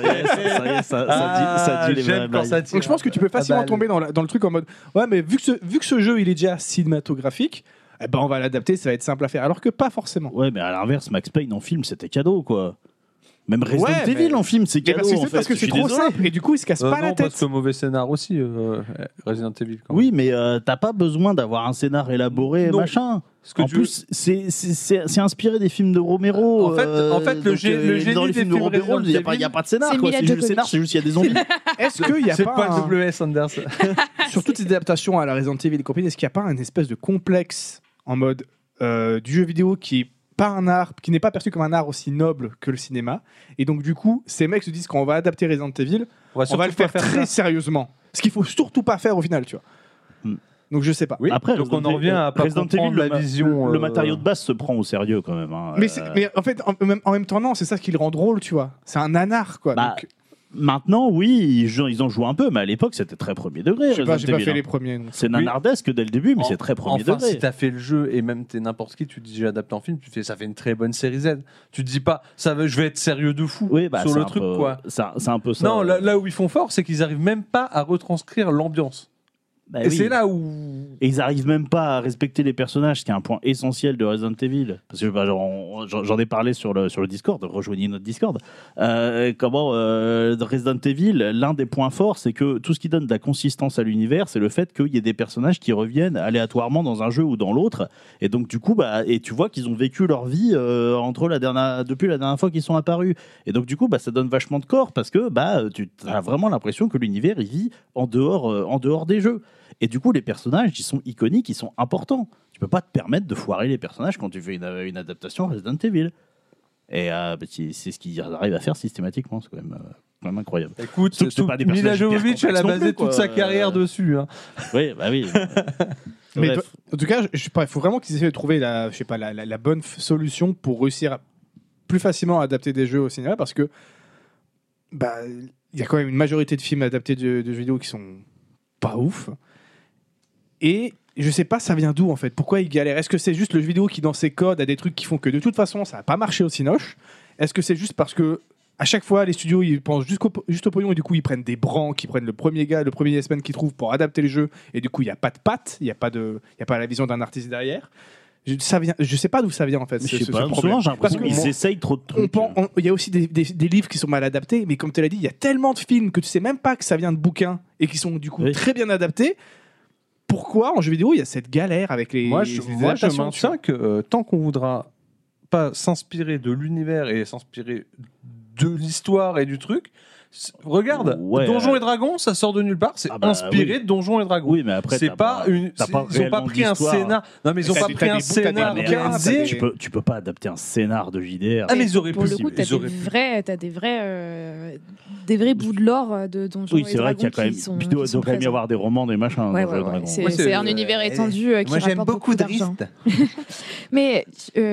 Ça dit les vraies blagues. Donc je pense que tu peux facilement tomber dans le truc en mode ouais, mais vu que ce jeu il est déjà cinématographique, on va l'adapter, ça va être simple à faire. Alors que pas forcément. Ouais, mais à l'inverse, Max Payne en film, c'était cadeau, quoi. Même Resident Evil en film, c'est cadeau. Parce que c'est trop simple et du coup, il se casse pas la tête. Parce que mauvais scénar aussi, Resident Evil. Oui, mais t'as pas besoin d'avoir un scénar élaboré, machin. En plus, c'est inspiré des films de Romero. En fait, le génie dans les films de Romero, il n'y a pas de scénar. Le scénar, c'est juste qu'il y a des zombies. Est-ce qu'il y a pas un W.S. Anderson sur toutes ces adaptations à la Resident Evil et compagnie, est-ce qu'il n'y a pas un espèce de complexe en mode du jeu vidéo qui est pas un art, qui n'est pas perçu comme un art aussi noble que le cinéma, et donc du coup ces mecs se disent qu'on va adapter Resident Evil, on va le faire très sérieusement, ce qu'il faut surtout pas faire au final, tu vois. Donc je sais pas. Oui. Après, donc on en revient à pas Resident comprendre Evil, la vision. Le matériau de base se prend au sérieux quand même. Hein. Mais en fait, en même temps non, c'est ça qui le rend drôle, tu vois. C'est un nanar, quoi. Donc... Maintenant, oui, ils en jouent un peu, mais à l'époque, c'était très premier degré. J'ai pas fait les premiers. C'est nanardesque dès le début, mais c'est très premier degré. Si t'as fait le jeu et même t'es n'importe qui, tu te dis j'adapte en film, ça fait une très bonne série Z. Tu te dis pas, je vais être sérieux de fou sur le truc, quoi. C'est un peu ça. Non, là où ils font fort, c'est qu'ils arrivent même pas à retranscrire l'ambiance. Et c'est là où... Et ils arrivent même pas à respecter les personnages, ce qui est un point essentiel de Resident Evil. Parce que j'en ai parlé sur le Discord, rejoignez notre Discord. Resident Evil, l'un des points forts, c'est que tout ce qui donne de la consistance à l'univers, c'est le fait qu'il y ait des personnages qui reviennent aléatoirement dans un jeu ou dans l'autre. Et donc du coup, et tu vois qu'ils ont vécu leur vie depuis la dernière fois qu'ils sont apparus. Et donc du coup, ça donne vachement de corps parce que tu as vraiment l'impression que l'univers il vit en dehors des jeux. Et du coup, les personnages, ils sont iconiques, ils sont importants. tu peux pas te permettre de foirer les personnages quand tu fais une adaptation Resident Evil. Et c'est ce qu'ils arrivent à faire systématiquement, c'est quand même incroyable. Écoute, Sauf que c'est pas des Mila personnages hyper Jovovich, elle a complexes non basé plus, quoi. toute sa carrière dessus. Hein. Oui, bah oui. Mais Bref. en tout cas, je sais pas, il faut vraiment qu'ils essaient de trouver la bonne solution pour réussir plus facilement à adapter des jeux au cinéma, parce que il y a quand même une majorité de films adaptés de jeux vidéo qui sont pas ouf. Et je sais pas, ça vient d'où en fait? Pourquoi ils galèrent? Est-ce que c'est juste le jeu vidéo qui, dans ses codes, a des trucs qui font que de toute façon, ça va pas marcher au cinoche? Est-ce que c'est juste parce que à chaque fois, les studios ils pensent juste au pognon et du coup ils prennent des branques, ils prennent le premier yes-man qu'ils trouvent pour adapter le jeu et du coup il y a pas de patte, il y a pas la vision d'un artiste derrière. Je sais pas d'où ça vient en fait. Je sais ce pas, problème. souvent j'ai l'impression Parce que qu'ils essayent trop de trucs. il y a aussi des livres qui sont mal adaptés, mais comme tu l'as dit, il y a tellement de films que tu sais même pas que ça vient de bouquins et qui sont du coup Oui. très bien adaptés. Pourquoi en jeu vidéo il y a cette galère avec les Moi, je adaptations, tu vois? maintiens que tant qu'on voudra pas s'inspirer de l'univers et s'inspirer de l'histoire et du truc, regarde, Ouais. Donjons et Dragons, ça sort de nulle part, c'est Ah bah inspiré oui. de Donjons et Dragons. Oui, mais après, c'est t'as pas une. t'as pas Ils ont pas réellement pris un d'histoire. scénar. Non, mais ils ont T'as pas des- pris t'as un des bouts, t'as des scénar merdes, gardé. Tu peux pas adapter un scénar de JDR. Ah, mais ils auraient Pour pu. le coup, Ils auraient pu. t'as des vrais bouts de l'or de Donjons Oui, et c'est vrai qu'il y a Dragons quand même. qui sont Il doit qui sont quand même y présents. avoir des romans, des machins. Ouais, dans Donjons et Dragons. c'est Moi, c'est un univers étendu qui Moi, j'aime rapporte beaucoup d'argent. Drist. Mais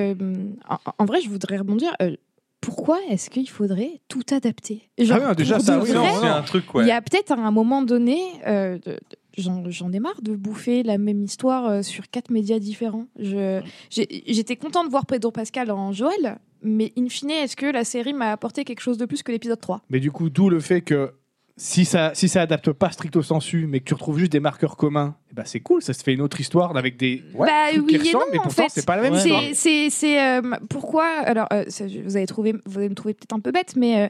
en vrai, je voudrais rebondir. Pourquoi est-ce qu'il faudrait tout adapter? Genre, Ah oui, déjà, pour ça, de oui, vrai, non, C'est un truc, il ouais. y a peut-être à un moment donné, j'en ai marre de bouffer la même histoire sur 4 médias différents. J'étais contente de voir Pedro Pascal en Joël, mais in fine, est-ce que la série m'a apporté quelque chose de plus que l'épisode 3? Mais du coup, d'où le fait que si ça adapte pas stricto sensu, mais que tu retrouves juste des marqueurs communs, eh ben c'est cool, ça se fait une autre histoire avec des Ouais, bah trucs oui qui et ressemblent, non, mais en pourtant fait. c'est pas la même Ouais, histoire. Pourquoi alors vous allez me trouver peut-être un peu bête, mais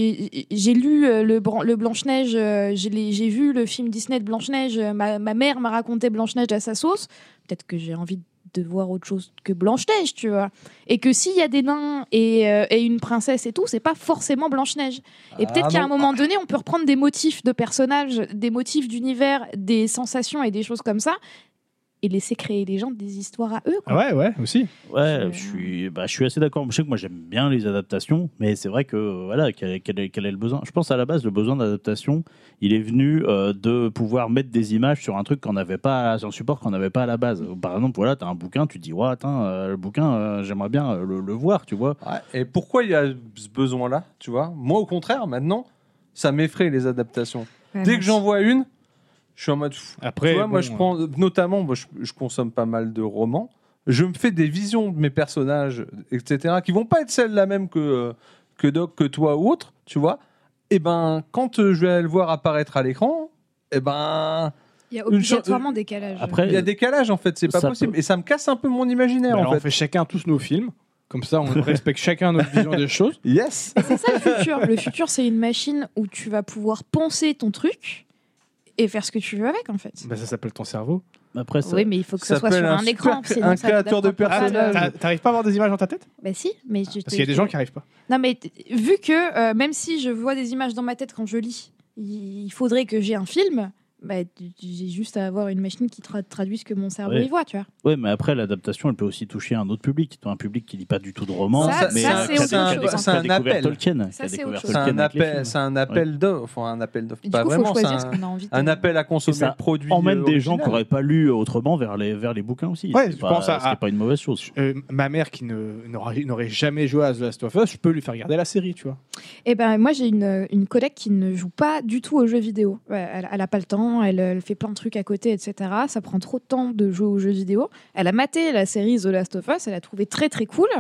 j'ai lu le Blanche-Neige, j'ai vu le film Disney de Blanche-Neige, ma mère m'a raconté Blanche-Neige à sa sauce, peut-être que j'ai envie de voir autre chose que Blanche-Neige, tu vois, et que s'il y a des nains et une princesse et tout, c'est pas forcément Blanche-Neige, et peut-être qu'à un moment donné on peut reprendre des motifs de personnages, des motifs d'univers, des sensations et des choses comme ça et laisser créer les gens des histoires à eux, quoi. Ouais, aussi. Ouais, Je- je suis assez d'accord. Je sais que moi j'aime bien les adaptations, mais c'est vrai que voilà, quel est le besoin? Je pense à la base, le besoin d'adaptation, il est venu de pouvoir mettre des images sur un truc qu'on n'avait pas, sur un support qu'on n'avait pas à la base. Par exemple, voilà, t'as un bouquin, tu te dis, ouais, attends, le bouquin, j'aimerais bien le voir, tu vois. Ouais, et pourquoi il y a ce besoin-là, tu vois? Moi, au contraire, maintenant, ça m'effraie les adaptations. Ouais, Dès moi que j'en vois une, je suis en mode fou. Après, Tu vois, moi, bon, je prends, notamment, moi, je consomme pas mal de romans. Je me fais des visions de mes personnages, etc., qui vont pas être celles-là même que Doc, que toi ou autre, tu vois. Et ben, quand je vais le voir apparaître à l'écran, et ben, Il y a Une cho- obligatoirement décalage. Après, il y a décalage en fait, c'est pas Ça possible. peut- Et ça me casse un peu mon imaginaire bah, en on fait. fait chacun tous nos films, comme ça on respecte chacun notre vision des choses. Yes. C'est ça le futur. Le futur, c'est une machine où tu vas pouvoir penser ton truc et faire ce que tu veux avec, en fait. Bah, ça s'appelle ton cerveau. après ça, Oui, mais il faut que Ça ce soit sur s'appelle un un écran. super- sinon un ça créateur de n'adaptera pas personnage. le- T'arrives pas à avoir des images dans ta tête? Bah si, mais Parce qu'il y a des gens qui arrivent pas. Non, mais vu que même si je vois des images dans ma tête quand je lis, il faudrait que j'ai un film. Bah, j'ai juste à avoir une machine qui traduise ce que mon cerveau Ouais. y voit, tu vois. ouais, mais après l'adaptation, elle peut aussi toucher un autre public, un public qui lit pas du tout de romans, Ça, mais ça, c'est qui a- autre qui a- chose. qui a C'est un découvert appel. Tolkien, Ça, qui a c'est découvert autre C'est chose. Tolkien un avec les appel, films. c'est un appel d'offre, enfin un appel d'offre, Et du pas coup, il vraiment, faut c'est choisir ce un, qu'on a envie de... un appel à consommer Ça le produit. Emmène des gens original. qui n'auraient pas lu autrement vers les bouquins aussi. Ouais, C'est je pas- pense à- ce qui est pas une mauvaise chose. Ma mère qui n'aurait jamais joué à The Last of Us, je peux lui faire regarder la série, tu vois. Eh ben, moi, j'ai une collègue qui ne joue pas du tout aux jeux vidéo. Ouais, elle a pas le temps, elle fait plein de trucs à côté, etc. Ça prend trop de temps de jouer aux jeux vidéo. Elle a maté la série The Last of Us, elle a trouvé très très cool.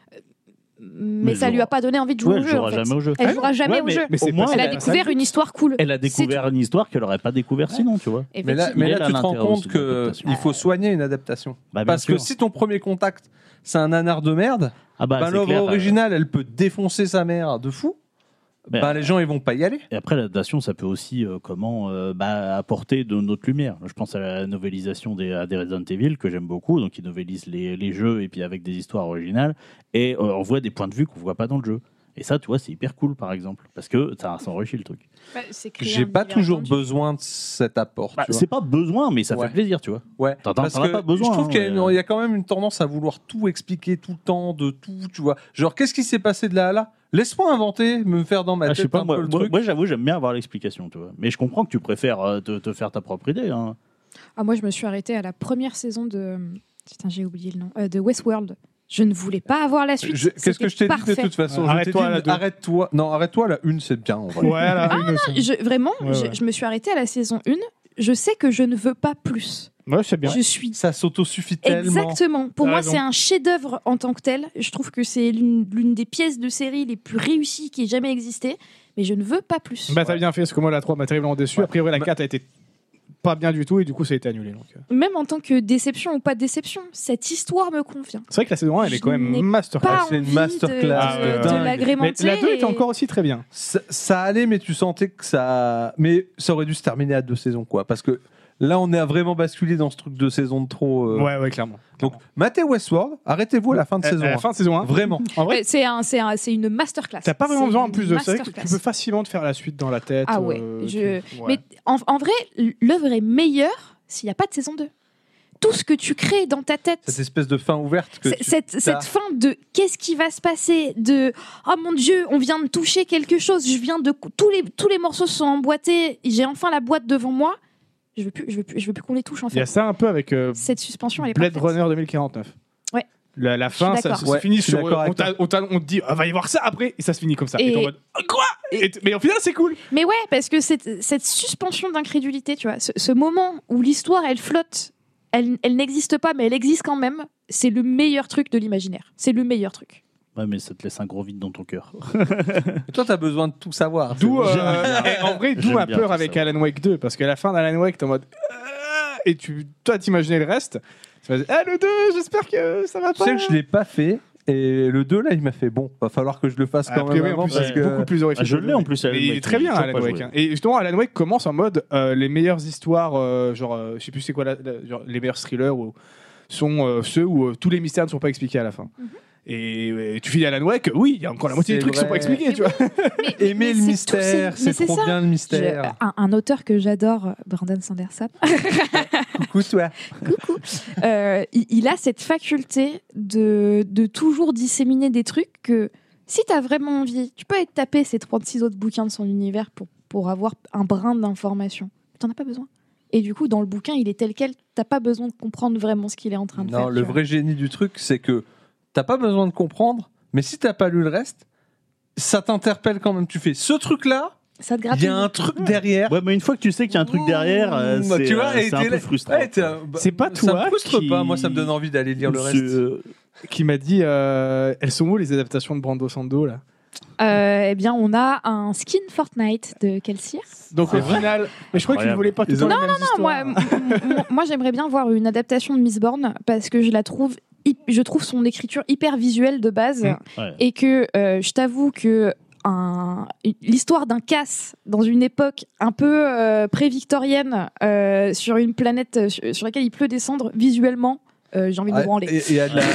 Mais Mais ça elle lui a jouera- pas donné envie de jouer Ouais, au elle jeu. jouera en fait. jamais au jeu. Elle jouera jamais Ouais, au mais- jeu. Mais c'est Au moins, pas- Elle a ça- découvert une histoire cool. Elle a C'est découvert une histoire qu'elle n'aurait pas découvert sinon, tu vois. Mais là, Effectivement. mais là, Elle a tu te rends l'intérêt compte aussi de que l'adaptation. il faut soigner une adaptation. Bah, bien Parce que sûr. si ton premier contact, c'est un nanar de merde, Ah bah, ben, c'est l'œuvre clair, originale, elle peut défoncer sa mère de fou. Ben, Ben, les gens, ils vont pas y aller. Et après, l'adaptation, ça peut aussi apporter de notre lumière. Je pense à la novélisation des Resident Evil, que j'aime beaucoup. Donc, ils novélisent les jeux et puis avec des histoires originales. Et on voit des points de vue qu'on voit pas dans le jeu. Et ça, tu vois, c'est hyper cool, par exemple, parce que ça enrichit le truc. Bah, c'est créer J'ai un pas univers toujours étendu. besoin de cet apport. Bah, tu vois. c'est pas besoin, mais ça Ouais. fait plaisir, tu vois. Ouais, T'en parce as que pas besoin, je trouve hein, qu'il y a, mais, il y a quand même une tendance à vouloir tout expliquer tout le temps, de tout, tu vois. Genre, qu'est-ce qui s'est passé de là à là? Laisse-moi inventer, me faire dans ma Ah, tête je sais pas, un moi, peu le moi, truc. moi, j'avoue, j'aime bien avoir l'explication, tu vois. Mais je comprends que tu préfères te faire ta propre idée. Hein. Ah, moi, je me suis arrêtée à la première saison de. Putain, j'ai oublié le nom. De Westworld. Je ne voulais pas avoir la suite. Qu'est-ce que je t'ai dit de Parfait. toute façon? Arrête-toi Je t'ai à la dit, deux. arrête-toi. Non, arrête-toi, la une, c'est bien, en vrai. Ouais, là, une aussi. Vraiment, Ouais, ouais. je me suis arrêtée à la saison 1. Je sais que je ne veux pas plus. Ouais, c'est bien. Je suis. Ça s'autosuffit tellement. Exactement. Pour T'as moi, raison. c'est un chef-d'œuvre en tant que tel. Je trouve que c'est l'une des pièces de série les plus réussies qui ait jamais existé. Mais je ne veux pas plus. Bah, t'as bien fait, parce que moi, la 3 m'a terriblement déçu. Ouais. A priori, la Bah- 4 a été pas bien du tout, et du coup, ça a été annulé. Donc. Même en tant que déception ou pas déception, cette histoire me convient. C'est vrai que la saison 1, elle est Je quand même n'ai masterclass. Pas c'est une envie masterclass de de dingue. Mais l'agrémenter. Mais la 2 était et- encore aussi très bien. Ça allait, mais tu sentais que ça. Mais ça aurait dû se terminer à 2 saisons, quoi. Parce que là, on est à vraiment basculé dans ce truc de saison de trop. Ouais, clairement. Donc, matez Westworld, arrêtez-vous à la fin de saison À la 1. fin de saison 1, Vraiment. en vrai, Ouais, c'est une masterclass. t'as pas vraiment C'est besoin en une plus de ça. C'est vrai que tu masterclass. peux facilement te faire la suite dans la tête. Ah ouais, ouais. Mais en vrai, l'œuvre est meilleure s'il n'y a pas de saison 2. Tout ce que tu crées dans ta tête, Cette espèce de fin ouverte que. cette fin de qu'est-ce qui va se passer, de oh mon Dieu, on vient de toucher quelque chose, tous les morceaux sont emboîtés, j'ai enfin la boîte devant moi. Je veux plus qu'on les touche en Il y a fait. ça un peu avec Cette suspension elle est Blade parfaite. Runner 2049. Ouais. La fin, suis ça d'accord. se Ouais, finit je suis sur. d'accord avec On te dit, ah, va y avoir ça après, et ça se finit comme ça. Et Et- t'es en mode, ah, quoi Mais au final, c'est cool. Mais ouais, parce que cette suspension d'incrédulité, tu vois, ce moment où l'histoire elle flotte, elle n'existe pas mais elle existe quand même, c'est le meilleur truc de l'imaginaire. C'est le meilleur truc. Ouais, mais ça te laisse un gros vide dans ton cœur. Et toi, t'as besoin de tout savoir. D'où, C'est bon. et en vrai, d'où J'aime ma bien peur tout avec ça. Alan Wake 2, parce qu'à la fin d'Alan Wake, t'es en mode, et toi, t'imaginais le reste. Tu vas dire, ah, le 2, j'espère que ça va Tu pas. sais que je l'ai pas fait. Et le 2, là, il m'a fait bon. Va falloir que je le fasse A quand même priori, en avant plus, parce c'est que. beaucoup plus horrifique. Ah, je l'ai en plus, Alan Mais il est Wake, très bien, j'ai Alan toujours pas Wake. joué. Hein. Et justement, Alan Wake commence en mode les meilleures histoires, je sais plus c'est quoi, genre, les meilleurs thrillers sont ceux où tous les mystères ne sont pas expliqués à la fin. Et tu finis Alan Wake, oui, il y a encore la moitié des C'est trucs qui sont pas vrai. expliqués, tu vois. Aimer le c'est mystère, tout, mais c'est trop ça. bien le mystère. Un auteur que j'adore, Brandon Sanderson, Coucou, toi. coucou, il a cette faculté de toujours disséminer des trucs que si tu as vraiment envie, tu peux aller te taper ces 36 autres bouquins de son univers pour avoir un brin d'information. Tu n'en as pas besoin. Et du coup, dans le bouquin, il est tel quel, t'as pas besoin de comprendre vraiment ce qu'il est en train de faire. Non, tu le vois. vrai génie du truc, c'est que t'as pas besoin de comprendre, mais si t'as pas lu le reste, ça t'interpelle quand même. Tu fais ce truc-là, Ça te il gratte. y a un truc derrière. Ouais, mais une fois que tu sais qu'il y a un truc derrière, c'est tu vois, et c'est un t'es peu là- frustrant. ouais, C'est pas ça toi me frustre qui- pas. Moi, ça me donne envie d'aller lire le reste. Qui m'a dit, elles sont où les adaptations de Brando Sando, là? Eh bien, on a un skin Fortnite de Kelsier. Donc au final, mais je crois qu'ils Incroyable. voulaient pas tout Ils ont- le temps les mêmes histoires. Moi, j'aimerais bien voir une adaptation de Miss Born parce que je trouve son écriture hyper visuelle de base Ouais. et que je t'avoue que l'histoire d'un casse dans une époque un peu pré-victorienne sur une planète sur laquelle il pleut descendre visuellement, j'ai envie de me branler. Il y a de la-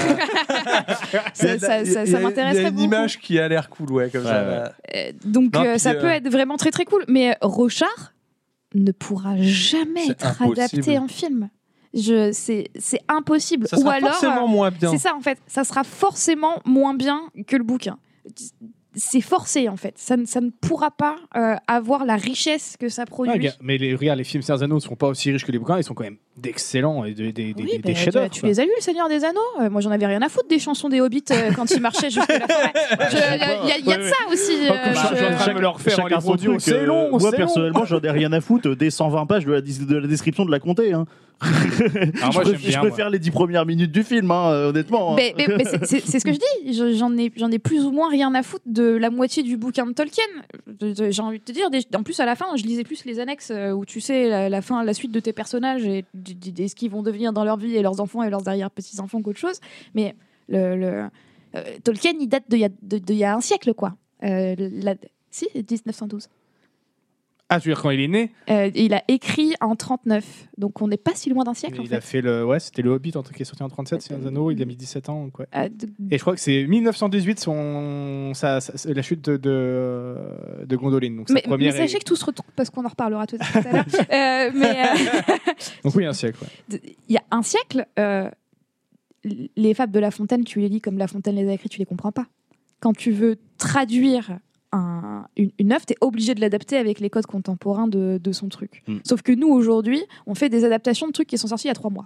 Ça il y a m'intéresserait une beaucoup. image qui a l'air cool, ouais, comme ça. Ouais, là. Donc Non, puis, ça peut être vraiment très très cool. Mais Rochard ne pourra jamais C'est être impossible. adapté en film. C'est impossible. Ça sera Ou alors, forcément moins bien. c'est ça en fait, ça sera forcément moins bien que le bouquin. C'est forcé en fait. Ça ne pourra pas avoir la richesse que ça produit. Ouais, gars, mais regarde, les films Seigneur des Anneaux ne sont pas aussi riches que les bouquins, ils sont quand même d'excellents et des Oui, des chefs-d'œuvre. tu quoi. les as lus, le Seigneur des Anneaux Moi, j'en avais rien à foutre des chansons des Hobbits quand ils marchaient jusque la forêt. Il y a de ça aussi. Comme je suis en train de me le refaire en Chacun livre son audio. truc. C'est long, Moi, c'est long. personnellement, j'en ai rien à foutre des 120 pages de la description de la comté. Hein. Alors moi, j'aime je bien. moi. préfère les 10 premières minutes du film, honnêtement. Mais c'est ce que je dis. J'en ai plus ou moins rien à foutre de la moitié du bouquin de Tolkien. J'ai envie de te dire. En plus, à la fin, je lisais plus les annexes où tu sais la fin, la suite de tes personnages et ce qu'ils vont devenir dans leur vie et leurs enfants et leurs arrière-petits-enfants qu'autre chose. Mais Tolkien, il date d'il y a un siècle, quoi. Si, 1912. Ah, tu veux dire quand il est né? Il a écrit en 39, donc on n'est pas si loin d'un siècle en Il fait. a fait c'était le Hobbit qui est sorti en 37, Seigneur des Anneaux, il a mis 17 ans. Quoi. De- Et je crois que c'est 1918 la chute de Gondolin. Donc, sa mais première sachez que tout se retrouve, parce qu'on en reparlera tout à l'heure. Donc oui, un siècle. Ouais. Il y a un siècle, les fables de La Fontaine, tu les lis comme La Fontaine les a écrits, tu les comprends pas. Quand tu veux traduire une œuvre, tu es obligé de l'adapter avec les codes contemporains de son truc. Sauf que nous, aujourd'hui, on fait des adaptations de trucs qui sont sortis il y a 3 mois.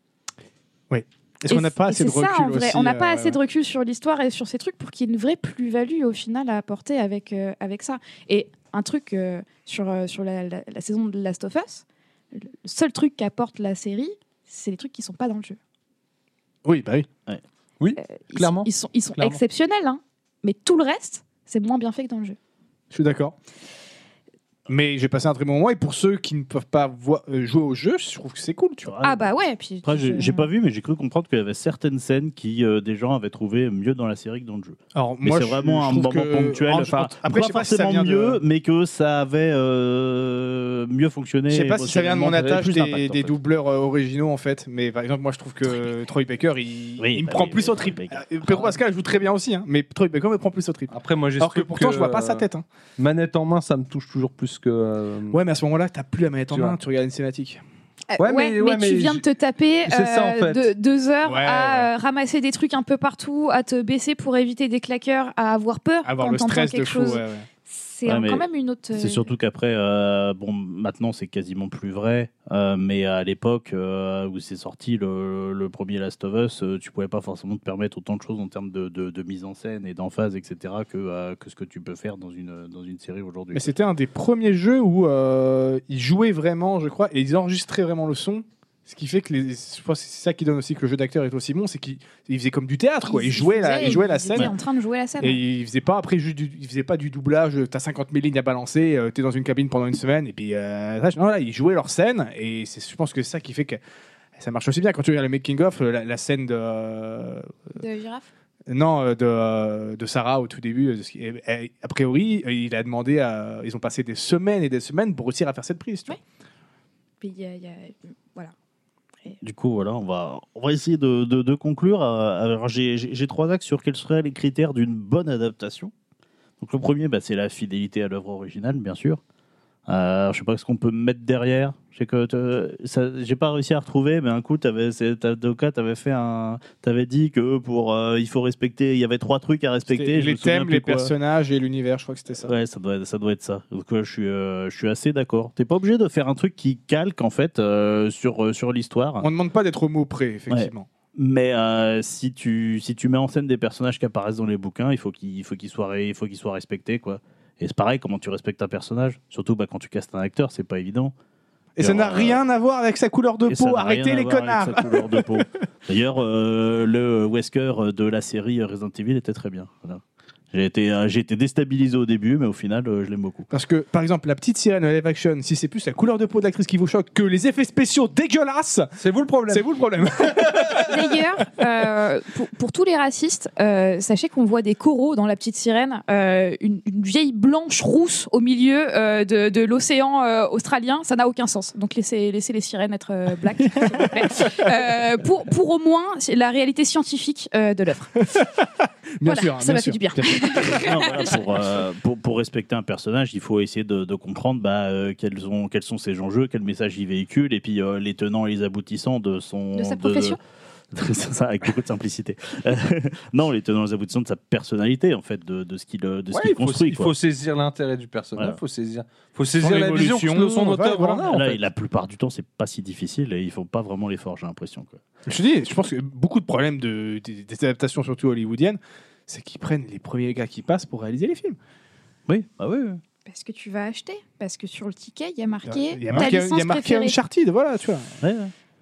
Oui. Est-ce qu'on n'a pas assez de recul ça, en vrai. aussi, On n'a pas assez de recul sur l'histoire et sur ces trucs pour qu'il y ait une vraie plus-value au final à apporter avec ça. Et un truc sur la saison de Last of Us, le seul truc qu'apporte la série, c'est les trucs qui sont pas dans le jeu. Oui, bah oui. Ouais. Oui, clairement. Ils sont Clairement. exceptionnels, hein, mais tout le reste, c'est moins bien fait que dans le jeu. Je suis d'accord. Mais j'ai passé un très bon moment et pour ceux qui ne peuvent pas jouer au jeu, je trouve que c'est cool, tu vois. Ah bah ouais, puis Après, j'ai pas vu, mais j'ai cru comprendre qu'il y avait certaines scènes qui des gens avaient trouvé mieux dans la série que dans le jeu. Alors Mais c'est vraiment un moment ponctuel. Enfin, après, pas je sais pas si ça forcément vient mieux, mais que ça avait mieux fonctionné. Je sais pas si ça vient de mon émotionnellement, ça avait attache plus d'impact, en des fait. doubleurs originaux en fait, mais par exemple moi je trouve que Troy Baker il me prend plus au trip. Pedro Pascal joue très bien aussi, hein, mais Troy Baker me prend plus au trip. Après, moi, j'ai Alors que pourtant je vois pas sa tête. Hein. Manette en main, ça me touche toujours plus que. Ouais, mais à ce moment-là t'as plus la manette en Tu main, vois. tu regardes une cinématique. Ouais, mais tu viens de te taper c'est ça, en fait. 2 heures Ouais, à ramasser des trucs un peu partout, à te baisser pour éviter des claqueurs, à avoir peur Avoir quand le t'entends stress de quelque fou. chose. Ouais. C'est Ouais, mais quand même une autre. C'est surtout qu'après, bon, maintenant c'est quasiment plus vrai, mais à l'époque où c'est sorti le premier Last of Us, tu pouvais pas forcément te permettre autant de choses en termes de mise en scène et d'emphase, etc., que ce que tu peux faire dans une série aujourd'hui. Mais c'était un des premiers jeux où ils jouaient vraiment, je crois, et ils enregistraient vraiment le son. Ce qui fait que je pense que c'est ça qui donne aussi que le jeu d'acteur est aussi bon, c'est qu'il faisait comme du théâtre, quoi. Il jouait la scène. Il est en train de jouer la scène. Et il faisait pas après il faisait pas du doublage. T'as 50 000 lignes à balancer, t'es dans une cabine pendant une semaine et puis non, là, ils jouaient leur scène et je pense que c'est ça qui fait que ça marche aussi bien quand tu regardes le making of, la scène de girafe. non de Sarah au tout début. A priori, il a demandé ils ont passé des semaines et des semaines pour réussir à faire cette prise. Tu vois. Puis voilà. Du coup, voilà, on va essayer de conclure. Alors, j'ai 3 axes sur quels seraient les critères d'une bonne adaptation. Donc, le premier, c'est la fidélité à l'œuvre originale, bien sûr. Je sais pas ce qu'on peut mettre derrière. Je sais que j'ai pas réussi à retrouver, mais un coup, t'avais dit que il faut respecter. Il y avait 3 trucs à respecter. Les thèmes, les personnages et l'univers. Je crois que c'était ça. Ouais, ça doit être ça. Donc je suis assez d'accord. T'es pas obligé de faire un truc qui calque en fait sur l'histoire. On ne demande pas d'être au mot près, effectivement. Ouais. Mais si tu mets en scène des personnages qui apparaissent dans les bouquins, il faut qu'ils soient respectés, quoi. Et c'est pareil, comment tu respectes un personnage, surtout quand tu castes un acteur, c'est pas évident. Et ça n'a rien à voir avec sa couleur de peau. Arrêtez les connards. D'ailleurs, le Wesker de la série Resident Evil était très bien. Voilà. J'ai été déstabilisé au début, mais au final, je l'aime beaucoup. Parce que, par exemple, la petite sirène live action, si c'est plus la couleur de peau de l'actrice qui vous choque que les effets spéciaux dégueulasses, c'est vous le problème. C'est vous le problème. D'ailleurs, pour tous les racistes, sachez qu'on voit des coraux dans la petite sirène, une vieille blanche rousse au milieu de l'océan australien, ça n'a aucun sens. Donc laissez les sirènes être black, s'il vous plaît. Pour au moins la réalité scientifique de l'œuvre. Bien voilà, sûr, ça m'a fait du bien. Non, voilà, pour respecter un personnage, il faut essayer de comprendre quels sont ses enjeux, quel message il véhicule, et puis les tenants et les aboutissants de sa profession. Ça, avec beaucoup de simplicité. Non, les tenants et les aboutissants de sa personnalité, en fait, de ce qu'il construit. Il faut saisir l'intérêt du personnage, voilà. faut saisir la vision de son auteur. Voilà. Là, la plupart du temps, c'est pas si difficile et ils font pas vraiment l'effort, j'ai l'impression. Quoi. Je pense que beaucoup de problèmes des adaptations, surtout hollywoodiennes, c'est qu'ils prennent les premiers gars qui passent pour réaliser les films. Oui, oui. Parce que tu vas acheter, parce que sur le ticket, il y a marqué Uncharted, voilà, tu vois. Ouais.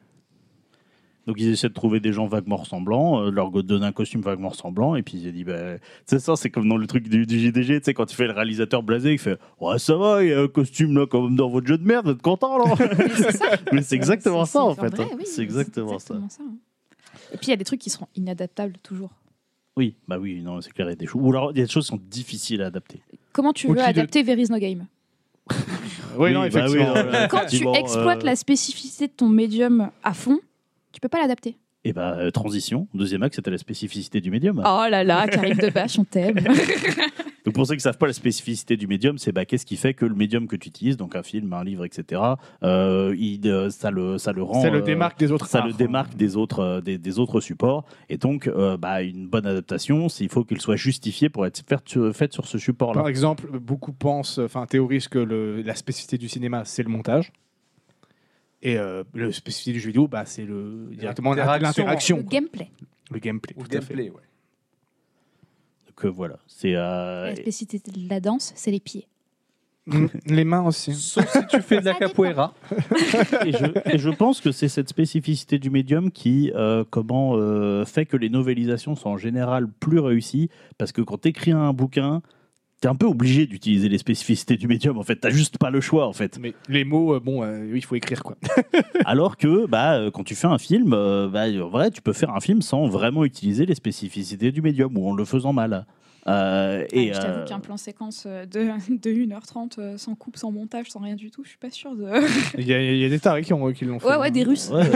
Donc ils essaient de trouver des gens vaguement ressemblants, leur donner un costume vaguement ressemblant, et puis ils ont dit, c'est ça, c'est comme dans le truc du JDG, tu sais, quand tu fais le réalisateur blasé, il fait, ouais, ça va, il y a un costume là, comme dans votre jeu de merde, vous êtes content là. Mais c'est exactement ça en fait. Vrai, oui, c'est exactement ça. Et puis il y a des trucs qui seront inadaptables toujours. Oui, non, c'est clair, il y a des choses. Ou alors il y a des choses qui sont difficiles à adapter. Comment tu veux adapter There is no game? Oui, non, bah effectivement. Quand tu effectivement, exploites la spécificité de ton médium à fond, tu peux pas l'adapter. Et bah, transition. Deuxième axe, c'était la spécificité du médium. Oh là là, Karim Debache, on t'aime. Donc pour ceux qui ne savent pas la spécificité du médium, c'est qu'est-ce qui fait que le médium que tu utilises, donc un film, un livre, etc., ça le rend... Ça le démarque des autres Ça arts. le démarque des autres supports. Et donc, une bonne adaptation, il faut qu'elle soit justifiée pour être faite sur ce support-là. Par exemple, beaucoup théorisent que la spécificité du cinéma, c'est le montage. Et la spécificité du jeu vidéo, c'est directement l'interaction. Le gameplay. Le gameplay, Ou tout à fait. gameplay, ouais. Donc voilà, c'est... La spécificité de la danse, c'est les pieds. Les mains aussi. Sauf si tu fais de la Ça dépend. capoeira. et je pense que c'est cette spécificité du médium qui fait que les novelisations sont en général plus réussies, parce que quand tu écris un bouquin, tu es un peu obligé d'utiliser les spécificités du médium, en fait. Tu juste pas le choix, en fait. Mais les mots, il faut écrire, quoi. Alors que quand tu fais un film, en vrai, tu peux faire un film sans vraiment utiliser les spécificités du médium, ou en le faisant mal. Je t'avoue qu'un plan séquence de 1h30 sans coupe, sans montage, sans rien du tout, je suis pas sûre de... Il y a des tarés qui l'ont fait. Ouais, des Russes. Ouais.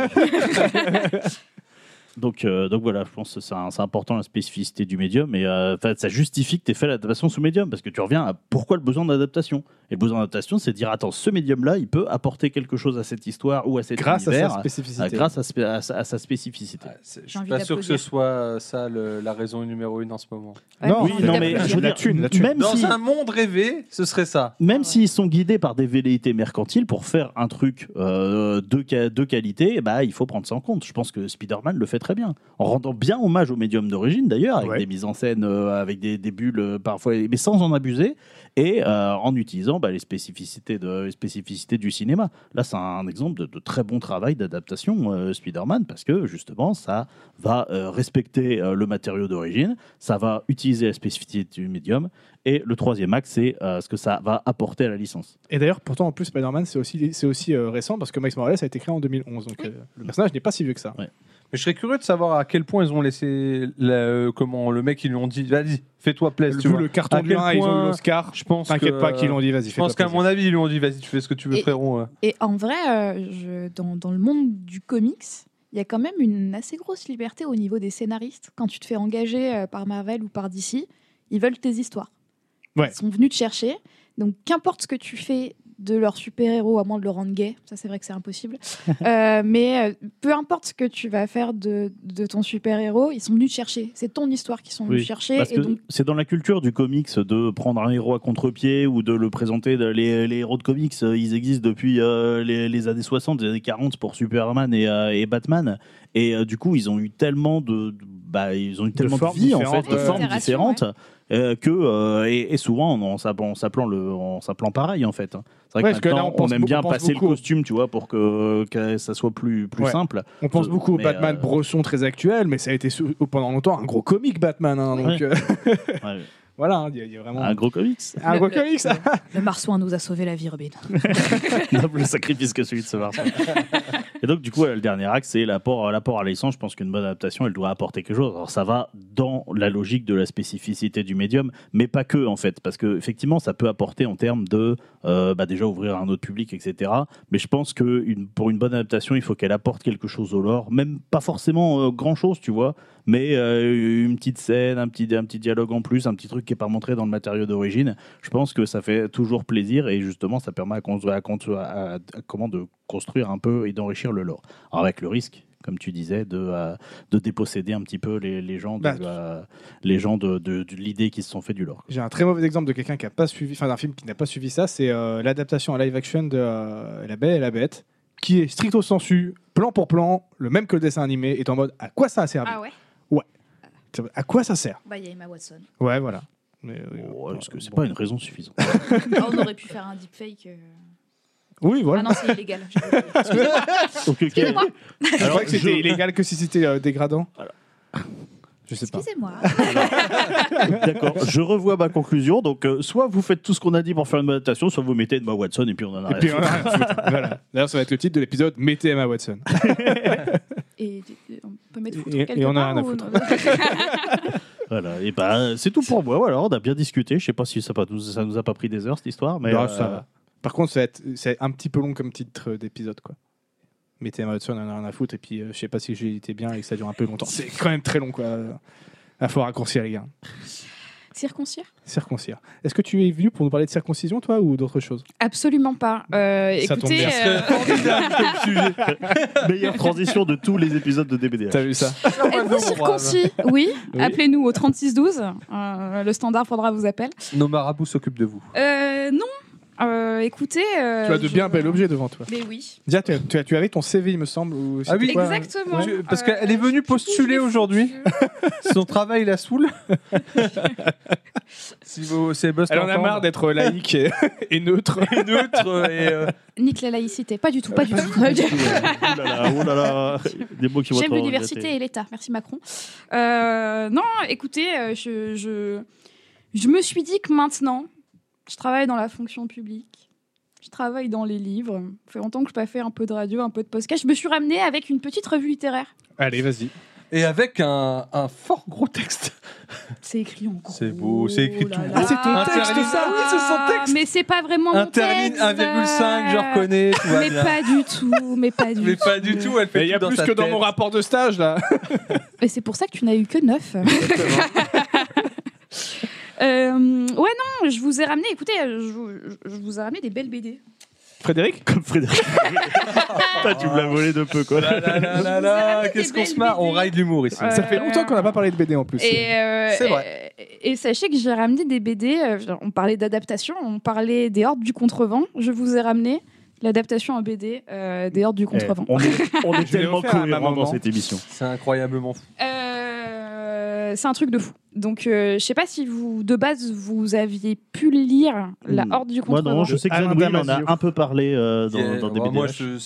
Donc voilà, je pense que c'est important la spécificité du médium, et ça justifie que tu aies fait l'adaptation sous médium, parce que tu reviens à pourquoi le besoin d'adaptation. Et le besoin d'adaptation, c'est de dire attends, ce médium-là, il peut apporter quelque chose à cette histoire ou à cet Grâce univers, à sa spécificité. grâce à sa spécificité. Je J'ai suis envie pas sûr que ce d'applaudir. soit ça la raison numéro 1 en ce moment. Ouais, Non, j'ai Oui, envie non, mais d'applaudir. je veux La dire, thune. même Dans si, un monde rêvé, ce serait ça. même Ah ouais. s'ils sont guidés par des velléités mercantiles pour faire un truc de qualité, il faut prendre ça en compte. Je pense que Spider-Man le fait très bien, en rendant bien hommage au médium d'origine d'ailleurs, avec Ouais. des mises en scène, avec des bulles parfois, mais sans en abuser, et en utilisant les spécificités du cinéma. Là, c'est un exemple de très bon travail d'adaptation Spider-Man, parce que justement, ça va respecter le matériau d'origine, ça va utiliser la spécificité du médium, et le troisième axe, c'est ce que ça va apporter à la licence. Et d'ailleurs, pourtant, en plus, Spider-Man, c'est aussi récent, parce que Miles Morales a été créé en 2011. Donc, le personnage n'est pas si vieux que ça. Ouais. Mais je serais curieux de savoir à quel point ils ont laissé comment le mec, ils lui ont dit vas-y, fais-toi plaisir. tu Vu vois. le carton À du quel 1, ils ont point- eu l'Oscar. Je pense T'inquiète que- pas qu'ils l'ont dit, vas-y, Je fais-toi pense qu'à plaisir. mon avis, ils lui ont dit vas-y, tu fais ce que tu veux, Et- frérot. Et en vrai, dans le monde du comics, il y a quand même une assez grosse liberté au niveau des scénaristes. Quand tu te fais engager par Marvel ou par DC, ils veulent tes histoires. Ouais. Ils sont venus te chercher. Donc, qu'importe ce que tu fais de leur super-héros, à moins de le rendre gay, ça c'est vrai que c'est impossible. Mais peu importe ce que tu vas faire de ton super-héros, ils sont venus te chercher. C'est ton histoire qu'ils sont venus Oui, chercher. Parce Et que donc, c'est dans la culture du comics de prendre un héros à contre-pied ou de le présenter. Les héros de comics, ils existent depuis les années 60, les années 40 pour Superman et Batman. Et du coup, ils ont eu tellement de formes vie, en différentes, fait, de ouais. formes Itérations, différentes. Et souvent en s'appelant pareil, en fait. C'est vrai Ouais, que parce que là, maintenant, on pense aime bien beaucoup- on pense passer le beaucoup- costume, tu vois, pour que ça soit plus Ouais. simple. On pense beaucoup au Mais, Batman bresson très actuel, mais ça a été pendant longtemps un gros comic Batman. Hein, donc, Ouais. Ouais. voilà, hein, il y a vraiment Un gros comics. un gros comic. le marsouin nous a sauvé la vie, Robin. Noble sacrifice que celui de ce Marseille. Et donc, du coup, le dernier axe, c'est l'apport à la licence. Je pense qu'une bonne adaptation, elle doit apporter quelque chose. Alors, ça va dans la logique de la spécificité du médium, mais pas que, en fait. Parce qu'effectivement, ça peut apporter en termes de déjà ouvrir à un autre public, etc. Mais je pense que pour une bonne adaptation, il faut qu'elle apporte quelque chose au lore. Même pas forcément grand-chose, tu vois. Mais une petite scène, un petit dialogue en plus, un petit truc qui n'est pas montré dans le matériau d'origine. Je pense que ça fait toujours plaisir, et justement, ça permet de construire un peu et d'enrichir le lore. Alors, avec le risque, comme tu disais, de déposséder un petit peu les gens de l'idée qui se sont fait du lore. J'ai un très mauvais exemple de quelqu'un qui a pas suivi, enfin d'un film qui n'a pas suivi ça, c'est l'adaptation à live action de La Belle et la Bête, qui est stricto sensu, plan pour plan, le même que le dessin animé, est en mode à quoi ça a servi Ah ouais. À quoi ça sert Bah, il y a Emma Watson. Ouais, voilà. Mais, Est-ce que c'est pas une raison suffisante? Ah, on aurait pu faire un deepfake. Oui, Ah voilà. non, c'est illégal. Excusez-moi. Ok. Excusez-moi. Je crois que c'était illégal que si c'était dégradant. Je sais pas. Excusez-moi. D'accord, je revois ma conclusion. Donc, soit vous faites tout ce qu'on a dit pour faire une bonne adaptation, soit vous mettez Emma Watson et puis on en Et arrête. puis, voilà. D'ailleurs, ça va être le titre de l'épisode Mettez Emma Watson. Et on peut mettre foutre Et quelque on a part rien à ou foutre. non Voilà, et c'est tout pour moi. Voilà, on a bien discuté. Je sais pas si ça nous a pas pris des heures cette histoire, mais Non, ça va. Par contre, c'est un petit peu long comme titre d'épisode, quoi. Mettez Emma Watson, on en a rien à foutre, et puis je sais pas si j'ai été bien et que ça dure un peu longtemps. C'est quand même très long, quoi. Il faut raccourcir, les gars. Circoncire ? Circoncire. Est-ce que tu es venu pour nous parler de circoncision, toi, ou d'autre chose? Absolument pas. Ça tombe Écoutez, bien. Meilleure transition de tous les épisodes de DBD. T'as vu ça? êtes-vous circoncis? Oui. Oui. Appelez-nous au 3612. Le standard faudra vous appeler. Nos marabouts s'occupent de vous. Non. Écoutez. Tu as de bien bels objets devant toi. Mais oui. Dia, tu avais ton CV, il me semble. Ou Ah oui, c'était quoi, hein? Exactement. Parce qu'elle est venue postuler aujourd'hui. Son travail la saoule. Si c'est Buzz Elle en a t'entend. marre d'être laïque et neutre. Nique la laïcité. Pas du tout. Pas du tout. Oh là là, des mots qui vont J'aime être l'université regrettés. et l'État. Merci Macron. Non, écoutez, je me suis dit que maintenant, je travaille dans la fonction publique. Je travaille dans les livres. Ça fait longtemps que je n'ai pas fait un peu de radio, un peu de podcast. Je me suis ramenée avec une petite revue littéraire. Allez, vas-y. Et avec un fort gros texte. C'est écrit en gros. C'est beau, c'est écrit tout. Ah, c'est ton texte, Interligne- ça, oui, c'est son texte. Mais c'est pas vraiment mon Interligne texte. 1,5, je reconnais. Tout va Mais bien. pas du tout. Mais pas du Mais tout. pas du tout, elle fait Mais il y a tout dans plus sa que dans tête. mon rapport de stage, là. Et c'est pour ça que tu n'as eu que 9. Ouais, non, je vous ai ramené, écoutez, je vous ai ramené des belles BD. Frédéric? Comme Frédéric. Putain, tu me l'as volé de peu, quoi. Là, là, là, là, là, qu'est-ce qu'on se marre? On raille de l'humour ici. Ça fait longtemps qu'on n'a pas parlé de BD en plus. C'est vrai. Et sachez que j'ai ramené des BD, on parlait d'adaptation, on parlait des Hordes du Contrevent, je vous ai ramené l'adaptation en BD des Hordes du Contrevent. On est Je l'ai tellement offert à ma cohérents dans maman. cette émission. C'est incroyablement fou. C'est un truc de fou. Donc, je sais pas si vous, de base, vous aviez pu lire La Horde du Moi, Contrevent. non, je sais que Alain Jeanne-Louis en a Damasio. un peu parlé dans Yeah, DBD. moi,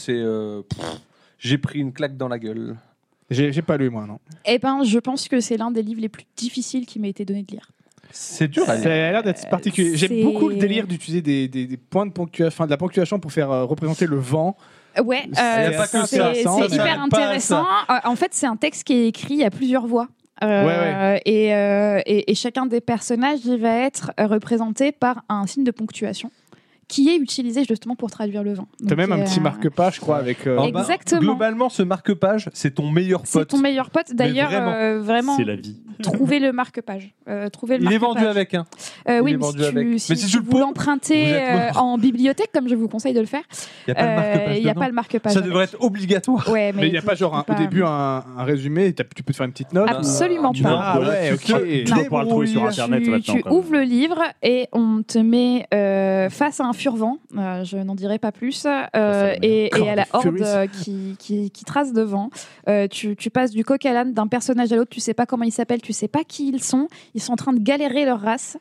j'ai pris une claque dans la gueule. J'ai pas lu, moi, non. Eh ben, je pense que c'est l'un des livres les plus difficiles qui m'a été donné de lire. C'est dur à Ça a lire. l'air d'être particulier. J'aime c'est- beaucoup le délire d'utiliser des points de ponctuation, enfin de la ponctuation pour faire représenter le vent. Ouais, Il y a pas que c'est ça, c'est ça, on hyper s'arrête pas à intéressant. En fait, c'est un texte qui est écrit à plusieurs voix. Ouais. Et chacun des personnages il va être représenté par un signe de ponctuation qui est utilisé justement pour traduire le vent. T'as Donc, même un petit marque-page, je crois, avec. Alors, bah, Exactement. globalement, ce marque-page, c'est ton meilleur C'est pote. ton meilleur pote. D'ailleurs, vraiment, C'est la vie. trouvez le marque-page. Trouvez le Il est marque-page. vendu avec un. Oui, il est mais vendu si avec. tu, Mais si tu le vous poses, l'empruntez vous êtes mort. en bibliothèque, comme je vous conseille de le faire, Il n'y a pas le marque-page. il n'y a dedans. pas le marque-page. Ça devrait être obligatoire. Ouais, Mais il n'y a pas genre tu peux au début un résumé, tu peux te faire une petite note. Absolument Tu pas. dois- Ah ouais, tu ok. tu dois pouvoir le trouver sur Internet tu maintenant. quand même. ouvres le livre et on te met face à un furvent, je n'en dirai pas plus, et à la horde qui trace devant. Tu passes du coq à l'âne d'un personnage à l'autre, tu sais pas comment ils s'appellent, tu sais pas qui ils sont en train de galérer leur race.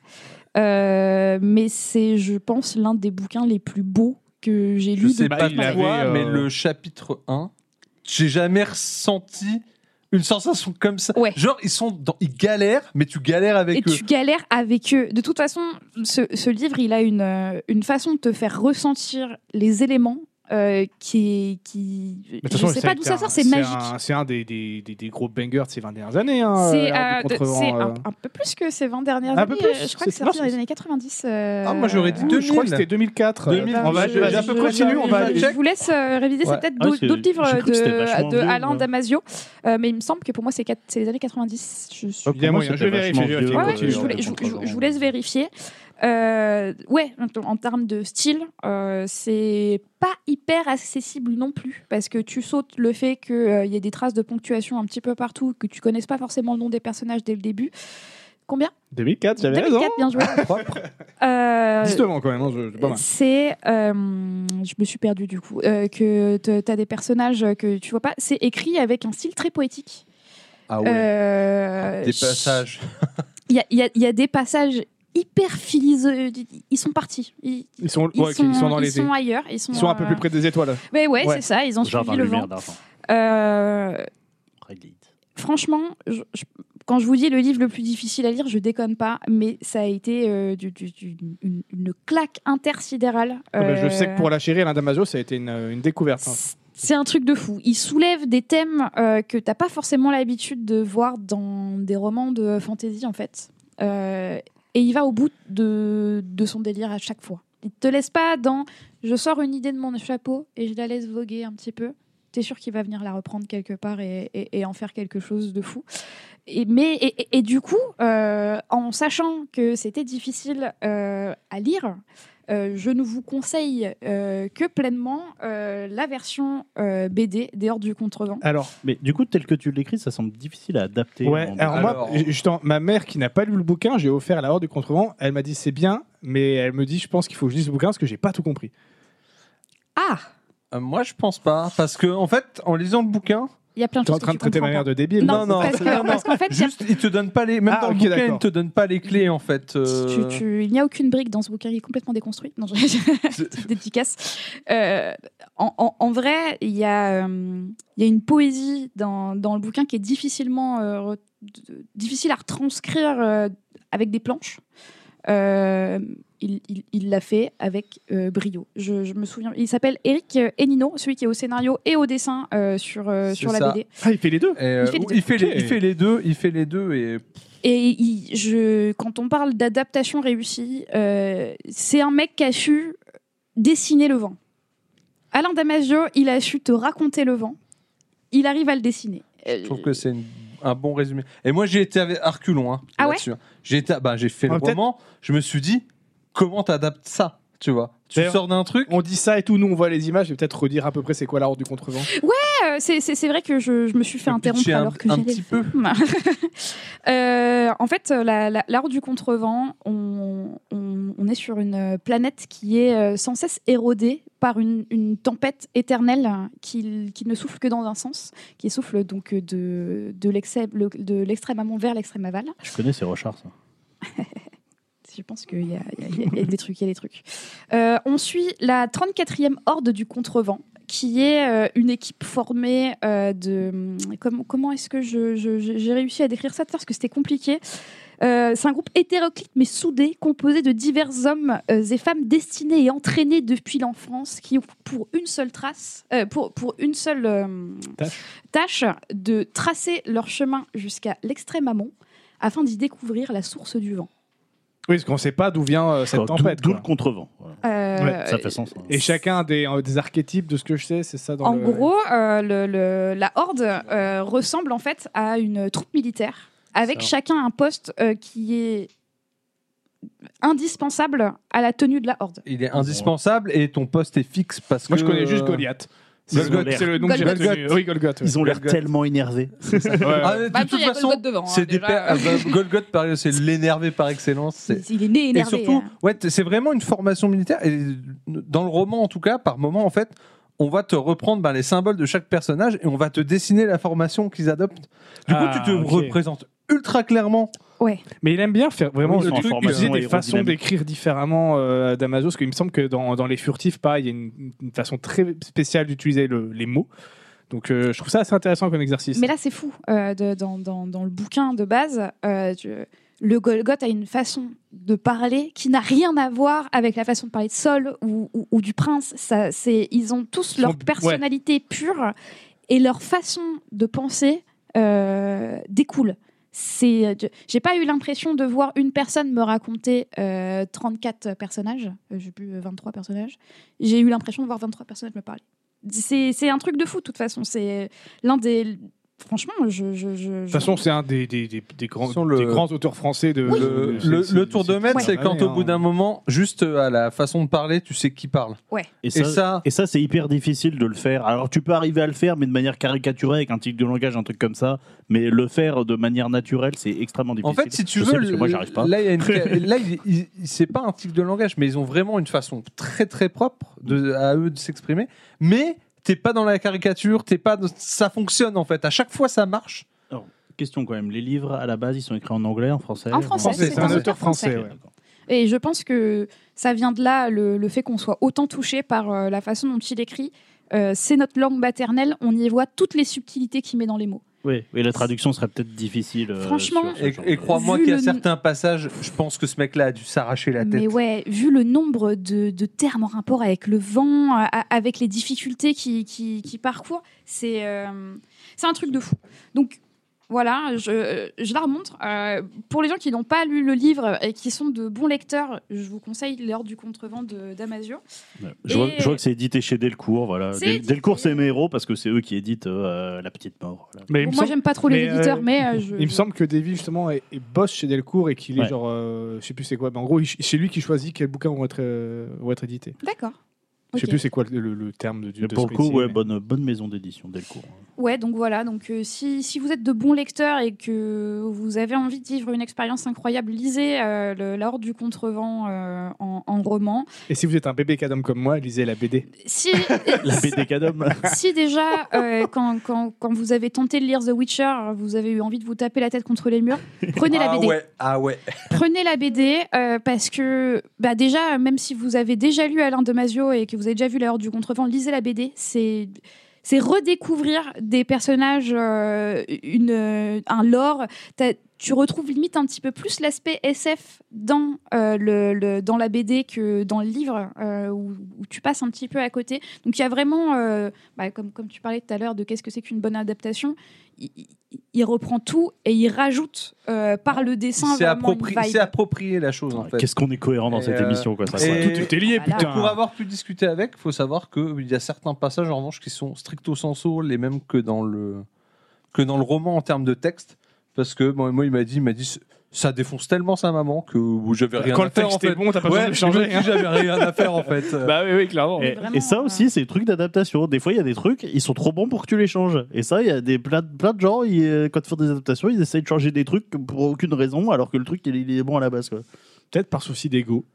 Mais c'est, je pense, l'un des bouquins les plus beaux que j'ai Je lu. sais Bah, pas il toi, avait, mais le chapitre 1, j'ai jamais ressenti une sensation comme ça. Ouais. Genre, ils galèrent, mais tu galères Et avec eux. tu galères avec eux. De toute façon, ce livre, il a une façon de te faire ressentir les éléments qui Mais de toute je façon, sais ça a pas d'où été ça sort, c'est magique. C'est un des gros bangers de ces 20 dernières années. Hein, C'est L'Art du Contrevent, c'est un peu plus que ces 20 dernières Un peu années. plus. Je crois que C'est- c'est sorti non, dans les années 90. Ah, moi, j'aurais dit Je crois que 2000. c'était 2004. 2000. On va, Je- vas-y, un peu continue, on va je- Je vous laisse réviser, Ouais. c'est peut-être Ah, d'autres c'est- livres j'ai cru que c'était vachement de vieux, Alain moi. Damasio, mais il me semble que pour moi c'est les années 90. Je suis... Il y a moyen, Moi, je vais c'était vérifier. vachement vieux, Ouais, continue. je vous laisse vérifier. Ouais, en termes de style, c'est pas hyper accessible non plus, parce que tu sautes le fait qu'il y ait des traces de ponctuation un petit peu partout, que tu connaisses pas forcément le nom des personnages dès le début. Combien 2004, j'avais raison. 2004, bien joué. Propre. Justement, quand même, hein, c'est pas mal. C'est, je me suis perdue du coup, que t'as des personnages que tu vois pas. C'est écrit avec un style très poétique. Ah ouais. Des passages. Il y a des passages hyper filiseux. Ils sont partis. Ils Ils sont dans les. sont ailleurs. Ils sont un peu plus près des étoiles. Mais ouais, Ouais. c'est ça. Ils ont Jardin suivi le lumière vent. d'argent. Euh, franchement, quand je vous dis le livre le plus difficile à lire, je déconne pas, mais ça a été une claque intersidérale. Je sais que pour la chérie, Alain Damasio, ça a été une découverte. Hein. C'est un truc de fou. Il soulève des thèmes que t'as pas forcément l'habitude de voir dans des romans de fantasy, en fait. Et il va au bout de son délire à chaque fois. Il te laisse pas dans je sors une idée de mon chapeau et je la laisse voguer un petit peu. T'es sûr qu'il va venir la reprendre quelque part et en faire quelque chose de fou. Et du coup, en sachant que c'était difficile à lire, je ne vous conseille que pleinement la version BD des Hordes du Contrevent. Alors, Mais du coup, tel que tu l'écris, ça semble difficile à adapter. ouais, alors moi, Alors- justement, ma mère qui n'a pas lu le bouquin, j'ai offert La Horde du Contrevent. Elle m'a dit c'est bien, mais elle me dit je pense qu'il faut que je lise le bouquin parce que j'ai pas tout compris. Ah, Moi, je pense pas. Parce que, en fait, en lisant le bouquin. il y a plein de Tu es en choses train que de tu traiter ma comprends mère pas. de débile. Non, Non, parce qu'en fait, il y a- Juste, il te donne pas les. Même Ah, dans ok, le bouquin, il d'accord. te donne pas les clés, en fait. il n'y a aucune brique dans ce bouquin, il est complètement déconstruit. Non, petite dédicace. En vrai, il y a une poésie dans le bouquin qui est difficilement difficile à retranscrire avec des planches. Il l'a fait avec brio. Je me souviens. Il s'appelle Eric Enino, celui qui est au scénario et au dessin sur la ça. BD. Ah, il fait les deux. Et, Il fait les deux. il fait les deux. Il fait les deux. Et Et quand on parle d'adaptation réussie, c'est un mec qui a su dessiner le vent. Alain Damasio, il a su te raconter le vent. Il arrive à le dessiner. je trouve que c'est un bon résumé. Et moi, j'ai été avec Arculon. Hein, Ah ouais là-dessus. J'ai fait le peut-être- roman. Je me suis dit, comment t'adaptes ça, tu vois? Tu D'ailleurs, sors d'un truc. On dit ça et tout, nous on voit les images, je vais peut-être redire à peu près c'est quoi La Horde du Contrevent. C'est vrai que je me suis fait Le interrompre pitcher alors que un j'allais petit peu. En fait, l'art du contrevent, on est sur une planète qui est sans cesse érodée par une tempête éternelle qui ne souffle que dans un sens, qui souffle donc de l'extrême amont vers l'extrême aval. Je connais ces Rochard, ça. Je pense qu'il y a des trucs, il y a des trucs. On suit la 34e horde du Contrevent, qui est une équipe formée de... Comment est-ce que j'ai réussi à décrire ça? Parce que c'était compliqué. C'est un groupe hétéroclite mais soudé, composé de divers hommes et femmes destinés et entraînés depuis l'enfance, qui ont pour une seule pour une seule tâche de tracer leur chemin jusqu'à l'extrême amont, afin d'y découvrir la source du vent. Oui, parce qu'on sait pas d'où vient cette tempête. D'où quoi. le contrevent. Voilà. Ça fait sens. Hein. Et chacun des archétypes de ce que je sais, c'est ça dans En le... gros, la horde ressemble en fait à une troupe militaire, avec Ça. chacun un poste qui est indispensable à la tenue de la horde. Il est indispensable et ton poste est fixe parce Moi que. je connais juste Goliath. Golgoth. C'est le nom que j'ai Golgoth. retenu. Oui, Golgoth. ouais. Ils ont l'air Golgoth. tellement énervés. Ouais, ouais. Ah, de Bah, toute il y a façon, Golgoth devant, hein, c'est des déjà. Golgoth, pareil, c'est l'énervé par excellence. Il est né Et énervé. surtout, hein. ouais, c'est vraiment une formation militaire. Et dans le roman, en tout cas, par moment, en fait, on va te reprendre les symboles de chaque personnage et on va te dessiner la formation qu'ils adoptent. Du coup, Ah, tu te ok. représentes ultra clairement. Ouais. Mais il aime bien faire vraiment Oui, le ils sont en truc, formation utiliser des façons aérodynamique. d'écrire différemment Damaso, parce qu'il me semble que dans Les Furtifs, pareil, il y a une façon très spéciale d'utiliser les mots. Donc je trouve ça assez intéressant comme exercice. Mais là, c'est fou. Dans le bouquin de base, le Golgoth a une façon de parler qui n'a rien à voir avec la façon de parler de Sol ou du prince. Ils ont tous leur Ouais. personnalité pure et leur façon de penser découle. J'ai pas eu l'impression de voir une personne me raconter 34 personnages. J'ai plus 23 personnages. J'ai eu l'impression de voir 23 personnages me parler. C'est un truc de fou, de toute façon. C'est l'un des... Franchement, De toute façon, c'est un des grands, Sur le- des grands auteurs français de... Oui. Le tour de maître, Ouais. c'est quand au bout d'un moment, juste à la façon de parler, tu sais qui parle. Et ça- ça, c'est hyper difficile de le faire. Alors, tu peux arriver à le faire, mais de manière caricaturée, avec un tic de langage, un truc comme ça. Mais le faire de manière naturelle, c'est extrêmement difficile. En fait, si tu Je veux, sais, parce que moi, j'arrive pas. là, il y a là, c'est pas un tic de langage, mais ils ont vraiment une façon très très propre à eux de s'exprimer. Mais t'es pas dans la caricature, ça fonctionne en fait. À chaque fois, ça marche. Question quand même. Les livres, à la base, ils sont écrits en anglais, en français En français, c'est un auteur français. Ouais. Et je pense que ça vient de là, le fait qu'on soit autant touché par la façon dont il écrit. C'est notre langue maternelle, on y voit toutes les subtilités qu'il met dans les mots. Oui, et la traduction serait peut-être difficile. Franchement, sur ce genre Et de- crois-moi Vu qu'il y a le- certains passages, je pense que ce mec-là a dû s'arracher la tête. Mais ouais, vu le nombre de termes en rapport avec le vent, avec les difficultés qui parcourt, c'est un truc de fou. Donc, Voilà, je la remontre. Pour les gens qui n'ont pas lu le livre et qui sont de bons lecteurs, je vous conseille L'Heure du Contrevent d'Amasio. Je vois que c'est édité chez Delcourt. Voilà. Delcourt, c'est mes héros parce que c'est eux qui éditent La Petite Mort. Voilà. Mais moi, j'aime pas trop les éditeurs, mais il me semble que Davy justement bosse chez Delcourt et qu'il est genre, je sais plus c'est quoi, mais en gros, c'est lui qui choisit quels bouquins vont être édités. D'accord. Je sais plus c'est quoi le terme de pour le coup, ouais, bonne maison d'édition Delcourt. Ouais, donc voilà. Donc si vous êtes de bons lecteurs et que vous avez envie de vivre une expérience incroyable, lisez La Horde du Contrevent en roman. Et si vous êtes un bébé cadom comme moi, lisez la BD. La BD cadom. Si déjà, quand vous avez tenté de lire The Witcher, vous avez eu envie de vous taper la tête contre les murs, prenez la BD. Ouais. Prenez la BD parce que déjà, même si vous avez déjà lu Alain Damasio et que vous avez déjà vu La Horde du Contrevent, lisez la BD. C'est redécouvrir des personnages, un lore. Tu retrouves limite un petit peu plus l'aspect SF dans la BD que dans le livre, où tu passes un petit peu à côté. Donc il y a vraiment, comme tu parlais tout à l'heure de qu'est-ce que c'est qu'une bonne adaptation, il reprend tout et il rajoute par le dessin c'est vraiment approprié la chose en fait. Qu'est-ce qu'on est cohérent dans cette émission quoi, ça, tout est lié, voilà. putain. Pour avoir pu discuter avec, il faut savoir qu'il y a certains passages en revanche qui sont stricto sensu les mêmes que dans le roman en termes de texte, parce que moi il m'a dit ça défonce tellement sa maman que j'avais rien à faire en fait. Bon, t'as pas besoin de changer. J'avais rien à faire en fait. Bah oui, clairement. Et ça aussi, c'est des trucs d'adaptation. Des fois, il y a des trucs, ils sont trop bons pour que tu les changes. Et ça, il y a plein de gens, quand ils font des adaptations, ils essayent de changer des trucs pour aucune raison, alors que le truc, il est bon à la base. Quoi. Peut-être par souci d'ego.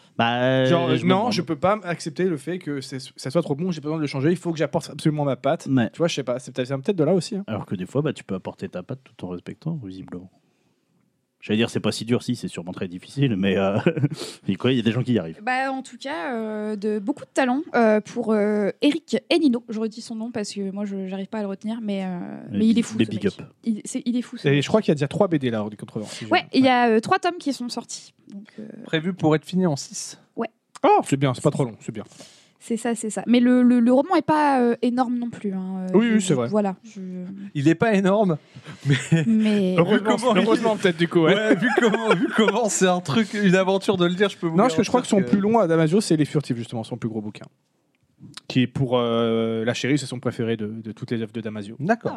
Je peux pas accepter le fait que ça soit trop bon, j'ai besoin de le changer, il faut que j'apporte absolument ma patte. Ouais. Tu vois, je sais pas, c'est peut-être de là aussi. Hein. Alors que des fois, tu peux apporter ta patte tout en respectant, visiblement. J'allais dire, c'est pas si dur, si, c'est sûrement très difficile, mais il y a des gens qui y arrivent. En tout cas, beaucoup de talent pour Eric Enino. Je redis son nom parce que moi, je n'arrive pas à le retenir, mais il est fou. Les big up. Il est fou. Et je crois qu'il y a déjà 3 BD là, Hors du Contrevent. Il y a 3 tomes qui sont sortis. Donc, prévu pour être fini en 6. Ouais. Oh, c'est bien, c'est pas trop long, c'est bien. C'est ça. Mais le roman est pas énorme non plus. Hein. Oui, c'est vrai. Voilà. Il est pas énorme, mais Heureusement peut-être du coup. Ouais. vu comment c'est un truc, une aventure de le dire, je peux vous Non, dire parce que je crois que son plus long à Damasio, c'est Les Furtifs, justement, son plus gros bouquin. Qui est pour La Chérie, c'est son préféré de toutes les œuvres de Damasio. D'accord.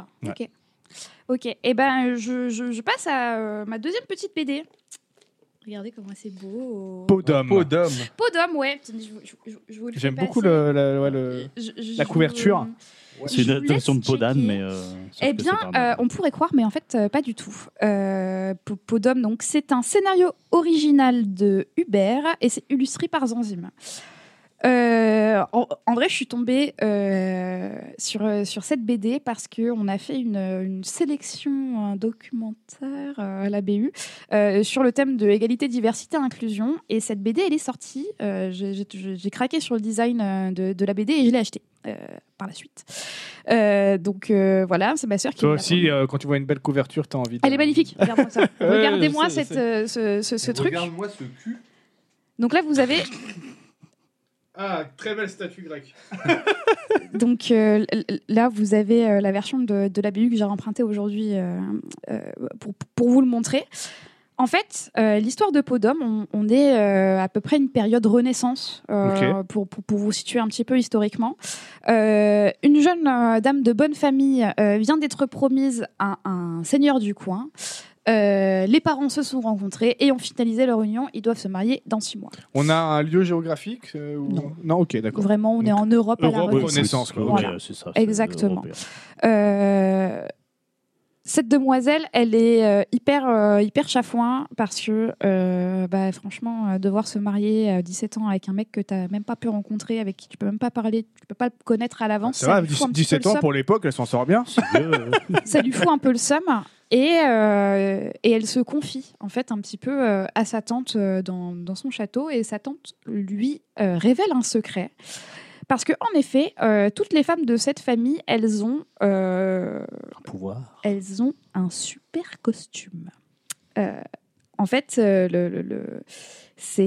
Ok. Et ben, je passe à ma deuxième petite BD. Regardez comment c'est beau. Peau d'homme, ouais. Je vous le J'aime fais beaucoup passer. la couverture. C'est une adaptation de Peau d'âne, mais. Eh bien, on pourrait croire, mais en fait, pas du tout. Peau d'homme, donc, c'est un scénario original de Hubert et c'est illustré par Zanzim. En vrai, je suis tombée sur cette BD parce qu'on a fait une sélection, un documentaire à la BU sur le thème de égalité, diversité, inclusion. Et cette BD, elle est sortie. J'ai craqué sur le design de la BD et je l'ai achetée par la suite. Donc voilà, c'est ma sœur qui. Toi aussi, quand tu vois une belle couverture, t'as envie de. Elle est magnifique. Regardez-moi ça. Regardez-moi ce truc. Regarde-moi ce cul. Donc là, vous avez. Ah, très belle statue grecque. Donc là, vous avez la version de la BU que j'ai empruntée aujourd'hui pour vous le montrer. En fait, l'histoire de Peau d'homme, on est à peu près une période Renaissance, pour vous situer un petit peu historiquement. Une jeune dame de bonne famille vient d'être promise à un seigneur du coin. Les parents se sont rencontrés et ont finalisé leur union. Ils doivent se marier dans 6 mois. On a un lieu géographique Non, ok, d'accord. Vraiment, on est en Europe à la Renaissance. Quoi. Voilà. C'est ça, exactement. Cette demoiselle, elle est hyper chafouin parce que, franchement, devoir se marier à 17 ans avec un mec que tu n'as même pas pu rencontrer, avec qui tu peux même pas parler, tu peux pas le connaître à l'avance. C'est vrai, 17 ans pour l'époque, elle s'en sort bien. Ça lui fout un peu le seum. Et elle se confie en fait un petit peu à sa tante dans son château, et sa tante lui révèle un secret. Parce que en effet, toutes les femmes de cette famille, elles ont un pouvoir. Elles ont un super costume. En fait,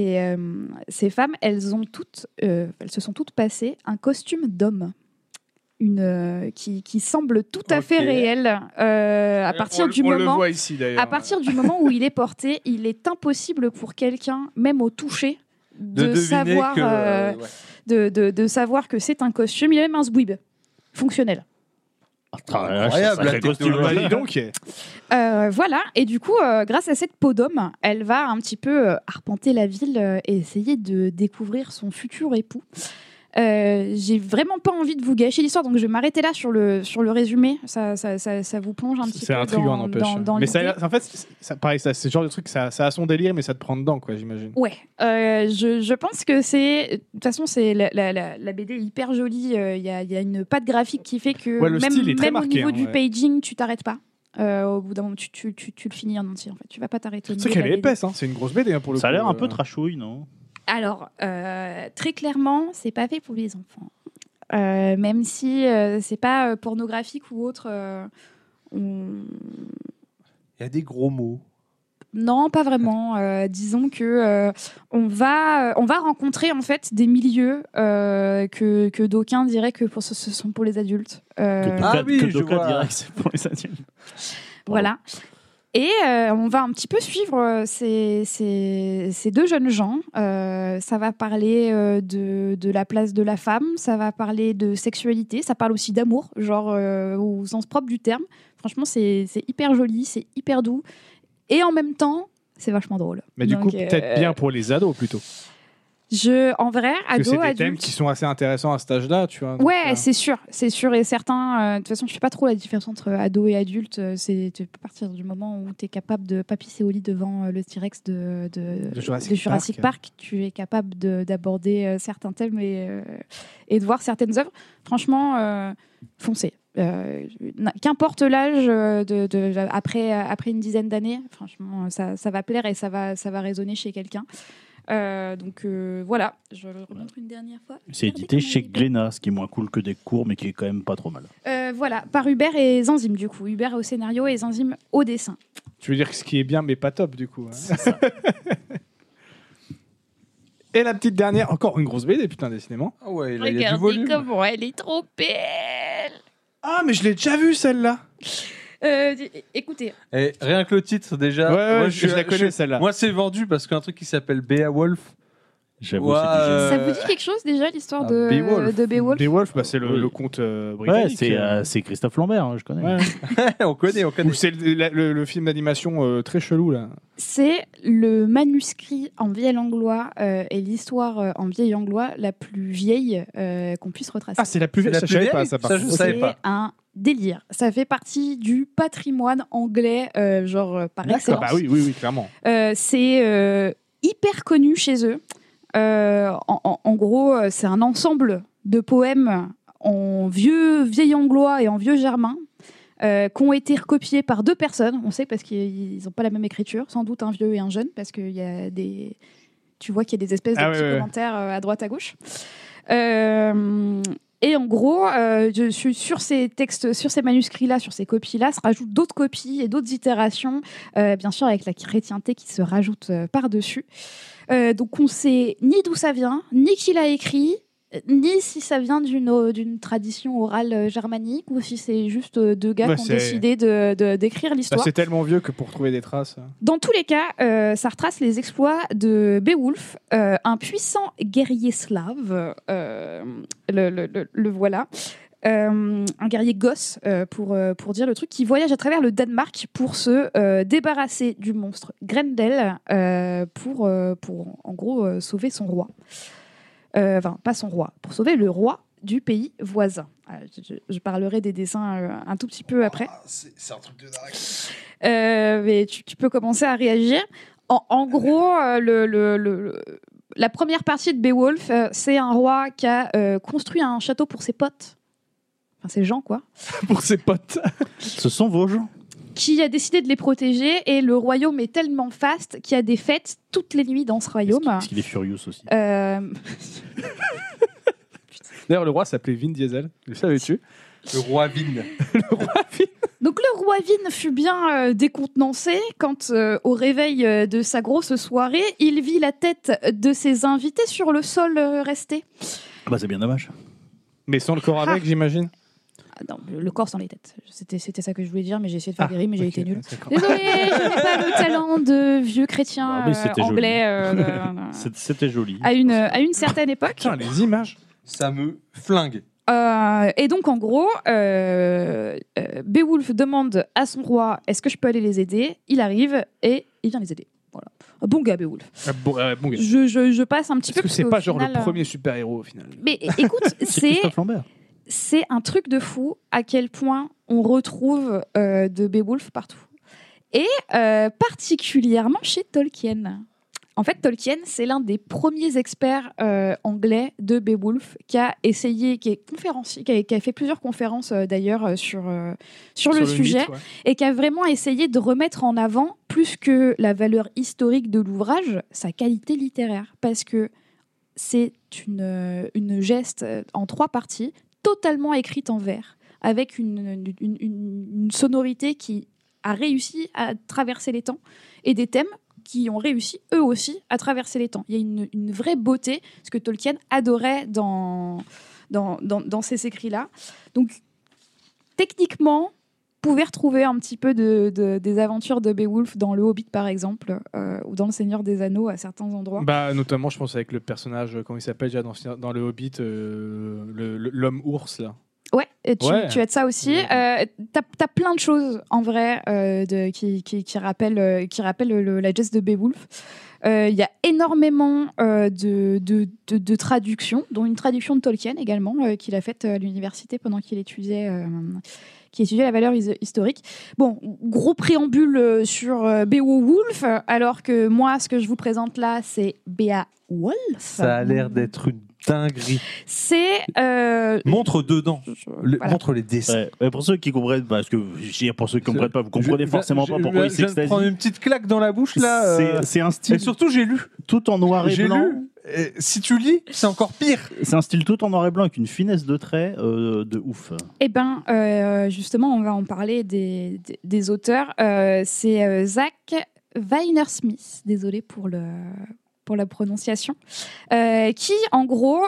ces femmes, elles se sont toutes passées un costume d'homme. qui semble tout à fait réelle à partir du on le moment. voit ici d'ailleurs. À partir du moment où il est porté, il est impossible pour quelqu'un, même au toucher, de savoir de savoir que c'est un costume. Il y a même un zbouib fonctionnel. Incroyable, la costume. Bah, dis donc. Voilà, et du coup, grâce à cette peau d'homme, elle va un petit peu arpenter la ville et essayer de découvrir son futur époux. J'ai vraiment pas envie de vous gâcher l'histoire, donc je vais m'arrêter là sur le résumé. Ça vous plonge un petit C'est peu intriguant, dans, n'empêche. dans Mais l'idée. en fait, pareil, c'est le genre de truc, ça a son délire, mais ça te prend dedans, quoi, j'imagine. Ouais, je pense que c'est... De toute façon, c'est la BD est hyper jolie. Il y a une patte graphique qui fait que Ouais, le style est très même au marqué, niveau hein, du ouais. paging, tu t'arrêtes pas. Au bout d'un moment, tu le finis en entier. En fait. Tu vas pas t'arrêter. au C'est milieu qu'elle de est la BD. épaisse, hein. C'est une grosse BD pour le coup. Ça a l'air un peu trashouille, non? Alors, très clairement, c'est pas fait pour les enfants. Même si c'est pas pornographique ou autre. Il y a des gros mots. Non, pas vraiment. Disons que on va rencontrer en fait des milieux que d'aucuns diraient que ce sont pour les adultes. je Doka vois. dirait que c'est pour les adultes. Voilà. Et on va un petit peu suivre ces deux jeunes gens. Ça va parler de la place de la femme, ça va parler de sexualité, ça parle aussi d'amour, genre au sens propre du terme. Franchement, c'est hyper joli, c'est hyper doux. Et en même temps, c'est vachement drôle. Mais du Donc, coup, peut-être bien pour les ados plutôt. En vrai, Parce que ado, c'est des thèmes adulte. qui sont assez intéressants à cet âge-là, tu vois. Donc, Ouais, c'est sûr et certain. De toute façon, je fais pas trop la différence entre ado et adulte. Tu peux partir du moment où tu es capable de pas pisser au lit devant le T-Rex de Jurassic Park. Tu es capable d'aborder certains thèmes et de voir certaines œuvres. Franchement, foncez. Qu'importe l'âge après une dizaine d'années, franchement, ça va plaire et ça va résonner chez quelqu'un. Donc voilà, je le remontre une dernière fois. C'est Regardez édité comment chez il est beau. Glénat, ce qui est moins cool que des cours, mais qui est quand même pas trop mal. Voilà, par Hubert et Zanzim du coup. Hubert au scénario et Zanzim au dessin. Tu veux dire que ce qui est bien, mais pas top, du coup. Hein. Et la petite dernière, encore une grosse BD, putain, décidément. Ah ouais, là, il y a du volume. comment elle est trop belle. Ah, mais je l'ai déjà vue, celle-là. Écoutez, Et rien que le titre, déjà. Ouais, moi, je la connais, celle-là. Moi, c'est vendu parce qu'un truc qui s'appelle Beowulf. J'avoue, Ouais, c'est du génie. ça vous dit quelque chose déjà l'histoire de Beowulf. de Beowulf? Beowulf, bah, c'est Oui. le conte Ouais, britannique. c'est Christophe Lambert, hein, je connais. Ouais. on connaît. Ou c'est le film d'animation très chelou, là. C'est le manuscrit en vieil anglois et l'histoire en vieil anglois la plus vieille qu'on puisse retracer. Ah, c'est la plus vieille, la ça, plus je savais vieille pas, ça, par Ça, contre. je savais C'est pas. un délire. Ça fait partie du patrimoine anglais, par D'accord, excellence. bah oui, clairement. C'est hyper connu chez eux. En gros, c'est un ensemble de poèmes en vieil anglois et en vieux germain qui ont été recopiés par deux personnes. On sait parce qu'ils n'ont pas la même écriture, sans doute un vieux et un jeune, parce qu'il y a des... Tu vois qu'il y a des espèces de petits commentaires à droite à gauche. Et en gros, sur ces textes, sur ces manuscrits-là, sur ces copies-là, se rajoutent d'autres copies et d'autres itérations, bien sûr avec la chrétienté qui se rajoute par-dessus. Donc on sait ni d'où ça vient, ni qui l'a écrit, ni si ça vient d'une tradition orale germanique ou si c'est juste deux gars qui ont décidé d'écrire l'histoire. C'est tellement vieux que pour trouver des traces... Dans tous les cas, ça retrace les exploits de Beowulf, un puissant guerrier slave, le voilà. Un guerrier gosse, pour dire le truc, qui voyage à travers le Danemark pour se débarrasser du monstre Grendel, pour en gros sauver son roi. Enfin, pas son roi, pour sauver le roi du pays voisin. Je parlerai des dessins un tout petit peu après. C'est un truc de dingue. Mais tu peux commencer à réagir. En gros, la première partie de Beowulf, c'est un roi qui a construit un château pour ses potes. Enfin, ses gens, quoi. Pour ses potes. Ce sont vos gens. Qui a décidé de les protéger, et le royaume est tellement vaste qu'il y a des fêtes toutes les nuits dans ce royaume. Est-ce qu'il est furieux aussi? D'ailleurs, le roi s'appelait Vin Diesel. Le savais-tu? Le roi Vin. Le roi Vin. Donc le roi Vin fut bien décontenancé quand, au réveil de sa grosse soirée, il vit la tête de ses invités sur le sol resté. Bah, c'est bien dommage. Mais sans le corps avec, j'imagine. non, le corps sans les têtes. C'était ça que je voulais dire, mais j'ai essayé de faire des rimes, mais j'ai été nulle. D'accord. Désolée, je n'ai pas le talent de vieux chrétien Non, mais c'était anglais C'était joli. à une certaine époque. Putain, les images. Ça me flingue. Et donc, en gros, Beowulf demande à son roi est-ce que je peux aller les aider. Il arrive et il vient les aider. Voilà. Un bon gars, Beowulf. Bon gars. Je passe un petit peu. Est-ce que c'est parce pas qu'au genre final, le premier super-héros au final? Mais écoute, C'est Christophe Lambert. c'est un truc de fou à quel point on retrouve de Beowulf partout. Et particulièrement chez Tolkien. En fait, Tolkien, c'est l'un des premiers experts anglais de Beowulf qui a essayé, qui est conférencier, qui a fait plusieurs conférences d'ailleurs sur le sujet, mythe, ouais. et qui a vraiment essayé de remettre en avant, plus que la valeur historique de l'ouvrage, sa qualité littéraire. Parce que c'est une geste en 3 parties, totalement écrite en vers, avec une sonorité qui a réussi à traverser les temps, et des thèmes qui ont réussi, eux aussi, à traverser les temps. Il y a une vraie beauté, ce que Tolkien adorait dans ces écrits-là. Donc, techniquement, vous pouvez retrouver un petit peu des aventures de Beowulf dans Le Hobbit, par exemple, ou dans Le Seigneur des Anneaux, à certains endroits. Bah, notamment, je pense avec le personnage, comment il s'appelle déjà dans Le Hobbit, l'homme ours, là. Ouais, et tu as de ça aussi. Ouais. T'as plein de choses, en vrai, qui rappellent la geste de Beowulf. Il y a énormément de traductions, dont une traduction de Tolkien également, qu'il a faite à l'université pendant qu'il étudiait la valeur historique. Bon, gros préambule sur Beowulf, alors que moi, ce que je vous présente là, c'est Beowulf. Ça a l'air d'être une dinguerie. C'est... Montre dedans. Voilà. Montre les dessins. Ouais, pour ceux qui comprennent, parce que je veux dire, pour ceux qui comprennent pas, vous comprenez forcément pas pourquoi il Je viens de s'extasie. prendre une petite claque dans la bouche là. C'est un Et style surtout, j'ai lu. tout en noir et J'ai blanc. lu. Et si tu lis, c'est encore pire. C'est un style tout en noir et blanc avec une finesse de trait de ouf. Eh ben, justement, on va en parler des auteurs. C'est Zach Weinersmith, désolé pour la prononciation, qui, en gros,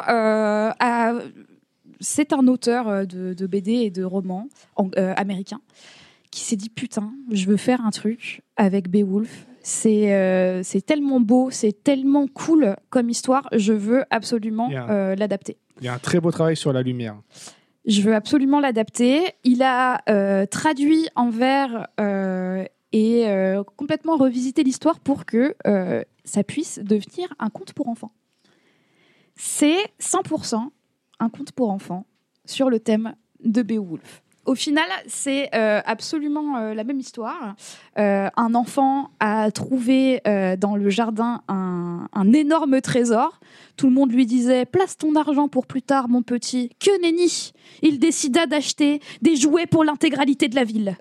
c'est un auteur de BD et de romans américain qui s'est dit, putain, je veux faire un truc avec Beowulf. C'est tellement beau, c'est tellement cool comme histoire, je veux absolument l'adapter. Il y a un très beau travail sur la lumière. Je veux absolument l'adapter. Il a traduit en vers et complètement revisité l'histoire pour que ça puisse devenir un conte pour enfants. C'est 100% un conte pour enfants sur le thème de Beowulf. Au final, c'est absolument la même histoire. Un enfant a trouvé dans le jardin un énorme trésor. Tout le monde lui disait « Place ton argent pour plus tard, mon petit ». Que nenni! Il décida d'acheter des jouets pour l'intégralité de la ville.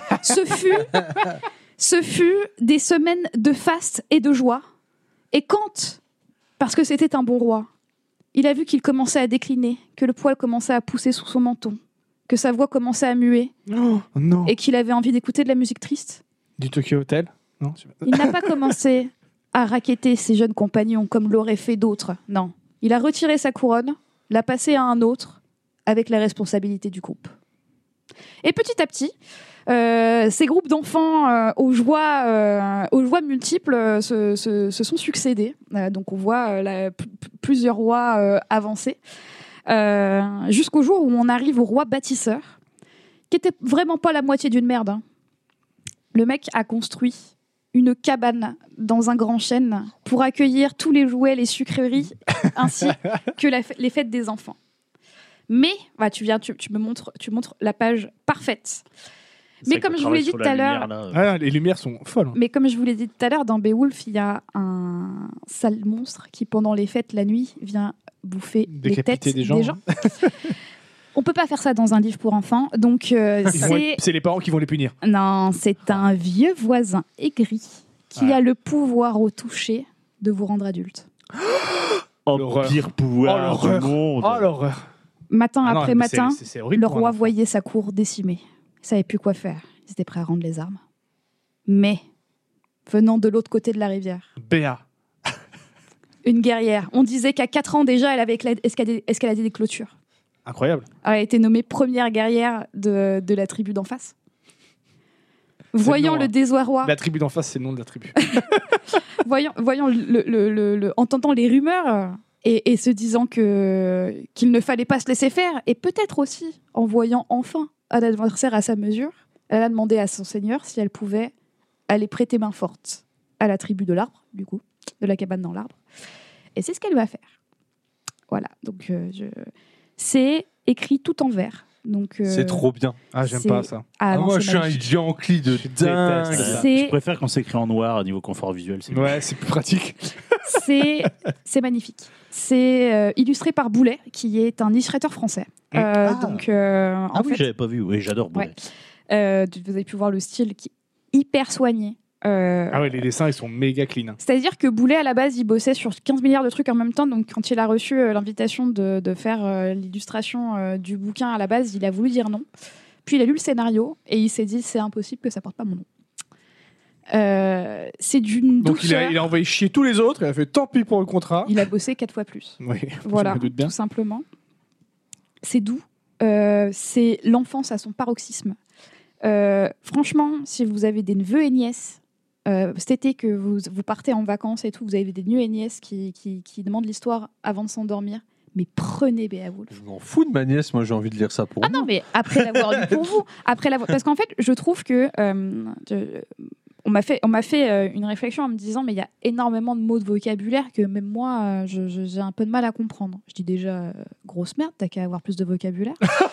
Ce fut des semaines de faste et de joie. Et quand, parce que c'était un bon roi, il a vu qu'il commençait à décliner, que le poil commençait à pousser sous son menton, que sa voix commençait à muer, Oh non. et qu'il avait envie d'écouter de la musique triste, Du Tokyo Hotel? Non. il n'a pas commencé à racketter ses jeunes compagnons comme l'auraient fait d'autres. Non. Il a retiré sa couronne, l'a passée à un autre, avec la responsabilité du groupe. Et petit à petit, ces groupes d'enfants aux joies multiples se sont succédés. Donc on voit plusieurs rois avancés. Jusqu'au jour où on arrive au roi bâtisseur, qui était vraiment pas la moitié d'une merde. Hein. Le mec a construit une cabane dans un grand chêne pour accueillir tous les jouets, les sucreries, ainsi que les fêtes des enfants. Mais tu montres la page parfête. Mais comme je vous l'ai dit tout à l'heure, Ah, les lumières sont folles. Hein. mais comme je vous l'ai dit tout à l'heure, dans Beowulf, il y a un sale monstre qui, pendant les fêtes, la nuit, vient bouffer les Décapiter têtes des gens. On peut pas faire ça dans un livre pour enfants, donc C'est les parents qui vont les punir. Non, c'est un vieux voisin aigri qui a le pouvoir au toucher de vous rendre adulte. Oh, L'horreur. pire pouvoir du monde. Oh l'horreur. Matin Ah non, après mais matin, c'est horrible le pour un roi enfant. voyait sa cour décimée. Il savait plus quoi faire. Ils étaient prêts à rendre les armes. Mais, venant de l'autre côté de la rivière, Béa. une guerrière. On disait qu'à 4 ans déjà, elle avait escaladé des clôtures. Incroyable. Elle a été nommée première guerrière de la tribu d'en face. Voyant nom, le hein. désarroi, La tribu d'en face, c'est le nom de la tribu. voyant entendant les rumeurs et se disant qu'il ne fallait pas se laisser faire, et peut-être aussi en voyant enfin un adversaire à sa mesure, elle a demandé à son seigneur si elle pouvait aller prêter main forte à la tribu de l'arbre, du coup, de la cabane dans l'arbre. Et c'est ce qu'elle va faire. Voilà, donc c'est écrit tout en vert. Donc, C'est trop bien. Ah, j'aime c'est- pas ça. Ah, non, Moi, c'est je suis un magnifique. Yankee de Je dingue. déteste ça. C'est- Je préfère quand c'est écrit en noir au niveau confort visuel. C'est Ouais, c'est plus pratique. C'est magnifique. C'est illustré par Boulet, qui est un illustrateur français. Donc, en Ah oui, fait, j'avais pas vu. Oui, j'adore Boulet. vous avez pu voir le style qui est hyper soigné. Ah ouais, les dessins, ils sont méga clean. C'est-à-dire que Boulet, à la base, il bossait sur 15 milliards de trucs en même temps. Donc, quand il a reçu l'invitation de faire l'illustration du bouquin à la base, il a voulu dire non. Puis, il a lu le scénario et il s'est dit c'est impossible que ça porte pas mon nom. C'est d'une Donc douceur. il a envoyé chier tous les autres, il a fait tant pis pour le contrat. Il a bossé 4 fois plus. Oui, Voilà, je me doute bien. tout simplement. C'est doux. C'est l'enfance à son paroxysme. Franchement, si vous avez des neveux et nièces, cet été que vous partez en vacances et tout, vous avez des neveux et nièces qui demandent l'histoire avant de s'endormir, mais prenez Beowulf. Je m'en fous de ma nièce, moi j'ai envie de lire ça pour Ah non, mais après l'avoir lu pour vous, parce qu'en fait, je trouve que on m'a fait une réflexion en me disant mais il y a énormément de mots de vocabulaire que même moi j'ai un peu de mal à comprendre. Je dis déjà grosse merde, t'as qu'à avoir plus de vocabulaire.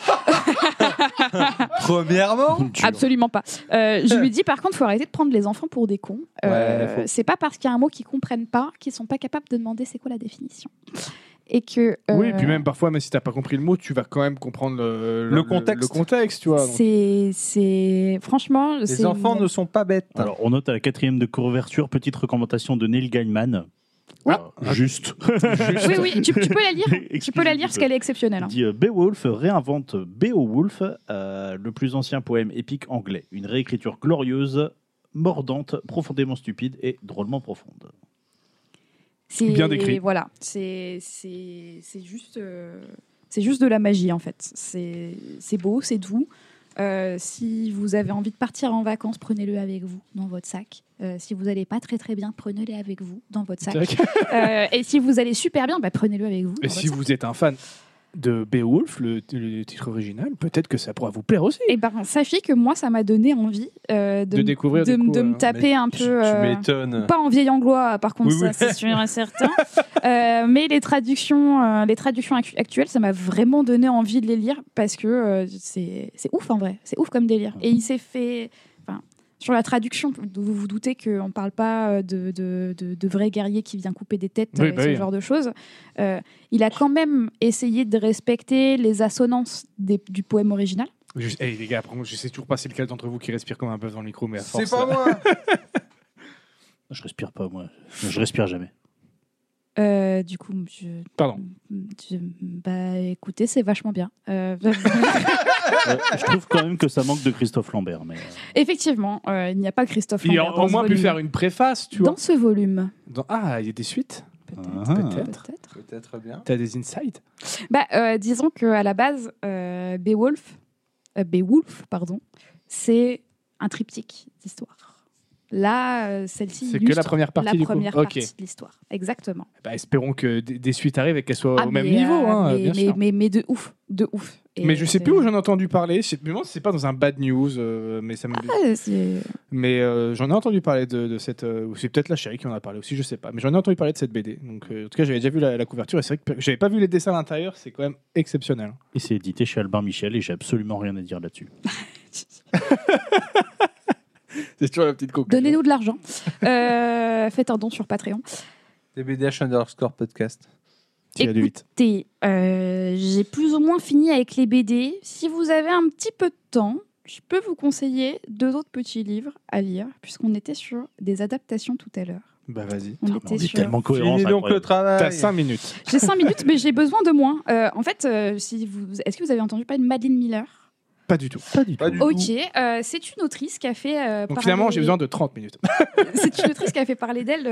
Premièrement, Absolument pas. Je lui dis par contre, faut arrêter de prendre les enfants pour des cons. Ouais, faut. C'est pas parce qu'il y a un mot qu'ils comprennent pas qu'ils sont pas capables de demander c'est quoi la définition. Et que Oui, et puis même parfois, même si t'as pas compris le mot, tu vas quand même comprendre Le contexte. Le contexte, tu vois. donc. c'est franchement les enfants ne sont pas bêtes. Alors, on note à la 4e de couverture, petite recommandation de Neil Gaiman. Ouais. Juste. Oui, tu peux la lire. Tu peux la lire parce qu'elle est exceptionnelle. Il dit Beowulf réinvente Beowulf, le plus ancien poème épique anglais. Une réécriture glorieuse, mordante, profondément stupide et drôlement profonde. C'est Bien décrit. Voilà, c'est juste de la magie en fait. C'est beau, c'est doux. Si vous avez envie de partir en vacances, prenez-le avec vous dans votre sac. Si vous n'allez pas très très bien, prenez-le avec vous dans votre sac. Tac. Et si vous allez super bien, prenez-le avec vous. Et dans si votre sac. vous êtes un fan de Beowulf, le titre original, peut-être que ça pourra vous plaire aussi. Eh ben, sachez que moi, ça m'a donné envie De découvrir, de du coup, me taper Mais un tu peu. m'étonnes. Pas en vieil anglois, par contre, Oui, ça oui. c'est sûr et certain. Mais les traductions actuelles, ça m'a vraiment donné envie de les lire parce que c'est ouf en vrai. C'est ouf comme délire. Et il s'est fait. Enfin, sur la traduction, vous vous doutez qu'on ne parle pas de vrais guerriers qui viennent couper des têtes, Oui, et bah ce oui. genre de choses. Il a quand même essayé de respecter les assonances du poème original. Hey, les gars, après, je sais toujours pas c'est lequel d'entre vous qui respire comme un bœuf dans le micro, mais à force. C'est pas moi. Je respire pas, moi. Je respire jamais. Du coup, Pardon. bah écoutez, c'est vachement bien. Je trouve quand même que ça manque de Christophe Lambert. Mais, Effectivement, il n'y a pas Christophe Il Lambert a dans au ce moins pu volume. faire une préface, tu vois. Dans ce volume. Ah, il y a des suites. Peut-être. Peut-être. Peut-être bien. T'as des insights. Bah, disons qu'à la base, Beowulf, c'est un triptyque d'histoire. Là, celle-ci C'est que illustre la première partie, la du coup. première Ok. partie de l'histoire. Exactement. Bah, espérons que des suites arrivent et qu'elles soient Ah, au même mais, niveau, hein, bien sûr. mais de ouf, de ouf. Et Mais je sais c'est- plus où j'en ai entendu parler. Je me demande si c'est pas dans un bad news, mais ça me. Ah, c'est- Mais j'en ai entendu parler de cette. Ou c'est peut-être la chérie qui en a parlé aussi, je sais pas. Mais j'en ai entendu parler de cette BD. Donc, en tout cas, j'avais déjà vu la couverture et c'est vrai que j'avais pas vu les dessins à l'intérieur. C'est quand même exceptionnel. et c'est édité chez Albin Michel et j'ai absolument rien à dire là-dessus. C'est toujours la petite conclusion. Donnez-nous de l'argent. Faites un don sur Patreon. DBDH_podcast. Tu as du 8. Écoutez, j'ai plus ou moins fini avec les BD. Si vous avez un petit peu de temps, je peux vous conseiller 2 autres petits livres à lire, puisqu'on était sur des adaptations tout à l'heure. Bah vas-y. On On était est sur... tellement cohérent. Fini donc le travail. T'as 5 minutes. J'ai 5 minutes, mais j'ai besoin de moins. En fait, est-ce que vous avez entendu parler de Madeleine Miller? Pas du tout. Pas du tout. Pas du Ok, tout. c'est une autrice qui a fait... Donc finalement, j'ai besoin de 30 minutes. C'est une autrice qui a fait parler d'elle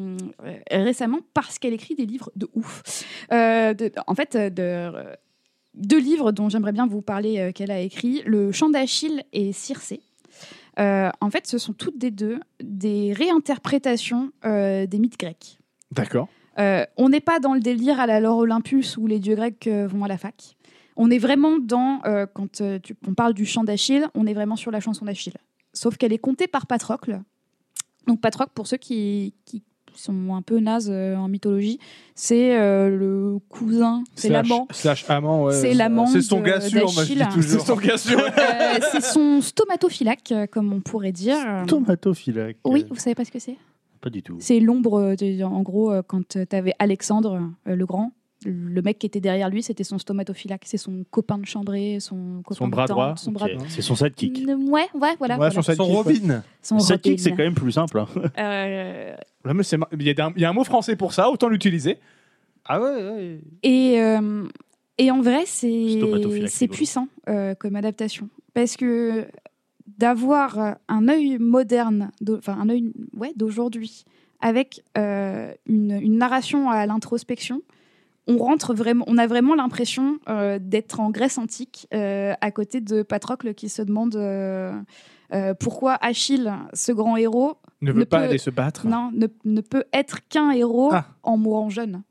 récemment parce qu'elle écrit des livres de ouf. 2 livres dont j'aimerais bien vous parler qu'elle a écrits, Le Chant d'Achille et Circé. En fait, ce sont toutes des réinterprétations des mythes grecs. D'accord. On n'est pas dans le délire à la lore Olympus où les dieux grecs vont à la fac. On est vraiment quand on parle du chant d'Achille, on est vraiment sur la chanson d'Achille. Sauf qu'elle est contée par Patrocle. Donc Patrocle, pour ceux qui sont un peu nazes en mythologie, c'est le cousin, c'est l'amant. Slash amant, ouais. C'est l'amant C'est son gars sûr, moi je dis C'est toujours. son gars sûr. C'est son stomatophylaque, comme on pourrait dire. Tomatophylaque. Oui, vous savez pas ce que c'est ? Pas du tout. C'est l'ombre, en gros, quand tu avais Alexandre le Grand, le mec qui était derrière lui, c'était son stomatophylaque. C'est son copain de chambrée, son copain Son de bras tente, droit. son bras Ok. droit. C'est son sidekick. Ouais, voilà. Ouais, voilà. son Son sidekick, ouais. Robin. Son Sidekick, Robin. c'est quand même plus simple. Hein. Ouais, mais il y a un mot français pour ça, autant l'utiliser. Ah ouais. Et en vrai, c'est Stomatophylaxe, puissant comme adaptation. Parce que d'avoir un œil moderne, un œil d'aujourd'hui, avec une narration à l'introspection, on a vraiment l'impression d'être en Grèce antique, à côté de Patrocle qui se demande pourquoi Achille, ce grand héros, Ne veut pas peut- aller se battre. ne peut être qu'un héros Ah. en mourant jeune.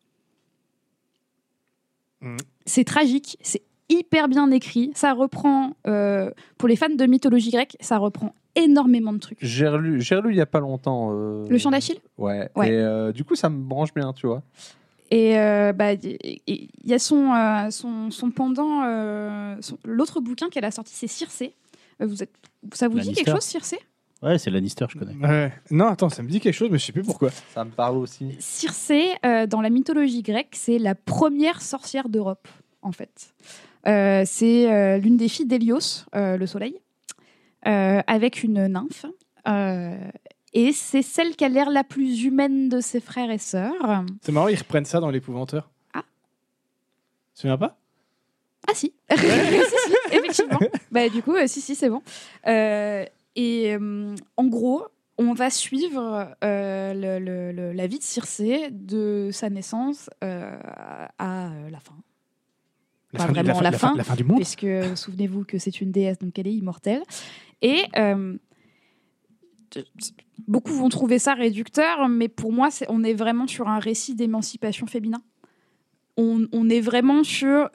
Mm. C'est tragique, c'est hyper bien écrit. Ça reprend, pour les fans de mythologie grecque, ça reprend énormément de trucs. J'ai relu il y a pas longtemps. Le chant d'Achille. Ouais. Ouais. Et du coup, ça me branche bien, tu vois. Et il y a son pendant, l'autre bouquin qu'elle a sorti, c'est Circé. Ça vous dit Lannister. quelque chose, Circé ? Ouais, c'est Lannister, je connais. Ouais. Non, attends, ça me dit quelque chose, mais je sais plus pourquoi. Ça me parle aussi. Circé, dans la mythologie grecque, c'est la première sorcière d'Europe, en fait. C'est l'une des filles d'Hélios, le soleil, avec une nymphe. Et c'est celle qui a l'air la plus humaine de ses frères et sœurs. C'est marrant, ils reprennent ça dans l'épouvanteur. Ah. Tu viens pas? Ah si, si, effectivement. Du coup, si, c'est bon. En gros, on va suivre la vie de Circé de sa naissance à la fin. Pas vraiment la fin. La fin du monde. Puisque souvenez-vous que c'est une déesse, donc elle est immortelle. Et beaucoup vont trouver ça réducteur, mais pour moi, on est vraiment sur un récit d'émancipation féminin. On est vraiment sur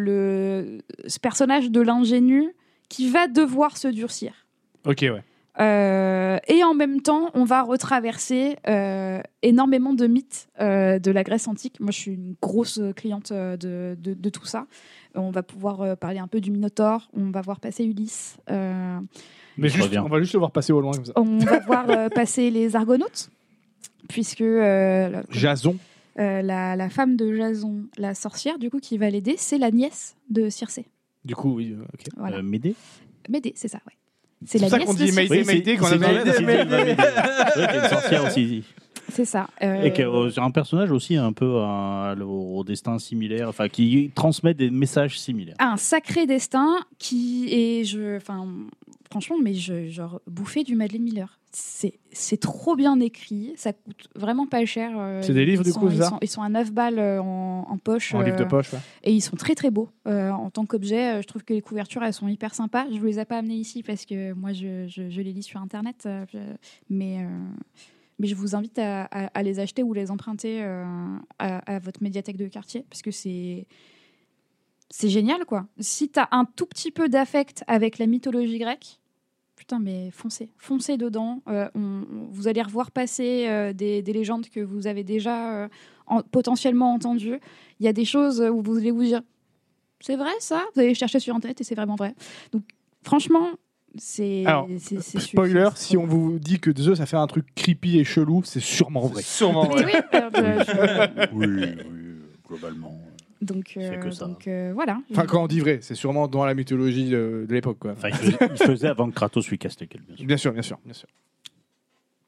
ce personnage de l'ingénu qui va devoir se durcir. Ok, ouais. Et en même temps, on va retraverser énormément de mythes de la Grèce antique. Moi, je suis une grosse cliente de tout ça. On va pouvoir parler un peu du Minotaure. On va voir passer Ulysse. Mais on va juste le voir passer au loin comme ça. On va voir passer les Argonautes, puisque Jason. la femme de Jason, la sorcière, du coup, qui va l'aider, c'est la nièce de Circé. Du coup, oui. Ok. Voilà. Médée. Médée, c'est ça, ouais. C'est la ça nièce qu'on de dit Circé. Mayday quand on a Médée. C'est une sorcière aussi. C'est ça. Et c'est un personnage aussi un peu au destin similaire, enfin qui transmet des messages similaires. Un sacré destin qui est, franchement, mais genre bouffer du Madeleine Miller. C'est trop bien écrit, ça coûte vraiment pas cher. C'est des livres, du coup, c'est ça ? Ils sont à 9 balles en poche. En livre de poche, ouais. Et ils sont très très beaux. En tant qu'objet, je trouve que les couvertures, elles sont hyper sympas. Je vous les ai pas amenées ici parce que moi, je les lis sur Internet. Mais je vous invite à les acheter ou les emprunter à votre médiathèque de quartier parce que c'est génial, quoi. Si tu as un tout petit peu d'affect avec la mythologie grecque, putain, mais foncez dedans. Vous allez revoir passer des légendes que vous avez déjà potentiellement entendues. Il y a des choses où vous allez vous dire c'est vrai ça ? Vous allez chercher sur Internet et c'est vraiment vrai. Donc, franchement, c'est. Alors, spoiler, si on vous dit que Zeus a fait un truc creepy et chelou, c'est sûrement vrai. Sûrement Mais vrai. oui, Oui, globalement. donc, C'est que ça. voilà. Enfin, quand on dit vrai, c'est sûrement dans la mythologie de l'époque, quoi. Enfin, il faisait avant que Kratos lui casse les gueules, bien sûr. Bien sûr.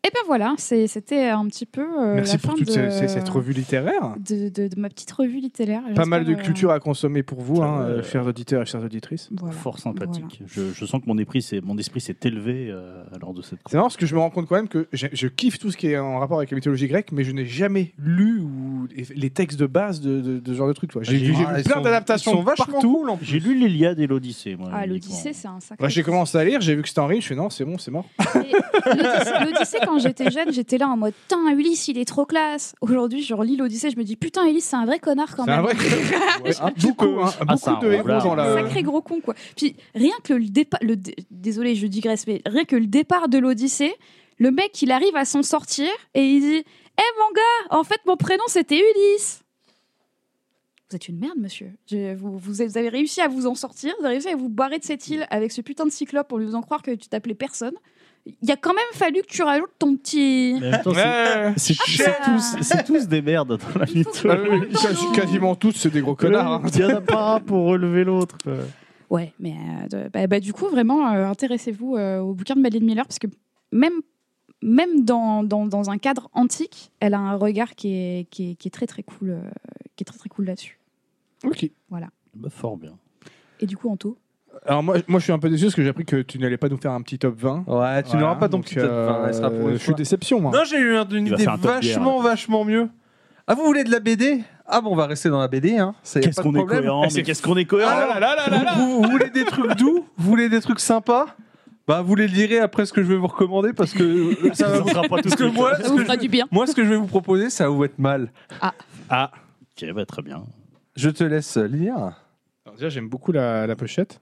Et ben voilà, c'était un petit peu Merci la pour fin toute de, cette revue littéraire. de ma petite revue littéraire. Pas mal de J'espère, culture à consommer pour vous, Ça, chers auditeurs et chères auditrices. voilà. Fort sympathique. Je sens que mon esprit s'est élevé lors de cette. C'est marrant parce que je me rends compte quand même que je kiffe tout ce qui est en rapport avec la mythologie grecque, mais je n'ai jamais lu les textes de base de ce genre de trucs. Quoi. J'ai vu ils plein sont- d'adaptations ils sont vachement partout. cool, en plus. J'ai lu l'Iliade et l'Odyssée. Moi, Ah, uniquement. l'Odyssée, c'est un sacré. Moi, j'ai commencé à lire, j'ai vu que c'était en rime, je fais non, c'est bon, c'est mort. L'Odyssée, quand j'étais jeune, j'étais là en mode putain, Ulysse, il est trop classe. Aujourd'hui, je relis l'Odyssée, je me dis putain, Ulysse, c'est un vrai connard quand C'est même. un vrai. Beaucoup, c'est un beaucoup de héros roublard. dans la. Sacré gros con, quoi. Puis rien que le départ. Désolé, je digresse, mais rien que le départ de l'Odyssée, le mec, il arrive à s'en sortir et il dit mon gars, en fait, mon prénom, c'était Ulysse. Vous êtes une merde, monsieur. Vous avez réussi à vous en sortir, vous avez réussi à vous barrer de cette île avec ce putain de cyclope en lui faisant croire que tu t'appelais personne. Il a quand même fallu que tu rajoutes ton petit. Mais en même temps, Ouais. c'est tous des merdes dans la mythologie. Quasiment tous, c'est des gros connards. hein. Il y en a pas un pour relever l'autre. quoi. Ouais, mais du coup, vraiment, intéressez-vous au bouquin de Madeleine Miller, parce que même dans un cadre antique, elle a un regard qui est très très cool, qui est très très cool là-dessus. Ok. Bah, fort bien. Et du coup, Anto, Alors moi, je suis un peu déçu parce que j'ai appris que tu n'allais pas nous faire un petit top 20. Ouais, tu Voilà, n'auras pas ton donc, petit top 20, elle sera pour une je suis fois. déception, moi. Non, j'ai eu une Il va idée faire un top bière, vachement mieux. Ah, vous voulez de la BD? Ah bon, on va rester dans la BD, hein. Ça, y a Qu'est-ce pas de qu'on est problème. cohérent, mais qu'est-ce qu'on est cohérent. Ah là là là là. Vous voulez des trucs doux? Vous voulez des trucs sympas? Bah, vous les lirez après ce que je vais vous recommander parce que ça va Ça sera pas tout Parce de que suite. moi, ça vous fera du bien. moi, ce que je vais vous proposer, ça va vous être mal. Ah. Ok, bah, très bien. Je te laisse lire. Alors déjà, j'aime beaucoup la pochette.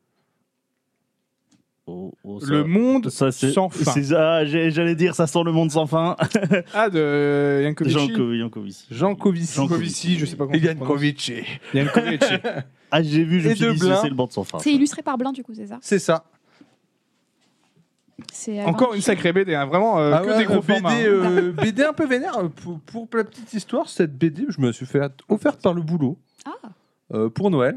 Ça- Le monde ça, c'est, sans fin. J'allais dire, ça sent le monde sans fin. Ah, de Yankovici. Jankovici. Jean Covici. Yankovici, je sais pas comment Et on prononce. Yankovici. Yankovici. Ah, j'ai vu, je Et me suis de dit, Blin. c'est le monde sans fin. C'est illustré par Blin, du coup, c'est ça. C'est ça. C'est Encore une sacrée BD, hein, vraiment Ah que ouais, des gros BD, formats. BD un peu vénère. Pour la petite histoire, cette BD, je me suis fait offerte par le boulot pour Noël.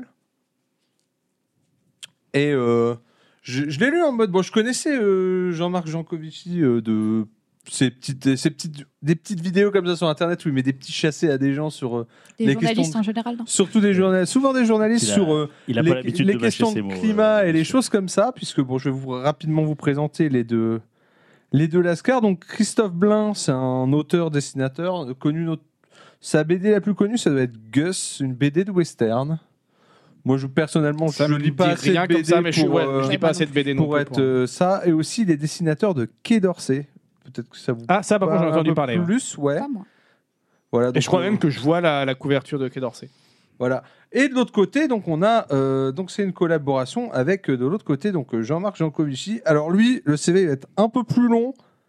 Et je l'ai lu en mode. Bon, je connaissais Jean-Marc Jancovici de des petites vidéos comme ça sur Internet où il met des petits chassés à des gens sur. Des les journalistes questions en général, non. Surtout des journalistes, souvent des journalistes Il a- sur Il a pas l'habitude les de mâcher questions ses de mots. climat et les choses comme ça, puisque bon, je vais rapidement vous présenter les deux Lascars. Donc Christophe Blin, c'est un auteur-dessinateur connu. Sa BD la plus connue, ça doit être Gus, une BD de western. Moi, personnellement, Ça je me lis pas dit assez rien de BD comme ça, mais je pour, lis pas assez de BD non pour plus. être ça, et aussi les dessinateurs de Quai d'Orsay. Peut-être que ça vous Ah, ça, par contre, j'en ai parle un entendu peu parler. Ouais. plus, ouais. Pas moi. Voilà, Et donc, je crois même que je vois la couverture de Quai d'Orsay. Voilà. Et de l'autre côté, donc on a donc c'est une collaboration avec de l'autre côté donc Jean-Marc Jancovici. Alors lui, le CV va être un peu plus long.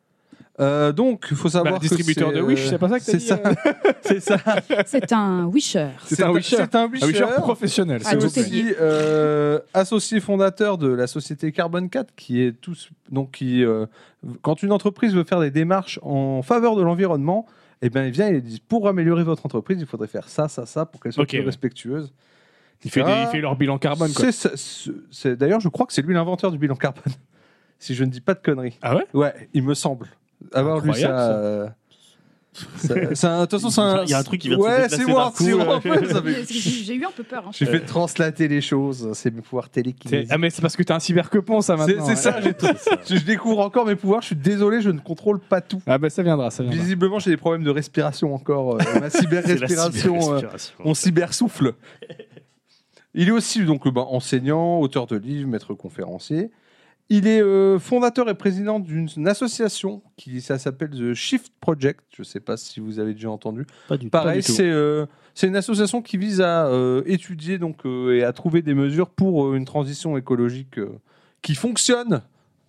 Donc il faut savoir que distributeur c'est, de Wish, c'est pas ça que t'as c'est dit, ça. C'est ça. C'est un wisher. C'est un Wisher. C'est un Un Wisher Wisher. professionnel. Ah, C'est tout s'il vous est plaît. aussi associé fondateur de la société Carbone 4, qui est quand une entreprise veut faire des démarches en faveur de l'environnement, eh ben il vient et il dit pour améliorer votre entreprise, il faudrait faire ça pour qu'elle soit Ok, plus ouais. respectueuse. Il fait leur bilan carbone, quoi. D'ailleurs, je crois que c'est lui l'inventeur du bilan carbone, si je ne dis pas de conneries. Ah ouais? Ouais, il me semble. Avoir lu Incroyable, ça. De toute façon, c'est un. Il y a un truc qui vient de se Ouais, déplacer c'est moi, d'un coup, c'est moi, ouais, ça fait- J'ai eu un peu peur. Hein. J'ai fait translater les choses, c'est mes pouvoirs télékinésistes. Ah, mais c'est parce que t'es un cyberquepon, ça, C'est maintenant. ça, je découvre encore mes pouvoirs, je suis désolé, je ne contrôle pas tout. Ah, bah ça viendra, ça viendra. Visiblement, j'ai des problèmes de respiration encore. Ma C'est la cyber-respiration, cyber-respiration. mon cyber-souffle. Il est aussi donc, enseignant, auteur de livres, maître conférencier. Il est fondateur et président d'une association ça s'appelle The Shift Project. Je ne sais pas si vous avez déjà entendu. Pas du tout. Pareil, Pas du tout. c'est une association qui vise à étudier et à trouver des mesures pour une transition écologique qui fonctionne.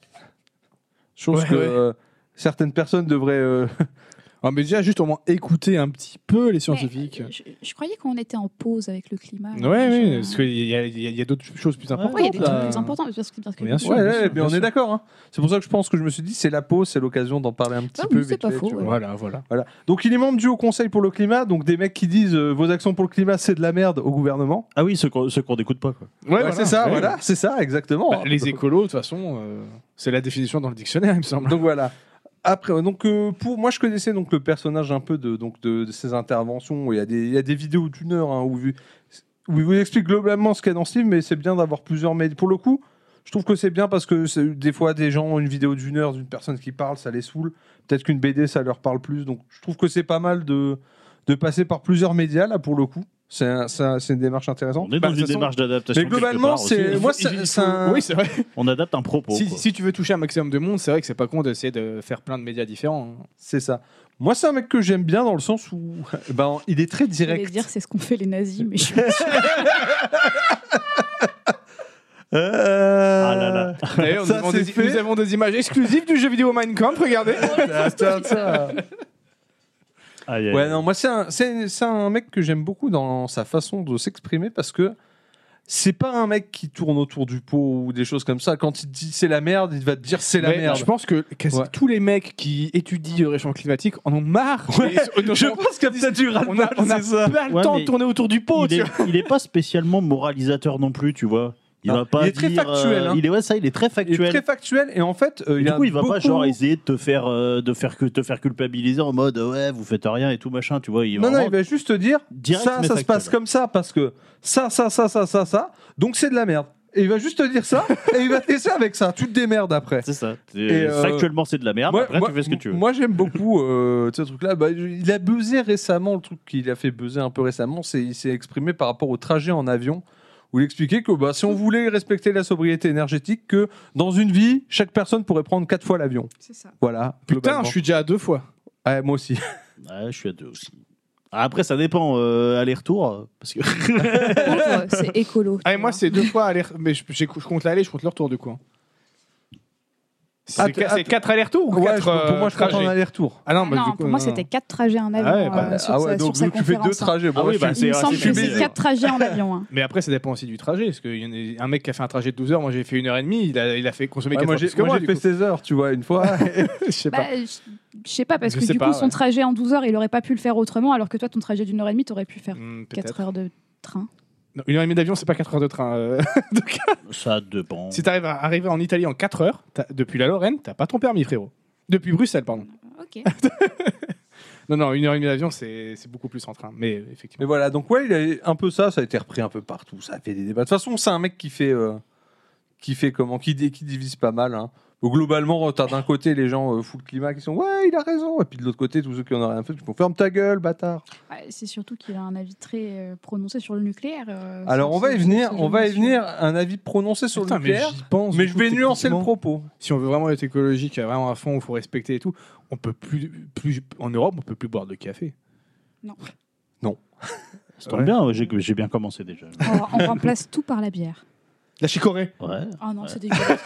Chose Ouais, que certaines personnes devraient. Ah, mais déjà, juste au moins écouter un petit peu les Mais, scientifiques. je croyais qu'on était en pause avec le climat. Ouais, oui, Je- parce qu'il y a d'autres choses plus importantes. Ouais, il y a des trucs là. plus importants. Parce que Bien sûr. Ouais, bien sûr, mais bien on sûr. est d'accord. Hein. C'est pour ça que je pense que je me suis dit, c'est la pause, c'est l'occasion d'en parler un petit Ah, peu. mais c'est vite pas fait, faux, tu ouais. vois. Voilà. Donc il est membre du Haut Conseil pour le climat, donc des mecs qui disent vos actions pour le climat c'est de la merde au gouvernement. Ah oui, ceux qu'on n'écoute pas. Quoi. Ouais, c'est ça, ouais. voilà, c'est ça exactement. Bah, les écolos, de toute façon, c'est la définition dans le dictionnaire, il me semble. Donc voilà. Après, donc pour moi, je connaissais donc le personnage un peu de ses interventions. Il y a des vidéos d'1 heure hein, où il vous explique globalement ce qu'il y a dans ce livre, mais c'est bien d'avoir plusieurs médias. Pour le coup, je trouve que c'est bien parce que des fois, des gens ont une vidéo d'1 heure d'une personne qui parle, ça les saoule. Peut-être qu'une BD, ça leur parle plus. Donc, je trouve que c'est pas mal de passer par plusieurs médias là pour le coup. C'est une démarche intéressante. On est dans une démarche d'adaptation. Mais globalement, Oui, c'est vrai. On adapte un propos. Si tu veux toucher un maximum de monde, c'est vrai que c'est pas con d'essayer de faire plein de médias différents. C'est ça. Moi, c'est un mec que j'aime bien dans le sens où il est très Je direct. voulais dire, c'est ce qu'ont fait les nazis, mais je suis Ah là là. D'ailleurs, nous avons des images exclusives du jeu vidéo Minecraft, regardez. Ouais, non, moi, c'est un mec que j'aime beaucoup dans sa façon de s'exprimer parce que c'est pas un mec qui tourne autour du pot ou des choses comme ça. Quand il te dit c'est la merde, il va te dire c'est la merde. Je pense que quasi tous les mecs qui étudient le réchauffement climatique en ont marre. Ouais, je pense qu'il y a peut-être du ras-le-bol, on a pas le temps de tourner autour du pot. Il est pas spécialement moralisateur non plus, tu vois. Il va pas il est très factuel. Il est très factuel. Il est très factuel et en fait, du coup, il va pas genre essayer de te faire culpabiliser en mode ouais, vous faites rien et tout machin, tu vois. Il va juste te dire ça se passe comme ça parce que ça. Donc c'est de la merde. Et il va juste te dire ça et il va te laisser avec ça. Tu te démerdes après. C'est ça. Factuellement, c'est de la merde. Après, tu fais ce que tu veux. Moi, j'aime beaucoup ce truc-là. Il a buzzé récemment. Le truc qu'il a fait buzzer un peu récemment, il s'est exprimé par rapport au trajet en avion. Où il expliquait que si on voulait respecter la sobriété énergétique, que dans une vie, chaque personne pourrait prendre 4 fois l'avion. C'est ça. Voilà. Putain, je suis déjà à 2 fois. Ouais, moi aussi. Ouais, je suis à 2 aussi. Après, ça dépend. Aller-retour. Parce que... c'est écolo. Moi, c'est 2 fois aller. Mais je compte l'aller, je compte le retour du coup. C'est 4 allers-retours ou 4 pour moi, je compte en aller-retour. Ah non, pour moi, c'était 4 trajets en avion. Donc tu fais 2 trajets. Il me semble que c'est 4 trajets en avion. Mais après, ça dépend aussi du trajet. Parce qu'il y a un mec qui a fait un trajet de 12 heures, moi j'ai fait 1h30, il a fait consommer 4 heures. Moi j'ai fait 16 heures, tu vois, une fois. Je sais pas, parce que du coup, son trajet en 12 heures, il aurait pas pu le faire autrement, alors que toi, ton trajet d'1 heure et demie, t'aurais pu faire 4 heures de train. Non, 1h30 d'avion, c'est pas 4 heures de train. Ça dépend. Si t'arrives à arriver en Italie en 4 heures, depuis la Lorraine, t'as pas ton permis, frérot. Depuis Bruxelles, pardon. Ok. Non, 1h30 d'avion, c'est beaucoup plus en train. Mais effectivement. Mais voilà, donc ouais, il a un peu ça a été repris un peu partout. Ça a fait des débats. De toute façon, c'est un mec qui divise pas mal. Hein. Donc, globalement, t'as d'un côté les gens full climat qui sont ouais, il a raison, et puis de l'autre côté, tous ceux qui en ont rien fait, qui font ferme ta gueule, bâtard. Ouais, c'est surtout qu'il a un avis très prononcé sur le nucléaire. Alors on va y venir, un avis prononcé sur le nucléaire, mais je vais nuancer le propos. Si on veut vraiment être écologique, vraiment à fond, il faut respecter et tout. On peut plus en Europe, on peut plus boire de café. Non. Ça tombe bien, j'ai bien commencé déjà. On remplace tout par la bière. La chicorée. Ouais. Ah non, c'est dégueulasse.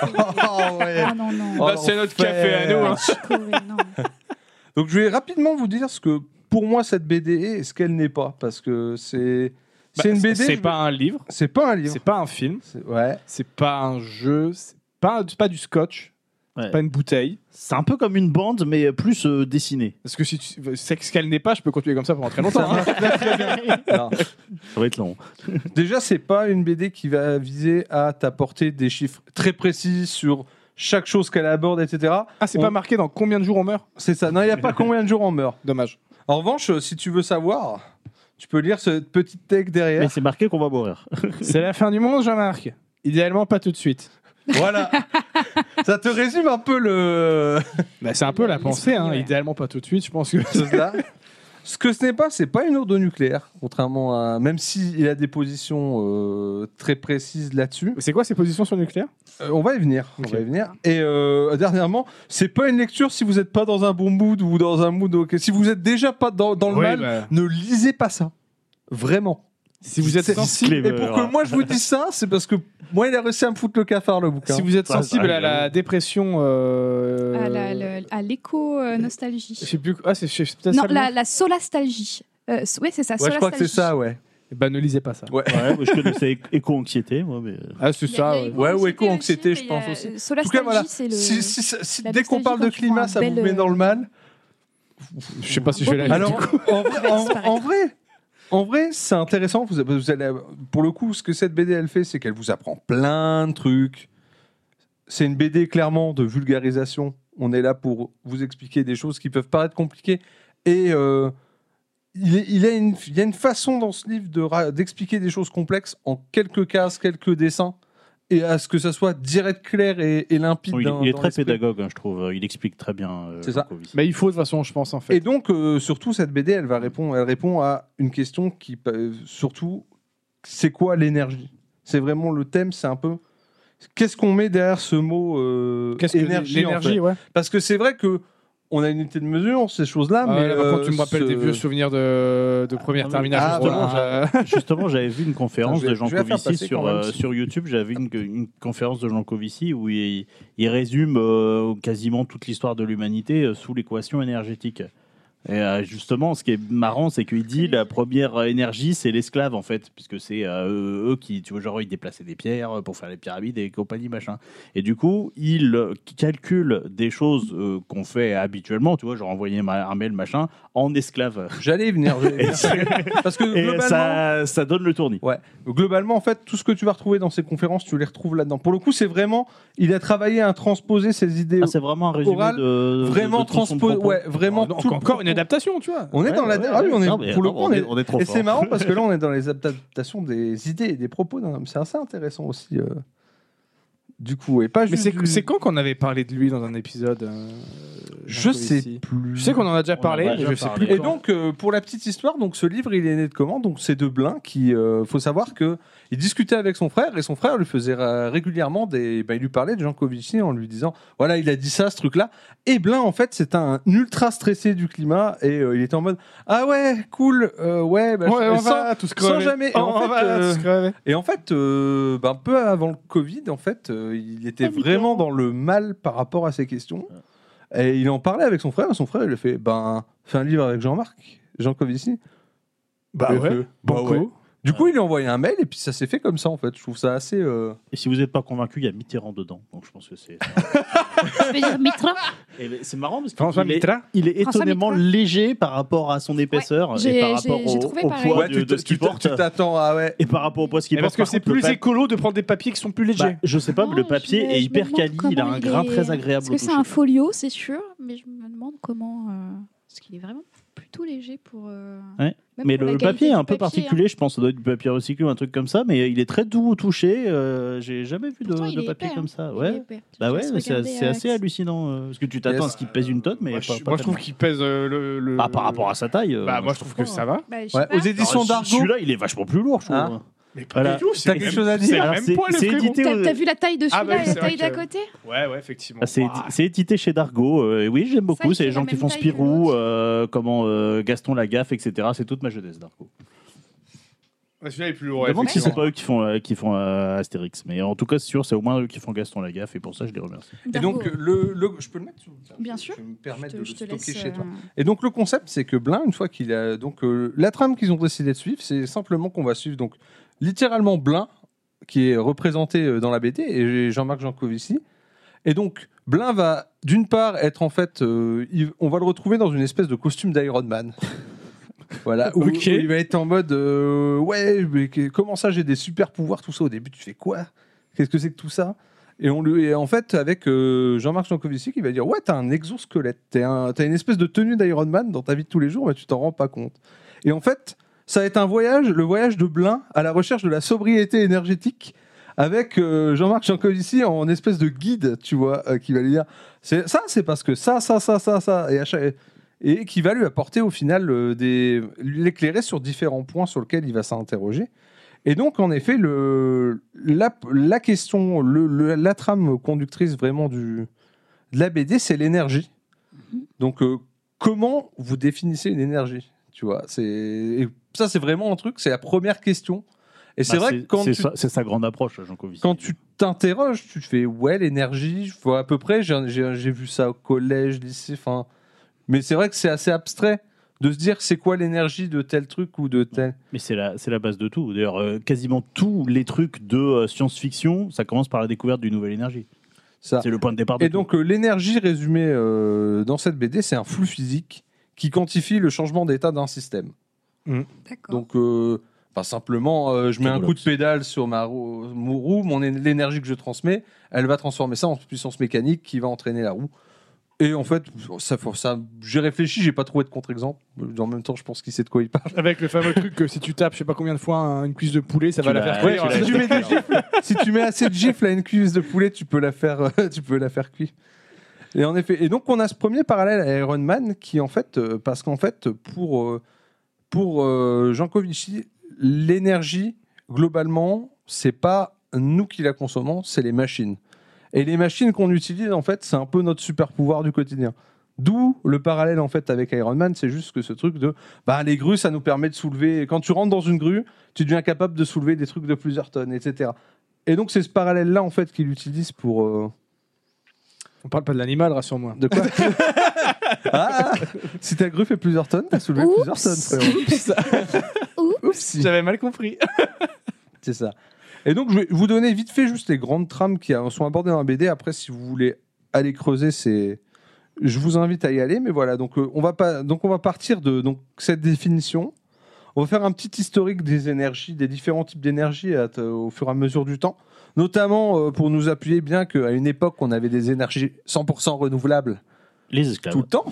Ah non. C'est notre café à nous. Hein. Chicorée, non. Donc je vais rapidement vous dire ce que pour moi cette BD est et ce qu'elle n'est pas, parce que c'est une BD. C'est pas un livre. C'est pas un livre. C'est pas un film. Ouais. C'est pas un jeu. C'est pas du scotch. Ouais. C'est pas une bouteille. C'est un peu comme une bande, mais plus dessinée. Parce que si tu sais ce qu'elle n'est pas, je peux continuer comme ça pendant très longtemps. Hein. Non. Ça va être long. Déjà, c'est pas une BD qui va viser à t'apporter des chiffres très précis sur chaque chose qu'elle aborde, etc. Ah, c'est pas marqué dans combien de jours on meurt? C'est ça. Non, il n'y a pas combien de jours on meurt. Dommage. En revanche, si tu veux savoir, tu peux lire cette petite tech derrière. Mais c'est marqué qu'on va mourir. C'est la fin du monde, Jean-Marc. Idéalement, pas tout de suite. Voilà. Ça te résume un peu le. C'est un peu la pensée, hein. Ouais. Idéalement pas tout de suite, je pense que c'est ça. Ce que ce n'est pas, c'est pas une ode au nucléaire, contrairement à. Même s'il a des positions très précises là-dessus. C'est quoi ses positions sur le nucléaire? On va y venir. Okay. On va y venir. Et dernièrement, c'est pas une lecture si vous n'êtes pas dans un bon mood ou dans un mood. Okay. Si vous êtes déjà pas dans le mal, ne lisez pas ça. Vraiment. Si vous êtes sensible, et pour que moi je vous dise ça, c'est parce que moi il a réussi à me foutre le cafard le bouquin. Si vous êtes sensible à la dépression, à l'éco-nostalgie. Je sais plus. Ah, c'est peut-être non, ça. La solastalgie. Oui, c'est ça. Ouais, je crois que c'est ça, ouais. Bah ne lisez pas ça. Ouais, je connaissais éco-anxiété, moi. Mais... Ah, c'est ça. Ouais, ou éco-anxiété, je pense aussi. En tout cas, voilà. Si dès qu'on parle de climat, ça vous met dans le mal. Je sais pas si je vais la lire. Alors, en vrai, c'est intéressant. Vous allez, pour le coup, ce que cette BD elle fait, c'est qu'elle vous apprend plein de trucs. C'est une BD clairement de vulgarisation On est là pour vous expliquer des choses qui peuvent paraître compliquées. Et il y a une façon dans ce livre d'expliquer des choses complexes en quelques cases, quelques dessins, et à ce que ça soit direct, clair et limpide. Il dans est très l'esprit. pédagogue, hein, je trouve. Il explique très bien. C'est ça. Jankovic. Mais il faut de toute façon, je pense, en fait. Et donc, surtout, cette BD, elle répond à une question qui, surtout, c'est quoi l'énergie ? C'est vraiment le thème, c'est un peu... Qu'est-ce qu'on met derrière ce mot Qu'est-ce que énergie, l'énergie, en fait ? ouais. Parce que c'est vrai que on a une unité de mesure, ces choses-là, Ah mais... ouais, là, par contre, tu me rappelles des vieux souvenirs de première terminale. Ah, justement. voilà. Justement, j'avais vu une conférence Attends, de je vais la faire Jancovici passer quand même, si- sur YouTube. J'avais vu une conférence de Jancovici où il résume quasiment toute l'histoire de l'humanité sous l'équation énergétique. Et justement, ce qui est marrant, c'est qu'il dit la première énergie, c'est l'esclave en fait, puisque c'est eux qui, tu vois, genre ils déplaçaient des pierres pour faire les pyramides et compagnie machin. Et du coup, il calcule des choses qu'on fait habituellement, tu vois, genre envoyer un mail machin, en esclave. J'allais y venir. Parce que Et globalement... ça donne le tournis. Ouais. Globalement, en fait, tout ce que tu vas retrouver dans ces conférences, tu les retrouves là-dedans. Pour le coup, c'est vraiment... Il a travaillé à transposer ses idées. Ah, c'est vraiment un résumé Oral, de vraiment tout son transposé. propos. Ouais, vraiment. tout le Encore une propos. adaptation, tu vois. On est Ouais, dans la. ouais, Ah oui, on est. non, mais pour le non, coup, on est trop Et fort. c'est marrant parce que là, on est dans les adaptations des idées et des propos. C'est assez intéressant aussi. Du coup, et pas Mais juste. c'est quand qu'on avait parlé de lui dans un épisode Je sais ici plus. Je sais qu'on en a déjà On en parlé, a mais déjà je sais parlé. plus. Et quand. donc, pour la petite histoire, donc ce livre, il est né de comment ? Donc, c'est de Blin qui, faut savoir que il discutait avec son frère et son frère lui faisait régulièrement il lui parlait de Jancovici en lui disant, voilà, il a dit ça, ce truc-là. Et Blin, en fait, c'est un ultra stressé du climat et il était en mode, ah ouais, cool, ouais, bah, Ouais, on sans- va tous crever. sans jamais. Et On en fait, va tous crever. Et en fait, un peu avant le Covid, en fait, il était vraiment dans le mal par rapport à ces questions. Et il en parlait avec son frère, et son frère, il lui a fait, fais un livre avec Jean-Marc, Jancovici. Bah Il a ouais, fait, banco. ouais. Du coup, il lui a envoyé un mail, et puis ça s'est fait comme ça, en fait. Je trouve ça assez... Et si vous n'êtes pas convaincu, il y a Mitterrand dedans. Donc je pense que c'est. Je veux dire Mitra. Et c'est marrant parce François qu'il est, Mitterrand. il est François étonnamment Mitterrand. léger par rapport à son épaisseur j'ai- et par rapport j'ai trouvé au pareil. poids Ouais, de ce qu'il porte. tu t'attends à... Ouais. Et par rapport au poids ce qu'il Mais porte. parce que par c'est contre, le plus écolo de prendre des papiers qui sont plus légers. Bah, je sais pas, mais le Non, papier je me- est je hyper me demande quali, il a comment un grain est- très agréable Est-ce que au c'est toucher. un folio, c'est sûr, mais je me demande comment. Parce qu'il est vraiment plutôt léger pour. Ouais. même Mais pour la le qualité papier est du un peu papier, hein. particulier, je pense. Ça doit être du papier recyclé ou un truc comme ça, mais il est très doux au toucher. J'ai jamais vu Pourtant, il de est papier épais, comme hein. ça. Il est Ouais. épais. Bah Je ouais, laisse mais regarder, c'est assez hallucinant. Parce que tu t'attends à Yes. ce qu'il pèse une tonne, mais Moi, pas je trouve tellement. qu'il pèse le. Bah, par rapport à sa taille. Bah, moi, je trouve que ça va. Bah, je sais Ouais, pas. aux éditions Alors, d'Argo. Celui-là, il est vachement plus lourd, je trouve. Hein Mais pas Voilà. du tout. T'as quelque chose à dire C'est Alors, le c'est- même poids, le c'est frérot. édité- T'as vu la taille de Ah, celui-là bah, et c'est la taille vrai d'à que- côté Ouais, ouais, effectivement. Ah, c'est Ouah. c'est édité chez Dargo. Et oui, j'aime beaucoup. il C'est fait les gens la qui même font taille que Spirou, l'autre. Gaston Lagaffe, etc. C'est toute ma jeunesse, Dargo. Ouais, celui-là est plus lourd. Je me demande si c'est effectivement. pas eux qui font Astérix. Mais en tout cas, c'est sûr, c'est au moins eux qui font Gaston Lagaffe. Et pour ça, je les remercie. Et donc, je peux le mettre Bien sûr. Je vais me permettre de le je te stocker laisse. chez toi. Et donc le concept, c'est que Blin, une fois qu'il a donc la trame qu'ils ont décidé de suivre, c'est simplement qu'on va suivre donc littéralement Blin qui est représenté dans la BD et Jean-Marc Jancovici. Et donc Blin va d'une part être en fait, on va le retrouver dans une espèce de costume d'Iron Man. Voilà, où, Ok. où il va être en mode ouais, mais comment ça j'ai des super pouvoirs, tout ça. Au début, tu fais quoi? Qu'est-ce que c'est que tout ça? Et en fait, avec Jean-Marc Jancovici qui va dire ouais, t'as un exosquelette, t'as une espèce de tenue d'Iron Man dans ta vie de tous les jours, mais tu t'en rends pas compte. Et en fait, ça va être le voyage de Blin à la recherche de la sobriété énergétique avec Jean-Marc Jancovici en espèce de guide, tu vois, qui va lui dire c'est parce que ça, et qui va lui apporter au final l'éclairer sur différents points sur lesquels il va s'interroger. Et donc, en effet, la question, la trame conductrice vraiment de la BD, c'est l'énergie. Donc, comment vous définissez une énergie? Tu vois, et ça, c'est vraiment un truc, c'est la première question. Et c'est vrai que c'est sa grande approche, Jancovici. quand tu t'interroges, tu te fais ouais, l'énergie, je vois à peu près, j'ai vu ça au collège, lycée, enfin. Mais c'est vrai que c'est assez abstrait de se dire c'est quoi l'énergie de tel truc ou de tel. Mais c'est la base de tout. D'ailleurs, quasiment tous les trucs de science-fiction, ça commence par la découverte d'une nouvelle énergie. Ça. C'est le point de départ de Et tout. donc l'énergie résumée dans cette BD, c'est un flux physique qui quantifie le changement d'état d'un système. D'accord. Donc simplement, je mets un coup de pédale sur ma roue, l'énergie que je transmets, elle va transformer ça en puissance mécanique qui va entraîner la roue. Et en fait, ça, j'ai réfléchi, j'ai pas trouvé de contre-exemple. En même temps, je pense qu'il sait de quoi il parle. Avec le fameux truc que si tu tapes, je sais pas combien de fois une cuisse de poulet, ça va la faire cuire. Si tu mets des gifles, si tu mets assez de gifles à une cuisse de poulet, tu peux la faire cuire. Et en effet, et donc on a ce premier parallèle à Iron Man qui en fait, parce qu'en fait pour Jancovici, l'énergie globalement, c'est pas nous qui la consommons, c'est les machines. Et les machines qu'on utilise en fait, c'est un peu notre super pouvoir du quotidien. D'où le parallèle en fait avec Iron Man, c'est juste que ce truc de les grues, ça nous permet de soulever. Quand tu rentres dans une grue, tu deviens capable de soulever des trucs de plusieurs tonnes, etc. Et donc c'est ce parallèle-là en fait qu'il utilise pour. On parle pas de l'animal, rassure-moi. De quoi? Si ta grue fait plusieurs tonnes, t'as soulevé plusieurs tonnes, frérot. Oups. J'avais mal compris. C'est ça. Et donc je vais vous donner vite fait juste les grandes trames qui sont abordées dans la BD. Après, si vous voulez aller creuser, je vous invite à y aller. Mais voilà, donc on va partir de cette définition. On va faire un petit historique des énergies, des différents types d'énergie au fur et à mesure du temps. Notamment pour nous appuyer bien qu'à une époque, on avait des énergies 100% renouvelables. Les esclaves. Tout le temps.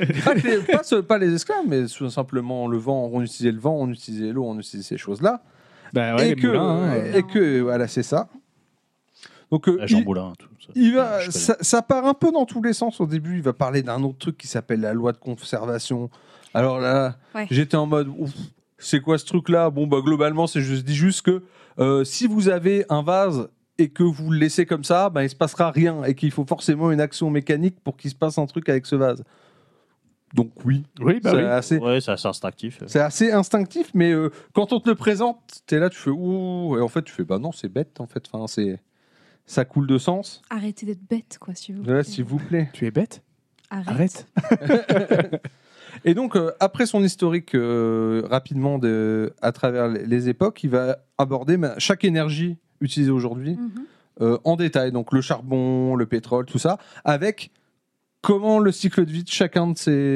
pas les esclaves, mais simplement le vent. On utilisait le vent, on utilisait l'eau, on utilisait ces choses-là. Bah ouais, et que voilà, c'est ça. Donc Jean Moulin, tout ça. Ça part un peu dans tous les sens. Au début, il va parler d'un autre truc qui s'appelle la loi de conservation. Alors là, j'étais en mode, c'est quoi ce truc-là? Bon, globalement, dit juste que si vous avez un vase et que vous le laissez comme ça, il se passera rien et qu'il faut forcément une action mécanique pour qu'il se passe un truc avec ce vase. Donc c'est assez instinctif. C'est assez instinctif, mais quand on te le présente, t'es là, tu fais ouh, et en fait tu fais non, c'est bête en fait. Enfin, ça coule de sens. Arrêtez d'être bête, quoi, s'il vous plaît. S'il vous plaît. Tu es bête? Arrête. Et donc après son historique rapidement à travers les époques, il va aborder chaque énergie utilisée aujourd'hui en détail. Donc le charbon, le pétrole, tout ça, avec comment le cycle de vie de chacune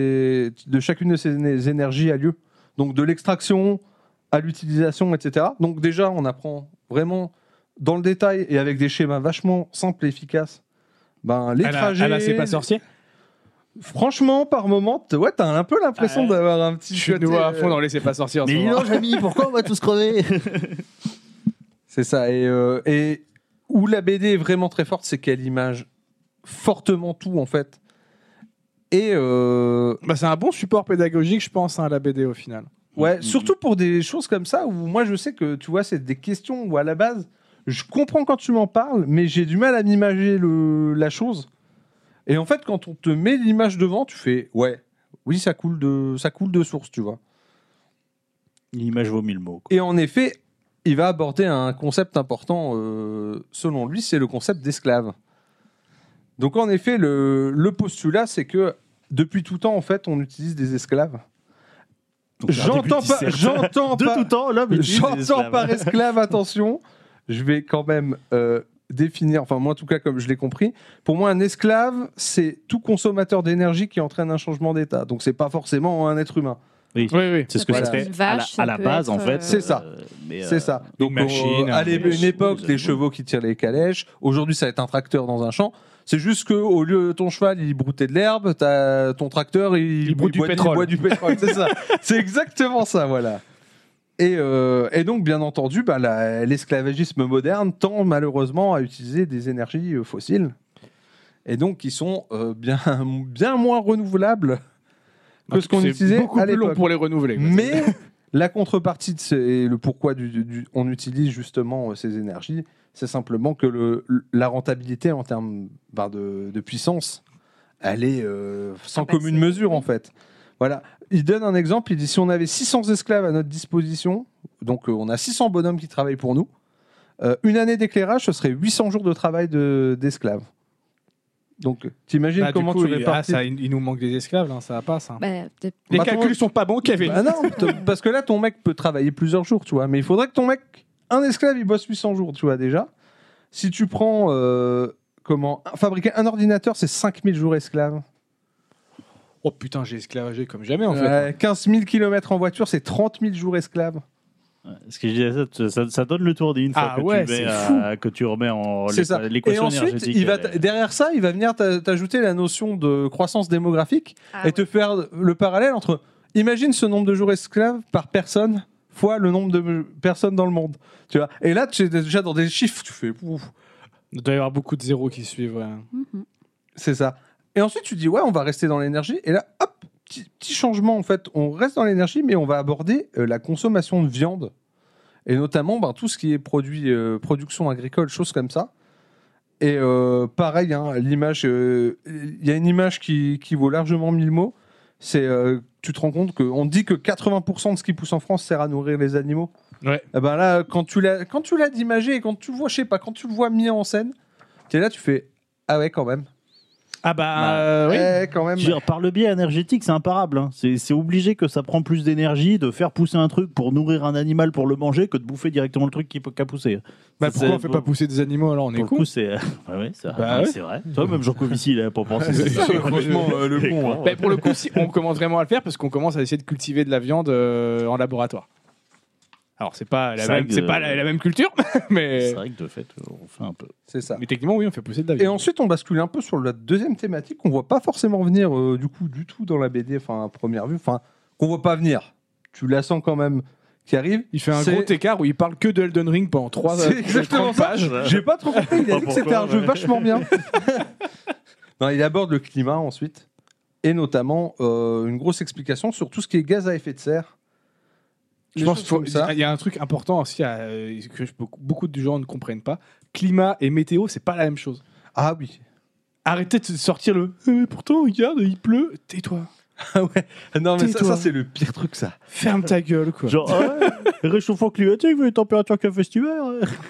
de ces énergies a lieu. Donc de l'extraction à l'utilisation, etc. Donc déjà, on apprend vraiment dans le détail et avec des schémas vachement simples et efficaces. Les trajets. Elle a C'est pas sorcier. Franchement, par moment, t'as un peu l'impression d'avoir un petit. Je suis nouveau à fond dans les C'est pas sorcier. Mais non, Jamy, pourquoi on va tous crever? C'est ça. Et où la BD est vraiment très forte, c'est qu'elle image fortement tout en fait. Et c'est un bon support pédagogique, je pense, à la BD au final. Ouais, surtout pour des choses comme ça où moi je sais que tu vois, c'est des questions où à la base, je comprends quand tu m'en parles, mais j'ai du mal à m'imager la chose. Et en fait, quand on te met l'image devant, tu fais oui, ça coule de source, tu vois. L'image vaut 1000 mots. Et en effet, il va aborder un concept important, selon lui, c'est le concept d'esclave. Donc en effet, le postulat, c'est que depuis tout temps, en fait, on utilise des esclaves. Donc, J'entends par esclave, attention, je vais quand même définir, enfin moi en tout cas comme je l'ai compris, pour moi un esclave, c'est tout consommateur d'énergie qui entraîne un changement d'état. Donc c'est pas forcément un être humain. Oui. C'est ce que ça fait à la base, en fait. C'est ça. C'est ça. Donc, à une époque, les chevaux qui tirent les calèches. Aujourd'hui, ça va être un tracteur dans un champ. C'est juste qu'au lieu de ton cheval, il broutait de l'herbe, ton tracteur, il boit du pétrole. C'est ça. C'est exactement ça, voilà. Et donc, bien entendu, l'esclavagisme moderne tend malheureusement à utiliser des énergies fossiles. Et donc, qui sont bien moins renouvelables que ce qu'on utilisait beaucoup à plus long l'époque. pour les renouveler. Mais la contrepartie et le pourquoi on utilise justement ces énergies, c'est simplement que la rentabilité en termes de puissance, elle est sans commune mesure en fait. Voilà. Il donne un exemple, il dit si on avait 600 esclaves à notre disposition, donc on a 600 bonhommes qui travaillent pour nous, une année d'éclairage, ce serait 800 jours de travail d'esclaves. Donc, t'imagines comment tu répartis. Il nous manque des esclaves, là, ça va pas, ça. Les calculs sont pas bons, Kevin. Non, parce que là, ton mec peut travailler plusieurs jours, tu vois. Mais il faudrait que ton mec, un esclave, il bosse 800 jours, tu vois, déjà. Si tu prends, fabriquer un ordinateur, c'est 5000 jours esclaves. Oh putain, j'ai esclavagé comme jamais, en fait. 15 000 km en voiture, c'est 30 000 jours esclaves. Ce que je disais, ça donne le tour une fois que tu remets en l'équation énergétique. Et ensuite, derrière ça, il va venir t'ajouter la notion de croissance démographique et te faire le parallèle entre, imagine ce nombre de jours esclaves par personne fois le nombre de personnes dans le monde. Tu vois. Et là, tu es déjà dans des chiffres, tu fais... Ouf. Il doit y avoir beaucoup de zéros qui suivent. Ouais. C'est ça. Et ensuite, tu dis, ouais, on va rester dans l'énergie. Et là, hop, petit changement, en fait. On reste dans l'énergie, mais on va aborder la consommation de viande. Et notamment, tout ce qui est production agricole, choses comme ça. Et pareil, l'image... Il y a une image qui vaut largement 1000 mots. C'est... tu te rends compte qu'on dit que 80% de ce qui pousse en France sert à nourrir les animaux. Ouais. Et ben là, quand tu l'as d'imagé et quand tu le vois, je sais pas, quand tu le vois mis en scène, tu es là, tu fais ah ouais, quand même. Ah oui. Quand même. Je veux dire, par le biais énergétique, c'est imparable. Hein. C'est obligé que ça prend plus d'énergie de faire pousser un truc pour nourrir un animal pour le manger que de bouffer directement le truc qui a poussé. Pourquoi on fait pas pousser des animaux alors on est con. C'est vrai. Toi, même Jean Covici, il a pas pensé. Franchement, le con. Hein. Pour le coup, si on commence vraiment à le faire parce qu'on commence à essayer de cultiver de la viande en laboratoire. Alors, c'est pas la même culture, mais... C'est vrai que de fait, on fait un peu. C'est ça. Mais techniquement, oui, on fait pousser de la viande. Et ensuite, on bascule un peu sur la deuxième thématique qu'on voit pas forcément venir du tout dans la BD, à première vue, qu'on voit pas venir. Tu la sens quand même qui arrive. Il fait un gros écart où il parle que de Elden Ring pendant 30 pages. J'ai pas trop compris, il a dit que c'était un jeu vachement bien. Non, il aborde le climat ensuite, et notamment une grosse explication sur tout ce qui est gaz à effet de serre. Je pense qu'il y a un truc important aussi que beaucoup de gens ne comprennent pas. Climat et météo, c'est pas la même chose. Ah oui. Arrêtez de sortir mais pourtant, regarde, il pleut. Tais-toi. Ah ouais. Non, mais ça c'est le pire truc, ça. Ferme ta gueule, quoi. Genre, réchauffement climatique, les températures qu'a fait cet hiver.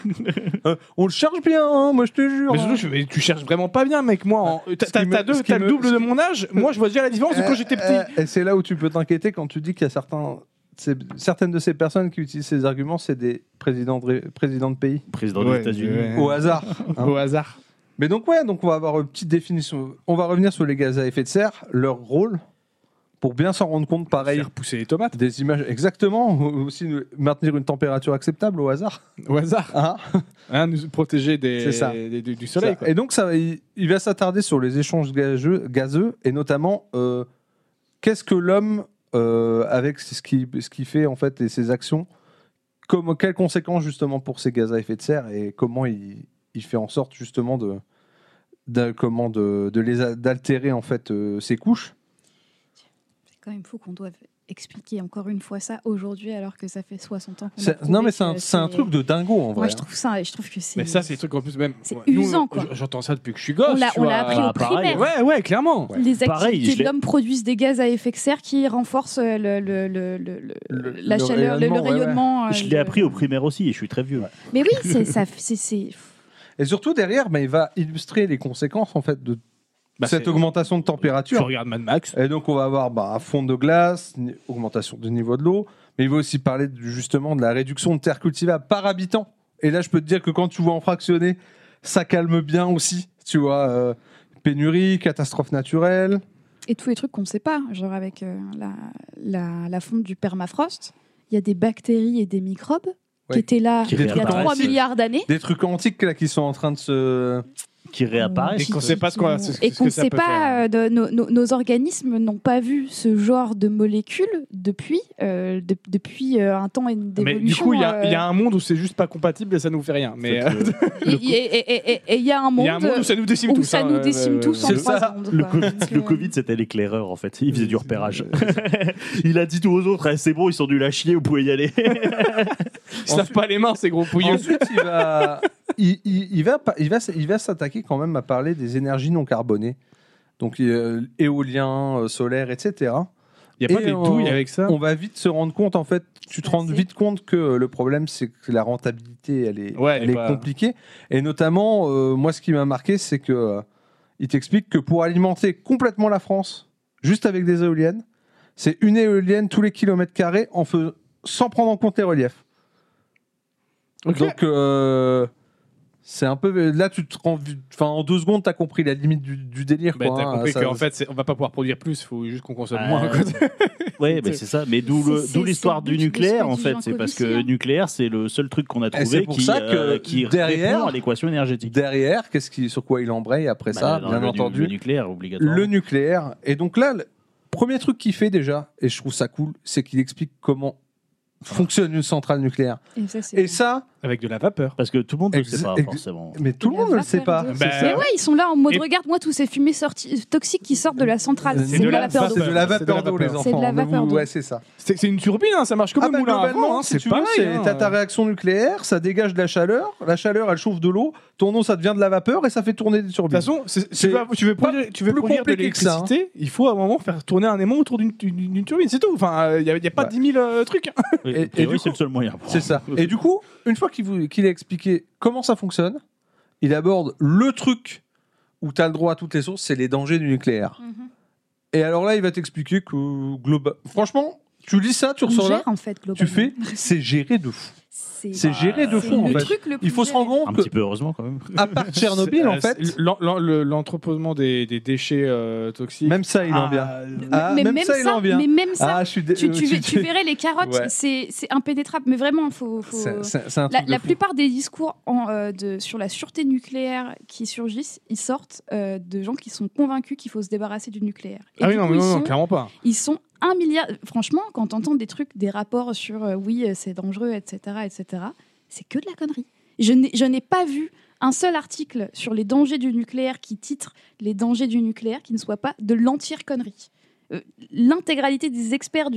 On le cherche bien, moi je te jure. Mais surtout, tu cherches vraiment pas bien, mec. Moi, t'as le double de mon âge. Moi, je vois déjà la différence de quand j'étais petit. Et c'est là où tu peux t'inquiéter quand tu dis qu'il y a certaines de ces personnes qui utilisent ces arguments, c'est des présidents de pays. Président des États-Unis. Au hasard. Au hasard. Mais donc on va avoir une petite définition. On va revenir sur les gaz à effet de serre, leur rôle, pour bien s'en rendre compte, pareil. Faire pousser les tomates. Des images, exactement. Aussi maintenir une température acceptable au hasard. Au hasard. Nous protéger du soleil. Quoi. Et donc il va s'attarder sur les échanges gazeux et notamment qu'est-ce que l'homme avec ce qu'il fait en fait et ses actions, quelles conséquences justement pour ces gaz à effet de serre et comment il fait en sorte justement d'altérer en fait ces couches. C'est quand même fou qu'on doive expliquer encore une fois ça aujourd'hui alors que ça fait 60 ans qu'on non mais c'est un truc de dingo en vrai. Moi je trouve que c'est... Mais ça c'est des trucs en plus même... C'est usant quoi. J'entends ça depuis que je suis gosse. On l'a appris au primaire. Ouais, clairement. Les activités de l'homme produisent des gaz à effet de serre qui renforcent la chaleur, le rayonnement. Je l'ai appris au primaire aussi et je suis très vieux. Mais oui, c'est... Et surtout derrière, il va illustrer les conséquences en fait de cette augmentation de température. Tu regardes Mad Max. Et donc on va avoir un fond de glace, augmentation du niveau de l'eau, mais il va aussi parler justement de la réduction de terres cultivables par habitant. Et là, je peux te dire que quand tu vois en fractionner, ça calme bien aussi. Tu vois, pénurie, catastrophe naturelle. Et tous les trucs qu'on ne sait pas, genre avec la fonte du permafrost, il y a des bactéries et des microbes qui étaient là il y a 3 milliards d'années. Des trucs antiques là, qui sont en train de se... qui réapparaissent. Et qu'on ne sait pas nos organismes n'ont pas vu ce genre de molécules depuis un temps d'évolution. Mais du coup, il y a un monde où c'est juste pas compatible et ça nous fait rien. Mais et il y a un monde où ça nous décime tous. Ça nous décime tous en 3 secondes. Le Covid, c'était l'éclaireur en fait. Il faisait du repérage. Il a dit tout aux autres, c'est bon, ils sont nuls à chier, vous pouvez y aller. Ils savent pas les mains, ces gros pouilleux. Ensuite, il va s'attaquer quand même à parler des énergies non carbonées, donc éolien, solaire, etc. Il n'y a pas des douilles avec ça. On va vite se rendre compte, en fait, tu te rends vite compte que le problème, c'est que la rentabilité, elle est compliquée. Et notamment, moi, ce qui m'a marqué, c'est que il t'explique que pour alimenter complètement la France, juste avec des éoliennes, c'est une éolienne tous les kilomètres carrés sans prendre en compte les reliefs. Okay. Donc, C'est un peu là tu te rends enfin en 2 secondes t'as compris la limite du délire Bah, quoi. t'as compris Ça- qu'en fait, on va pas pouvoir produire plus, il faut juste qu'on consomme moins. Quoi. Ouais, mais c'est ça. Mais d'où l'histoire c'est le du but de nucléaire, ce en que fait. dit C'est Jean parce que Covici, hein. nucléaire, c'est le seul truc qu'on a c'est trouvé pour qui, ça que qui derrière- répond à l'équation énergétique. Derrière, sur quoi il embraye après ça, Dans bien le entendu, Le nucléaire, obligatoirement. le nucléaire. Et donc là, le premier truc qu'il fait déjà, et je trouve ça cool, c'est qu'il explique comment fonctionne une centrale nucléaire. Et Et ça, Avec de la vapeur. Parce que tout le monde ne le sait pas, Ex- forcément. mais tout le la monde ne le sait pas. vapeur d'eau. Bah, C'est ça. Mais ouais, ils sont là en mode Et- regarde-moi tous ces fumées toxiques qui sortent de la centrale. C'est C'est de la vapeur C'est d'eau. de la C'est de la vapeur d'eau, les vapeur. enfants. C'est de la vapeur d'eau. Ouais, c'est ça. C'est une turbine, hein, ça marche comme un moulin à vent. globalement, Hein, si c'est tu veux, pareil. t'as ta réaction nucléaire, ça dégage de la chaleur, elle chauffe de l'eau, ton eau, ça devient de la vapeur et ça fait tourner des De turbines. toute façon, C'est tu veux pas produire, tu veux plus produire de compliqué que ça, hein. l'électricité, il faut à un moment faire tourner un aimant autour d'une turbine, c'est tout. Enfin, il n'y a pas Ouais. 10 000 trucs. Hein. Oui, Et- a et priori, du c'est coup- le seul moyen. C'est ça. Et du coup, une fois qu'il a expliqué comment ça fonctionne, il aborde le truc où tu as le droit à toutes les sources, c'est les dangers du nucléaire. Mhm. Et alors là, il va t'expliquer que, franchement, tu lis ça, tu On ressors là, gère en fait tu globalement. fais, c'est géré de fou. C'est géré de c'est fou, en le fait. truc le plus Il faut se rendre Un compte petit que, peu, heureusement, quand même. à part Tchernobyl, en fait, L'entreposement des déchets toxiques. même ça, il en vient. Ah, mais même même ça, il en vient. mais même ça, Ah, je suis dé- tu verrais les carottes, Ouais. c'est impénétrable. Mais vraiment, faut. C'est un truc de La fou. plupart des discours sur la sûreté nucléaire qui surgissent, ils sortent de gens qui sont convaincus qu'il faut se débarrasser du nucléaire. Et Ah oui, du non, coup, mais ils non, sont- clairement pas. Ils sont 1 milliard. Franchement, quand t'entends des rapports sur oui, c'est dangereux, etc., c'est que de la connerie. Je n'ai pas vu un seul article sur les dangers du nucléaire qui titre les dangers du nucléaire qui ne soit pas de l'entière connerie. L'intégralité des experts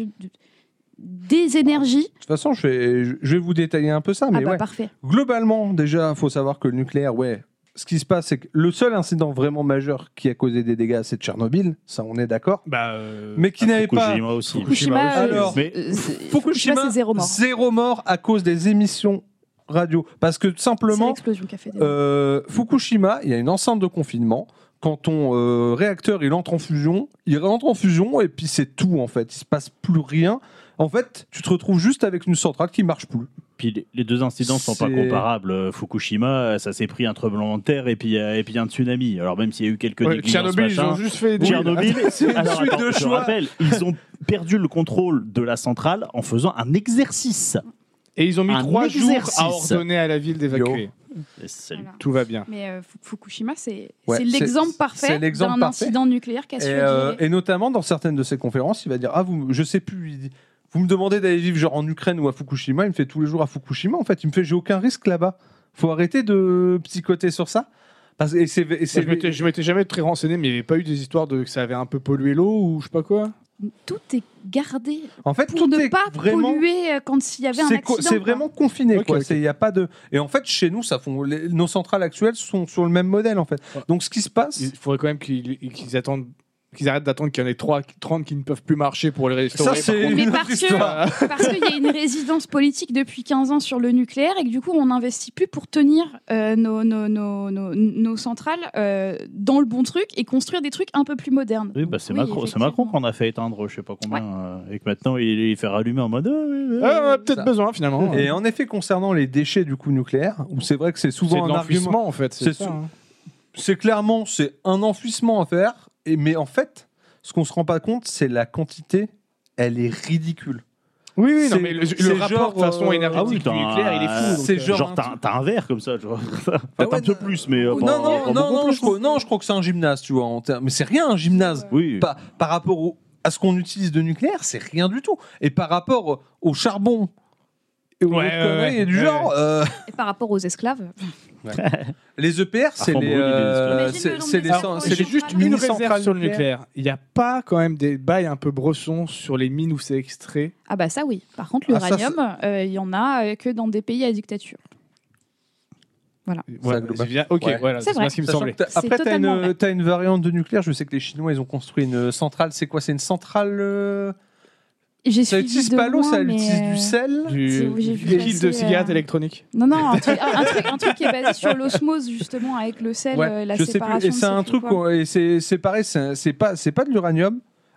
des énergies. De toute façon, je vais vous détailler un peu ça, mais ouais. Parfait. Globalement, déjà, il faut savoir que le nucléaire, ce qui se passe, c'est que le seul incident vraiment majeur qui a causé des dégâts, c'est Tchernobyl, ça on est d'accord, Bah, mais qui n'avait pas... Fukushima aussi. Fukushima, Alors, Fukushima, c'est zéro mort. zéro mort à cause des émissions radio. Parce que tout C'est simplement, l'explosion qui a fait des morts. Fukushima, il y a une enceinte de confinement. Quand ton réacteur il rentre en fusion et puis c'est tout en fait. Il se passe plus rien. En fait, tu te retrouves juste avec une centrale qui marche plus. Puis les deux incidents ne sont pas C'est- comparables. Fukushima, ça s'est pris un tremblement de terre et puis un tsunami. Alors même s'il y a eu quelques négligences, Tchernobyl, ils machin, ont juste fait. Tchernobyl, C'est une alors, suite attends, de je choix. rappelle, ils ont perdu le contrôle de la centrale en faisant un exercice. Et ils ont mis Un 3 jours exercice. à ordonner à la ville d'évacuer. Salut. Voilà. Tout va bien. Mais Fukushima, c'est Ouais, c'est l'exemple c'est parfait l'exemple d'un parfait. incident nucléaire qui a su être géré. Et notamment dans certaines de ses conférences, il va dire je sais plus. Il dit, vous me demandez d'aller vivre genre en Ukraine ou à Fukushima. Il me fait tous les jours à Fukushima. En fait, il me fait j'ai aucun risque là-bas. Faut arrêter de psychoter sur ça. Je m'étais jamais très renseigné, mais il n'y avait pas eu des histoires que ça avait un peu pollué l'eau ou je sais pas quoi. Tout est gardé En fait, pour tout ne est pas vraiment. polluer quand il y avait un accident. C'est quoi. vraiment confiné, Ok, quoi. ok. Y a pas de. Et en fait, chez nous, nos centrales actuelles sont sur le même modèle, en fait. Ouais. Donc, ce qui se passe, Il faudrait quand même qu'ils arrêtent d'attendre qu'il y en ait 30 qui ne peuvent plus marcher pour les restaurer. Ça, c'est par contre. Mais une parce autre histoire. parce qu'il y a une résidence politique depuis 15 ans sur le nucléaire et que du coup on n'investit plus pour tenir nos centrales dans le bon truc et construire des trucs un peu plus modernes. Oui, bah, c'est Macron effectivement. qu'on a fait éteindre, je sais pas combien, et que maintenant il fait rallumer en mode. on a peut-être Ça. besoin finalement. Et en effet, concernant les déchets du coup nucléaires, où c'est vrai que c'est C'est souvent de un argument. l'enfouissement en fait. C'est C'est ça, sou- hein. C'est clairement un enfouissement à faire, mais en fait, ce qu'on se rend pas compte, c'est la quantité, elle est ridicule. Oui, non, C'est- mais le c'est rapport genre, de façon ah énergétique oui, du t'as nucléaire, il est fou. donc, c'est genre- Genre, t'as un verre comme ça, tu vois. Peut-être ouais, un peu plus, mais. non, pas beaucoup non, plus. je crois que c'est un gymnase, tu vois. Mais c'est rien un gymnase. Oui. Par rapport à ce qu'on utilise de nucléaire, c'est rien du tout. Et par rapport au charbon et aux Ouais, autres conneries ouais, et du ouais. genre, Et par rapport aux esclaves, les EPR, c'est fond les, brûlé, les esclaves. c'est les, Alors, c'est J'ai les juste mini une réserve centrales sur le nucléaires. nucléaire. Il n'y a pas quand même des bails un peu bressons sur les mines où c'est extrait. ah bah ça oui. Par contre, Ah, ça, l'uranium, il y en a que dans des pays à dictature. Ouais, globalement. c'est bien. Ok, Ouais. voilà, C'est c'est bien vrai. ce qui me Sachant semblait. que C'est après, totalement vrai. t'as une variante de nucléaire. Je sais que les Chinois, ils ont construit une centrale. C'est quoi? C'est une centrale. J'ai Ça suivi utilise de pas l'eau, loin, ça mais, utilise du sel. j'ai vu liquide de passer, cigarette électronique. Non, un truc qui est basé sur l'osmose, justement, avec le sel, Ouais, la je sais séparation. plus. Et c'est de un ces truc, trucs, quoi. et c'est pareil, c'est pas de l'uranium,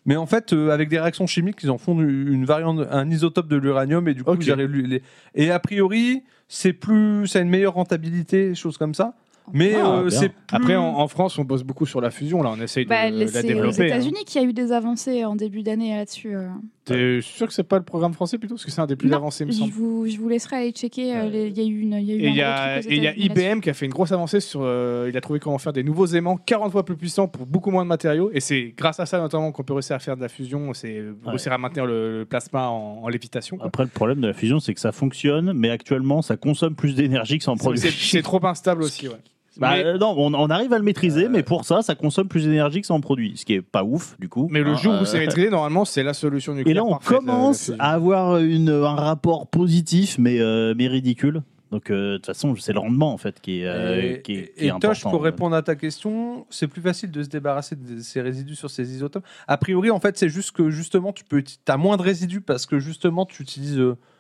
Mais en fait, avec des réactions chimiques, ils en font une variante, un isotope de l'uranium, et du coup, Ok. ils arrivent et a priori, ça a une meilleure rentabilité, choses comme ça. Mais Ah, bien. c'est plus... Après, en France, on bosse beaucoup sur la fusion. Là, on essaye de Bah, la c'est aux développer. hein. États-Unis qu'il y a eu des avancées en début d'année là-dessus. T'es sûr que c'est pas le programme français plutôt, parce que c'est un des plus Non, avancés, il me Je semble. vous laisserai aller checker. Il y a eu une. Il y a eu Et un il y gros a, truc aux et il y a États-Unis là-dessus. IBM qui a fait une grosse avancée sur. Il a trouvé comment faire des nouveaux aimants 40 fois plus puissants pour beaucoup moins de matériaux. Et c'est grâce à ça notamment qu'on peut réussir à faire de la fusion. C'est réussir à maintenir le plasma en lévitation. quoi. Après, le problème de la fusion, c'est que ça fonctionne, mais actuellement, ça consomme plus d'énergie que ça en produit. C'est trop instable aussi. Ouais. Bah, Mais- non, on arrive à le maîtriser, mais pour ça, ça consomme plus d'énergie que ça en produit, ce qui est pas ouf du coup. Mais le hein, jour où c'est maîtrisé, normalement, c'est la solution nucléaire. Et là, on parfaite, la commence fusion. à avoir un rapport positif, mais ridicule. Donc, de toute façon, c'est le rendement en fait qui est, qui est Et important. Tosh, pour répondre à ta question, c'est plus facile de se débarrasser de ces résidus sur ces isotopes. A priori, en fait, c'est juste que justement, tu as moins de résidus parce que justement, tu utilises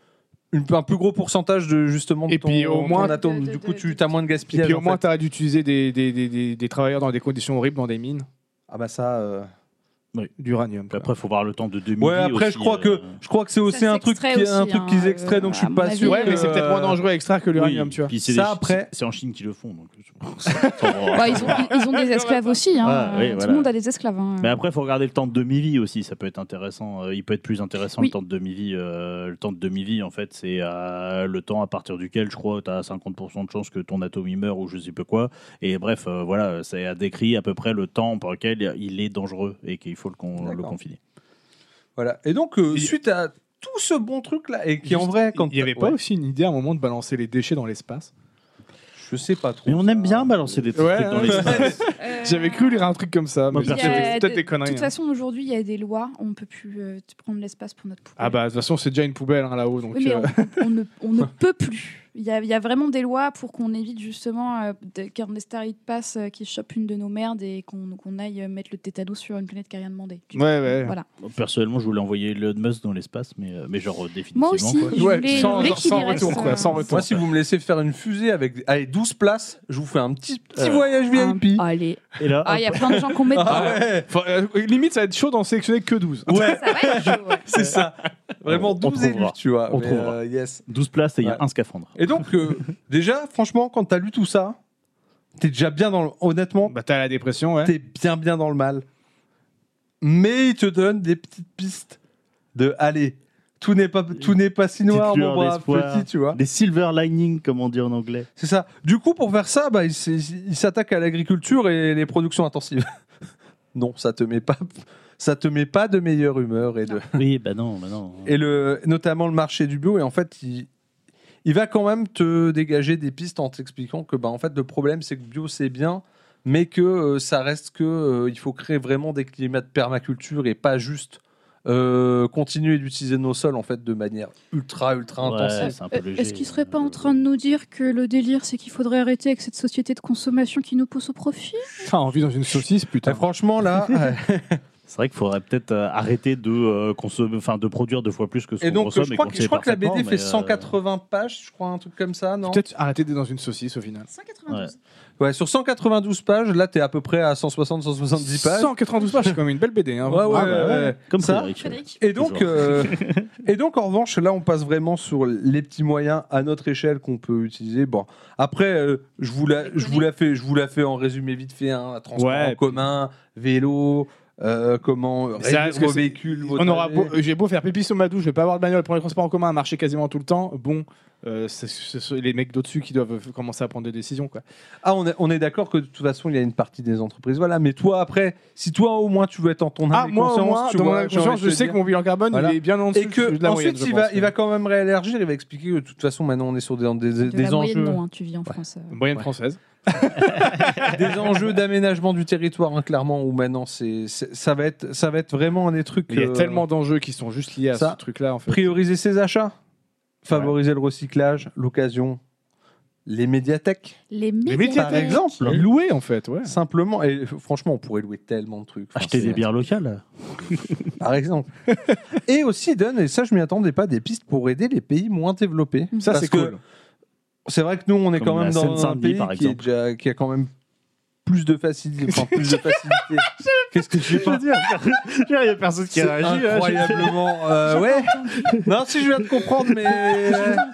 un plus gros pourcentage de justement de Et puis, au moins- ton atome. de- Du de- coup, de- tu as moins de Et gaspillage. puis au en moins, fait. tu arrêtes d'utiliser des travailleurs dans des conditions horribles dans des mines Ah bah ça. d'uranium. quoi. Après, il faut voir le temps de 2000. Ouais, après, je crois que c'est aussi Ça un truc s'extrait aussi, qu'ils extraient, donc je suis à pas mon sûr. Ouais, mais que- c'est peut-être moins dangereux à extraire que l'uranium, tu vois. Puis c'est Ça, des- après- c'est en Chine qu'ils le font. Donc... Bah, ils ont des esclaves aussi. Hein. Ah, oui, Tout voilà. le monde a des esclaves. Hein. Mais après, il faut regarder le temps de demi-vie aussi. Ça peut être intéressant. Il peut être plus intéressant Oui. le temps de demi-vie. Le temps de demi-vie, en fait, c'est le temps à partir duquel, je crois, tu as 50% de chance que ton atome y meure ou je sais pas quoi. Et bref, voilà, ça a décrit à peu près le temps pour lequel il est dangereux et qu'il faut le D'accord. confiner. Voilà. Et donc, suite à tout ce bon truc là, et qui en Juste, vrai, quand il n'y avait pas aussi une idée à un moment de balancer les déchets dans l'espace. je sais pas trop. Mais on ça. aime bien balancer des trucs Ouais, dans ouais. l'espace. J'avais cru lire un truc comme ça, mais Il y a- c'est peut-être des De conneries. toute hein. façon, aujourd'hui, il y a des lois. On ne peut plus prendre l'espace pour notre poubelle. Ah bah de toute façon c'est déjà une poubelle hein, là-haut donc Oui, mais on ne peut plus. Il y a vraiment des lois pour qu'on évite justement qu'un stéroïdes passe, qui chope une de nos merdes et qu'on aille mettre le tétanos sur une planète qui n'a rien demandé. Du Ouais, coup, ouais. Voilà. Personnellement, je voulais envoyer Elon Musk dans l'espace, mais genre définitivement. Moi aussi, quoi. je Ouais, voulais, sans- je voulais qu'il sans y reste, retour, quoi, sans retour. Moi, si vous me laissez faire une fusée avec 12 places, je vous fais un petit Euh, voyage VIP. Allez. Et là, Ah, il y a plein de gens qui ont mis Ah dedans. ouais, Enfin, limite ça va être chaud d'en sélectionner que 12. ouais, Ça va être chaud. Ouais. c'est ça. Vraiment On 12 élus, trouvera. tu vois. On Mais, trouvera. yes. 12 places et il y a Ouais. un scaphandre. Et donc, déjà, franchement, quand t'as lu tout ça, t'es déjà bien dans le... Honnêtement, Bah t'as la dépression ouais. t'es bien dans le mal. Mais il te donne des petites pistes de allez, tout n'est pas si noir, Petite mon lueur brave d'espoir. petit, tu vois. Des silver lining, comme on dit en anglais. C'est ça. Du coup, pour faire ça, bah, il s'attaque à l'agriculture et les productions intensives. Non, ça te met pas de meilleure humeur et de Oui, bah non, bah non. et notamment le marché du bio. Et en fait, il va quand même te dégager des pistes en t'expliquant que bah en fait le problème c'est que bio c'est bien, mais que ça reste que il faut créer vraiment des climats de permaculture et pas juste continuer d'utiliser nos sols en fait de manière ultra Ouais, intensive. c'est un peu léger. Est-ce qu'il serait pas en train de nous dire que le délire, c'est qu'il faudrait arrêter avec cette société de consommation qui nous pousse au profit? T'as envie dans une saucisse Et putain. franchement là, C'est vrai qu'il faudrait peut-être arrêter de consommer, enfin de produire 2 fois plus que ce et qu'on donc consomme. je crois que la BD parfaitement, fait mais, 180 pages, je crois un truc comme ça, non? Peut-être arrêter d'être dans une saucisse au final. 192. Ouais, sur 192 pages, là t'es à peu près à 160-170 pages. 192 pages c'est quand même une belle BD hein. Ouais, ouais, Ah, bah, ouais. Comme ça. Frédéric. Frédéric. Et donc, en revanche, là, on passe vraiment sur les petits moyens à notre échelle qu'on peut utiliser. Bon, après, je vous la fais en résumé vite fait. Hein, transport Ouais, en commun, vélo, comment Ça, réduire parce que vos c'est- véhicules. vos On aura trajets. j'ai beau faire pipi sur ma douche, je vais pas avoir de bagnole, prendre les transports en commun, marcher quasiment tout le temps. Bon, c'est les mecs d'au-dessus qui doivent commencer à prendre des décisions quoi. Ah, on est d'accord que de toute façon, il y a une partie des entreprises. Voilà, mais toi, après, si toi au moins tu veux être en ton âme Ah et moi, conscience, moi tu dans mon vois, âme et j'ai envie conscience, de je te sais dire. que mon bilan carbone Voilà. il est bien en dessous Et que de la moyenne. ensuite, je il va, pense, il va quand même réélargir. Il va expliquer que de toute façon, maintenant, on est sur des De la moyenne, enjeux. non, hein, tu vis en France. Moyenne Ouais. française. Des enjeux d'aménagement du territoire, hein, clairement, où maintenant ça va être vraiment un des trucs. Il y a tellement d'enjeux qui sont juste liés à ça, ce truc-là en fait. prioriser ses achats, favoriser le recyclage, l'occasion, les médiathèques, Les médiathèques, médiathèques. par exemple. Louer en fait, ouais. Simplement, et franchement, on pourrait louer tellement de trucs. Enfin, Acheter c'est- des bières locales. par exemple. Et aussi, il donne, et ça, je m'y attendais pas, des pistes pour aider les pays moins développés. Ça Parce c'est que cool. C'est vrai que nous, on est Comme quand même la dans un Seine-Saint-Denis, pays par qui exemple. a quand même plus de facilité. Enfin, plus de facilité. Qu'est-ce que je sais Je veux pas? dire, il y a personne qui C'est réagit. incroyablement. Ouais. Non, si je viens de comprendre, mais.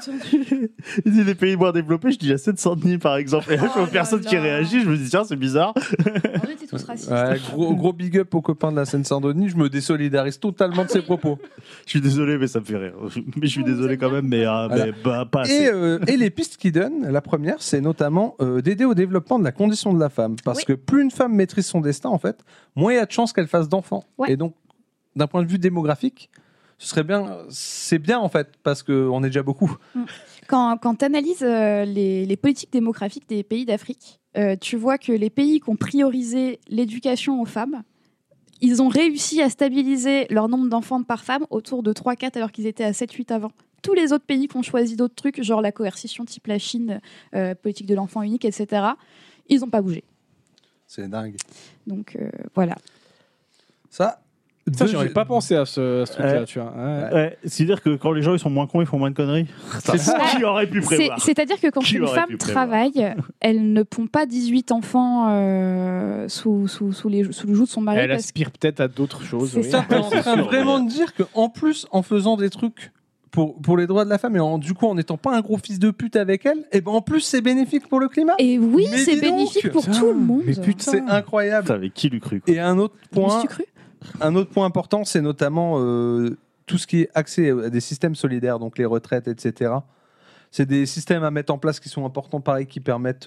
Il dit les pays moins développés, je dis la Seine-Saint-Denis par exemple. Et là, je vois Oh personne là qui là. réagit, je me dis tiens, c'est bizarre. En vrai, t'es tous racistes. Ouais, gros big up aux copains de la Seine-Saint-Denis. Je me désolidarise totalement de ses propos. Je suis désolé, mais ça me fait rire. Mais je suis désolé quand même, mais, Voilà. mais pas assez. Et les pistes qu'il donne, la première, c'est notamment d'aider au développement de la condition de la femme. Parce Oui. que plus une femme maîtrise son destin, en fait, moins il y a de chances qu'elle fasse d'enfants. Ouais. Et donc, d'un point de vue démographique, c'est bien en fait, parce qu'on est déjà beaucoup. Quand tu analyses les politiques démographiques des pays d'Afrique, tu vois que les pays qui ont priorisé l'éducation aux femmes, ils ont réussi à stabiliser leur nombre d'enfants par femme autour de 3-4 alors qu'ils étaient à 7-8 avant. Tous les autres pays qui ont choisi d'autres trucs, genre la coercition type la Chine, politique de l'enfant unique, etc., ils n'ont pas bougé. C'est dingue. Donc voilà. Ça, Deux- j'aurais pas pensé à ce truc-là, Ouais. tu vois. Ouais. Ouais, c'est-à-dire que quand les gens ils sont moins cons, ils font moins de conneries. C'est ça. Qui aurait pu prévoir? C'est-à-dire que quand Qui une aurait femme pu prévoir travaille, elle ne pond pas 18 enfants sous le joug de son mari. Elle parce aspire peut-être à d'autres choses. C'est oui. ça. T'es en train sûr, vraiment mais- de dire qu'en plus, en faisant des trucs pour les droits de la femme et du coup en n'étant pas un gros fils de pute avec elle, et ben en plus c'est bénéfique pour le climat. Et oui, Mais c'est dis donc, bénéfique pour putain, tout le monde. mais putain. C'est incroyable. Putain, avec qui l'eût cru quoi. Et un autre Mais point, tu cru important, c'est notamment tout ce qui est accès à des systèmes solidaires, donc les retraites, etc. C'est des systèmes à mettre en place qui sont importants, pareil, qui permettent.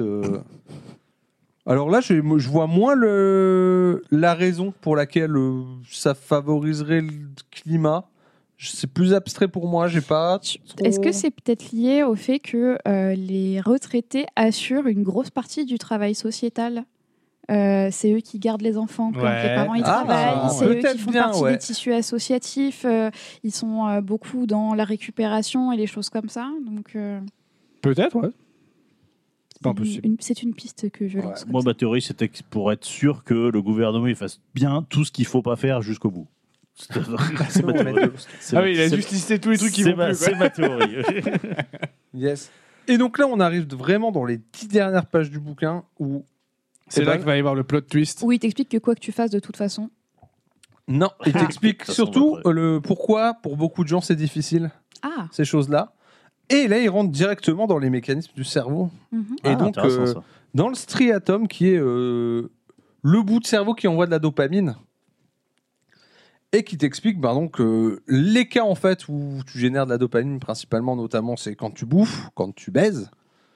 Alors là, je vois moins la raison pour laquelle ça favoriserait le climat. C'est plus abstrait pour moi. J'ai pas. trop- Est-ce que c'est peut-être lié au fait que les retraités assurent une grosse partie du travail sociétal c'est eux qui gardent les enfants quand Ouais. les parents ils Ah, travaillent, c'est eux qui peut-être font bien, partie ouais. des tissus associatifs, ils sont beaucoup dans la récupération et les choses comme ça. Donc Peut-être, ouais. C'est pas impossible. c'est une piste que je lance. comme Moi, ça. ma théorie, c'était que pour être sûr que le gouvernement il fasse bien tout ce qu'il faut pas faire jusqu'au bout. C'est ma théorie. C'est Ah ma- oui, il a c'est- juste listé tous les trucs qui c'est vont ma- plus. quoi. C'est ma théorie. Yes. Et donc là, on arrive vraiment dans les 10 dernières pages du bouquin où. C'est Eh là ben, qu'il va y avoir le plot twist. Oui, il t'explique que quoi que tu fasses de toute façon. Non, il t'explique De toute façon, surtout on va crever. le pourquoi, pour beaucoup de gens, c'est difficile, Ah. ces choses-là. Et là, il rentre directement dans les mécanismes du cerveau. Mhm. Et Ah, donc, intéressant, ça. dans le striatum, qui est le bout de cerveau qui envoie de la dopamine, et qui t'explique donc, les cas en fait où tu génères de la dopamine, principalement, notamment, c'est quand tu bouffes, quand tu baises.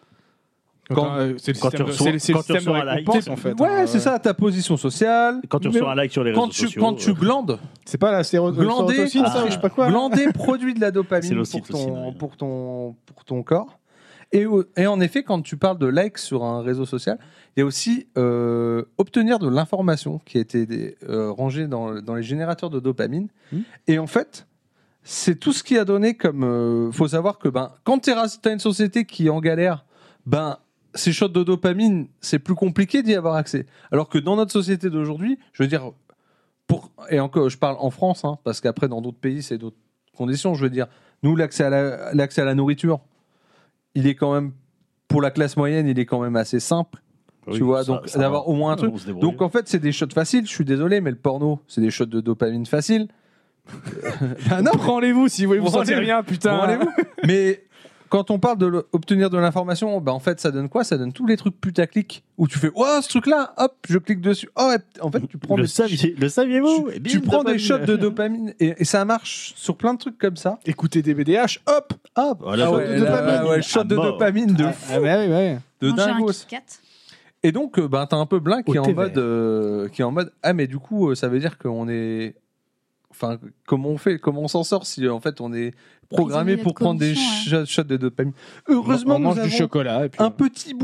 C'est le quand tu système de- reçois- c'est le quand tu système de reçois un like. récompense, en fait. Ouais, hein, c'est ça, ta position sociale. Quand tu Mais reçois un like sur les réseaux quand sociaux. quand tu glandes, C'est pas la Glander, sérotocine, ça, ah, ou je sais pas quoi. là glander produit de la C'est dopamine l'ocytocine, oui. pour ton corps. Et en effet, quand tu parles de likes sur un réseau social, il y a aussi obtenir de l'information qui a été rangée dans les générateurs de dopamine. Et en fait, c'est tout ce qui a donné comme... faut savoir que quand tu as une société qui est en galère, ces shots de dopamine, c'est plus compliqué d'y avoir accès. Alors que dans notre société d'aujourd'hui, je veux dire... et encore, je parle en France, hein, parce qu'après, dans d'autres pays, c'est d'autres conditions. Je veux dire, nous, l'accès à la nourriture, il est quand même, pour la classe moyenne, il est quand même assez simple. Oui, tu vois, ça- donc ça d'avoir va. au moins un truc. On se débrouille. Donc en fait, c'est des shots faciles. Je suis désolé, mais le porno, c'est des shots de dopamine faciles. Non, Prends-les-vous si vous voulez vous sentir Branlez-vous. rien, putain. Branlez-vous. Mais quand on parle d'obtenir de l'information, en fait, ça donne quoi? Ça donne tous les trucs putaclic où tu fais, oh, ce truc-là, hop, je clique dessus. Oh, et en fait, tu prends le des saviez-vous Et bim, tu prends des dopamine. shots de dopamine et ça marche sur plein de trucs comme ça. Écoutez des BDH, hop. Ah, voilà, Ah shot ouais, de là, dopamine. ouais, shot À de mort. dopamine de Ah, fou, ah, bah oui, ouais. de Manger un dingos. Kit Kat. Et donc, t'as un peu Blin qui est Au en thé mode, ah mais du coup, ça veut dire qu'on est, enfin, comment on fait, comment on s'en sort si en fait on est programmé Prisonnier pour de prendre des condition, shots de dopamine. Heureusement, on mange nous du avons chocolat. Et puis, un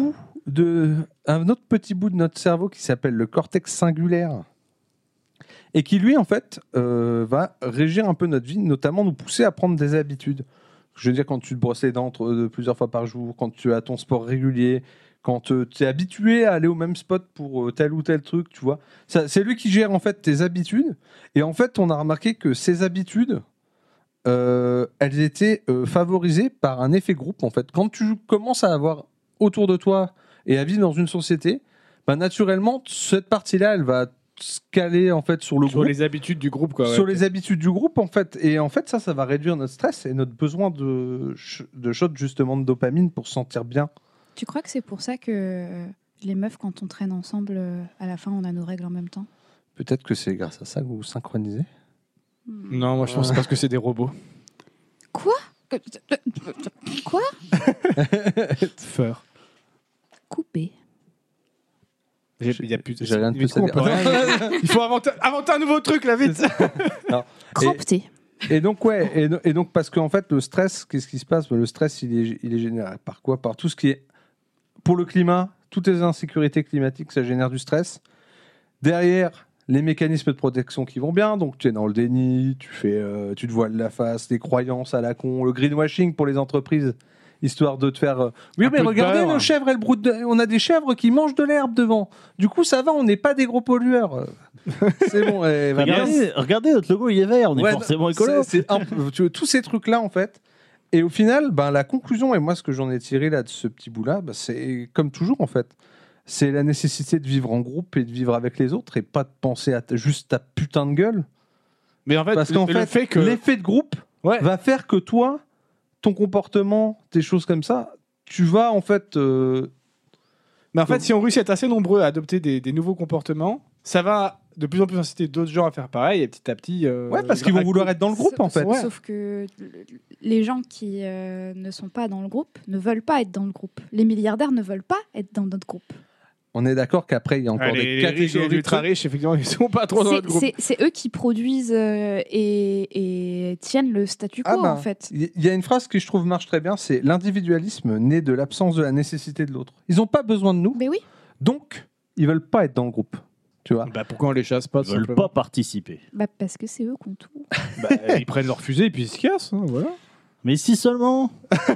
autre petit bout de notre cerveau qui s'appelle le cortex singulaire et qui lui en fait va régir un peu notre vie, notamment nous pousser à prendre des habitudes. Je veux dire, quand tu te brosses les dents plusieurs fois par jour, quand tu as ton sport régulier, quand tu es habitué à aller au même spot pour tel ou tel truc, tu vois. C'est lui qui gère en fait tes habitudes. Et en fait, on a remarqué que ces habitudes, elles étaient favorisées par un effet groupe en fait. Quand tu commences à avoir autour de toi et à vivre dans une société, bah, naturellement, cette partie-là, elle va se caler en fait sur le Sur groupe, les habitudes du groupe, quoi. sur les habitudes du groupe en fait. Et en fait, ça va réduire notre stress et notre besoin de shot justement de dopamine pour se sentir bien. Tu crois que c'est pour ça que les meufs, quand on traîne ensemble, à la fin, on a nos règles en même temps? Peut-être que c'est grâce à ça que vous vous synchronisez. Non, moi je pense que c'est parce que c'est des robots. Quoi? Quoi? Feur. Coupé. Il y a plus. J'ai rien de Mais plus à du coup, on dire. peut rien- Il faut inventer un nouveau truc là, vite. Crampté. Et donc, ouais, et donc parce qu'en fait, le stress, qu'est-ce qui se passe? Le stress, il est généré par quoi? Par tout ce qui est. Pour le climat, toutes les insécurités climatiques, ça génère du stress. Derrière, les mécanismes de protection qui vont bien, donc tu es dans le déni, tu te voiles la face, les croyances à la con, le greenwashing pour les entreprises, histoire de te faire. Oui, Un mais peu de regardez, peur. nos chèvres, elles broutent on a des chèvres qui mangent de l'herbe devant. Du coup, ça va, on n'est pas des gros pollueurs. C'est bon. Va bien. Regardez, notre logo, il est vert, on est Ouais, forcément écolo. c'est tu vois, tous ces trucs-là, en fait. Et au final, ben, la conclusion, et moi, ce que j'en ai tiré là de ce petit bout-là, ben, c'est comme toujours, en fait. C'est la nécessité de vivre en groupe et de vivre avec les autres et pas de penser à juste ta putain de gueule. Mais en fait, Parce qu'en le fait, que. l'effet de groupe Ouais. va faire que toi, ton comportement, tes choses comme ça, tu vas en fait. Mais en fait, si on réussit à être assez nombreux à adopter des nouveaux comportements, ça va de plus en plus inciter d'autres gens à faire pareil et petit à petit. Ouais, parce qu'ils vont vouloir être dans le groupe, en fait. Ouais. Sauf que les gens qui ne sont pas dans le groupe ne veulent pas être dans le groupe. Les milliardaires ne veulent pas être dans notre groupe. On est d'accord qu'après, il y a encore des Les riches et les catégories. ultra riches, effectivement, ils sont pas trop dans notre groupe. C'est eux qui produisent et tiennent le statu quo, Ah ben, en fait. Il y a une phrase que je trouve marche très bien, c'est l'individualisme naît de l'absence de la nécessité de l'autre. Ils n'ont pas besoin de nous, Mais oui. donc ils veulent pas être dans le groupe. Tu vois. Bah, pourquoi on les chasse pas Ils veulent simplement pas participer. Bah, parce que c'est eux qui ont tout. Bah, ils prennent leur fusée et puis ils se cassent. Hein, voilà. Mais si seulement.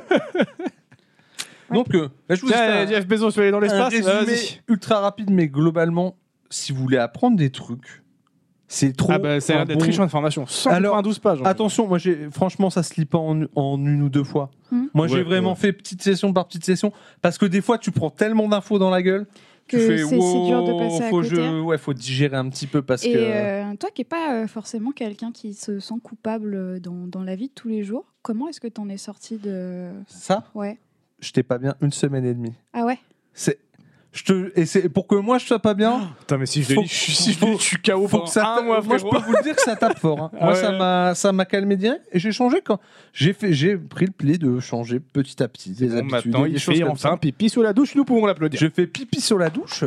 Donc, je vous Tiens, dis Jeff Bezos, je vais aller dans un l'espace. résumé Vas-y. ultra rapide, mais globalement, si vous voulez apprendre des trucs, c'est trop. Ah bah, ça a l'air un d'être bon- riche en informations. 192 pages. Attention, moi, franchement, ça se lit pas en une ou deux fois. Moi, j'ai Ouais, vraiment ouais. fait petite session par petite session, parce que des fois, tu prends tellement d'infos dans la gueule. Tu Que fais, c'est dur de passer à côté. Ouais, faut digérer un petit peu parce Et que. toi qui n'es pas forcément quelqu'un qui se sent coupable dans la vie de tous les jours, comment est-ce que tu en es sorti de... Ça, Ouais. j'étais pas bien 1 semaine et demie. Ah ouais. Et c'est pour que moi je sois pas bien. Putain, mais si je Faut- le dis, je suis KO Faut pendant que ça un mois, moi je frérot. peux vous le dire que ça tape fort. Hein. Ah Moi ouais. ça m'a calmé direct et j'ai changé quand j'ai pris le pli de changer petit à petit des Bon, habitudes, maintenant, des il choses fait comme enfin ça. pipi sous la douche, nous pouvons l'applaudir. Je fais pipi sur la douche.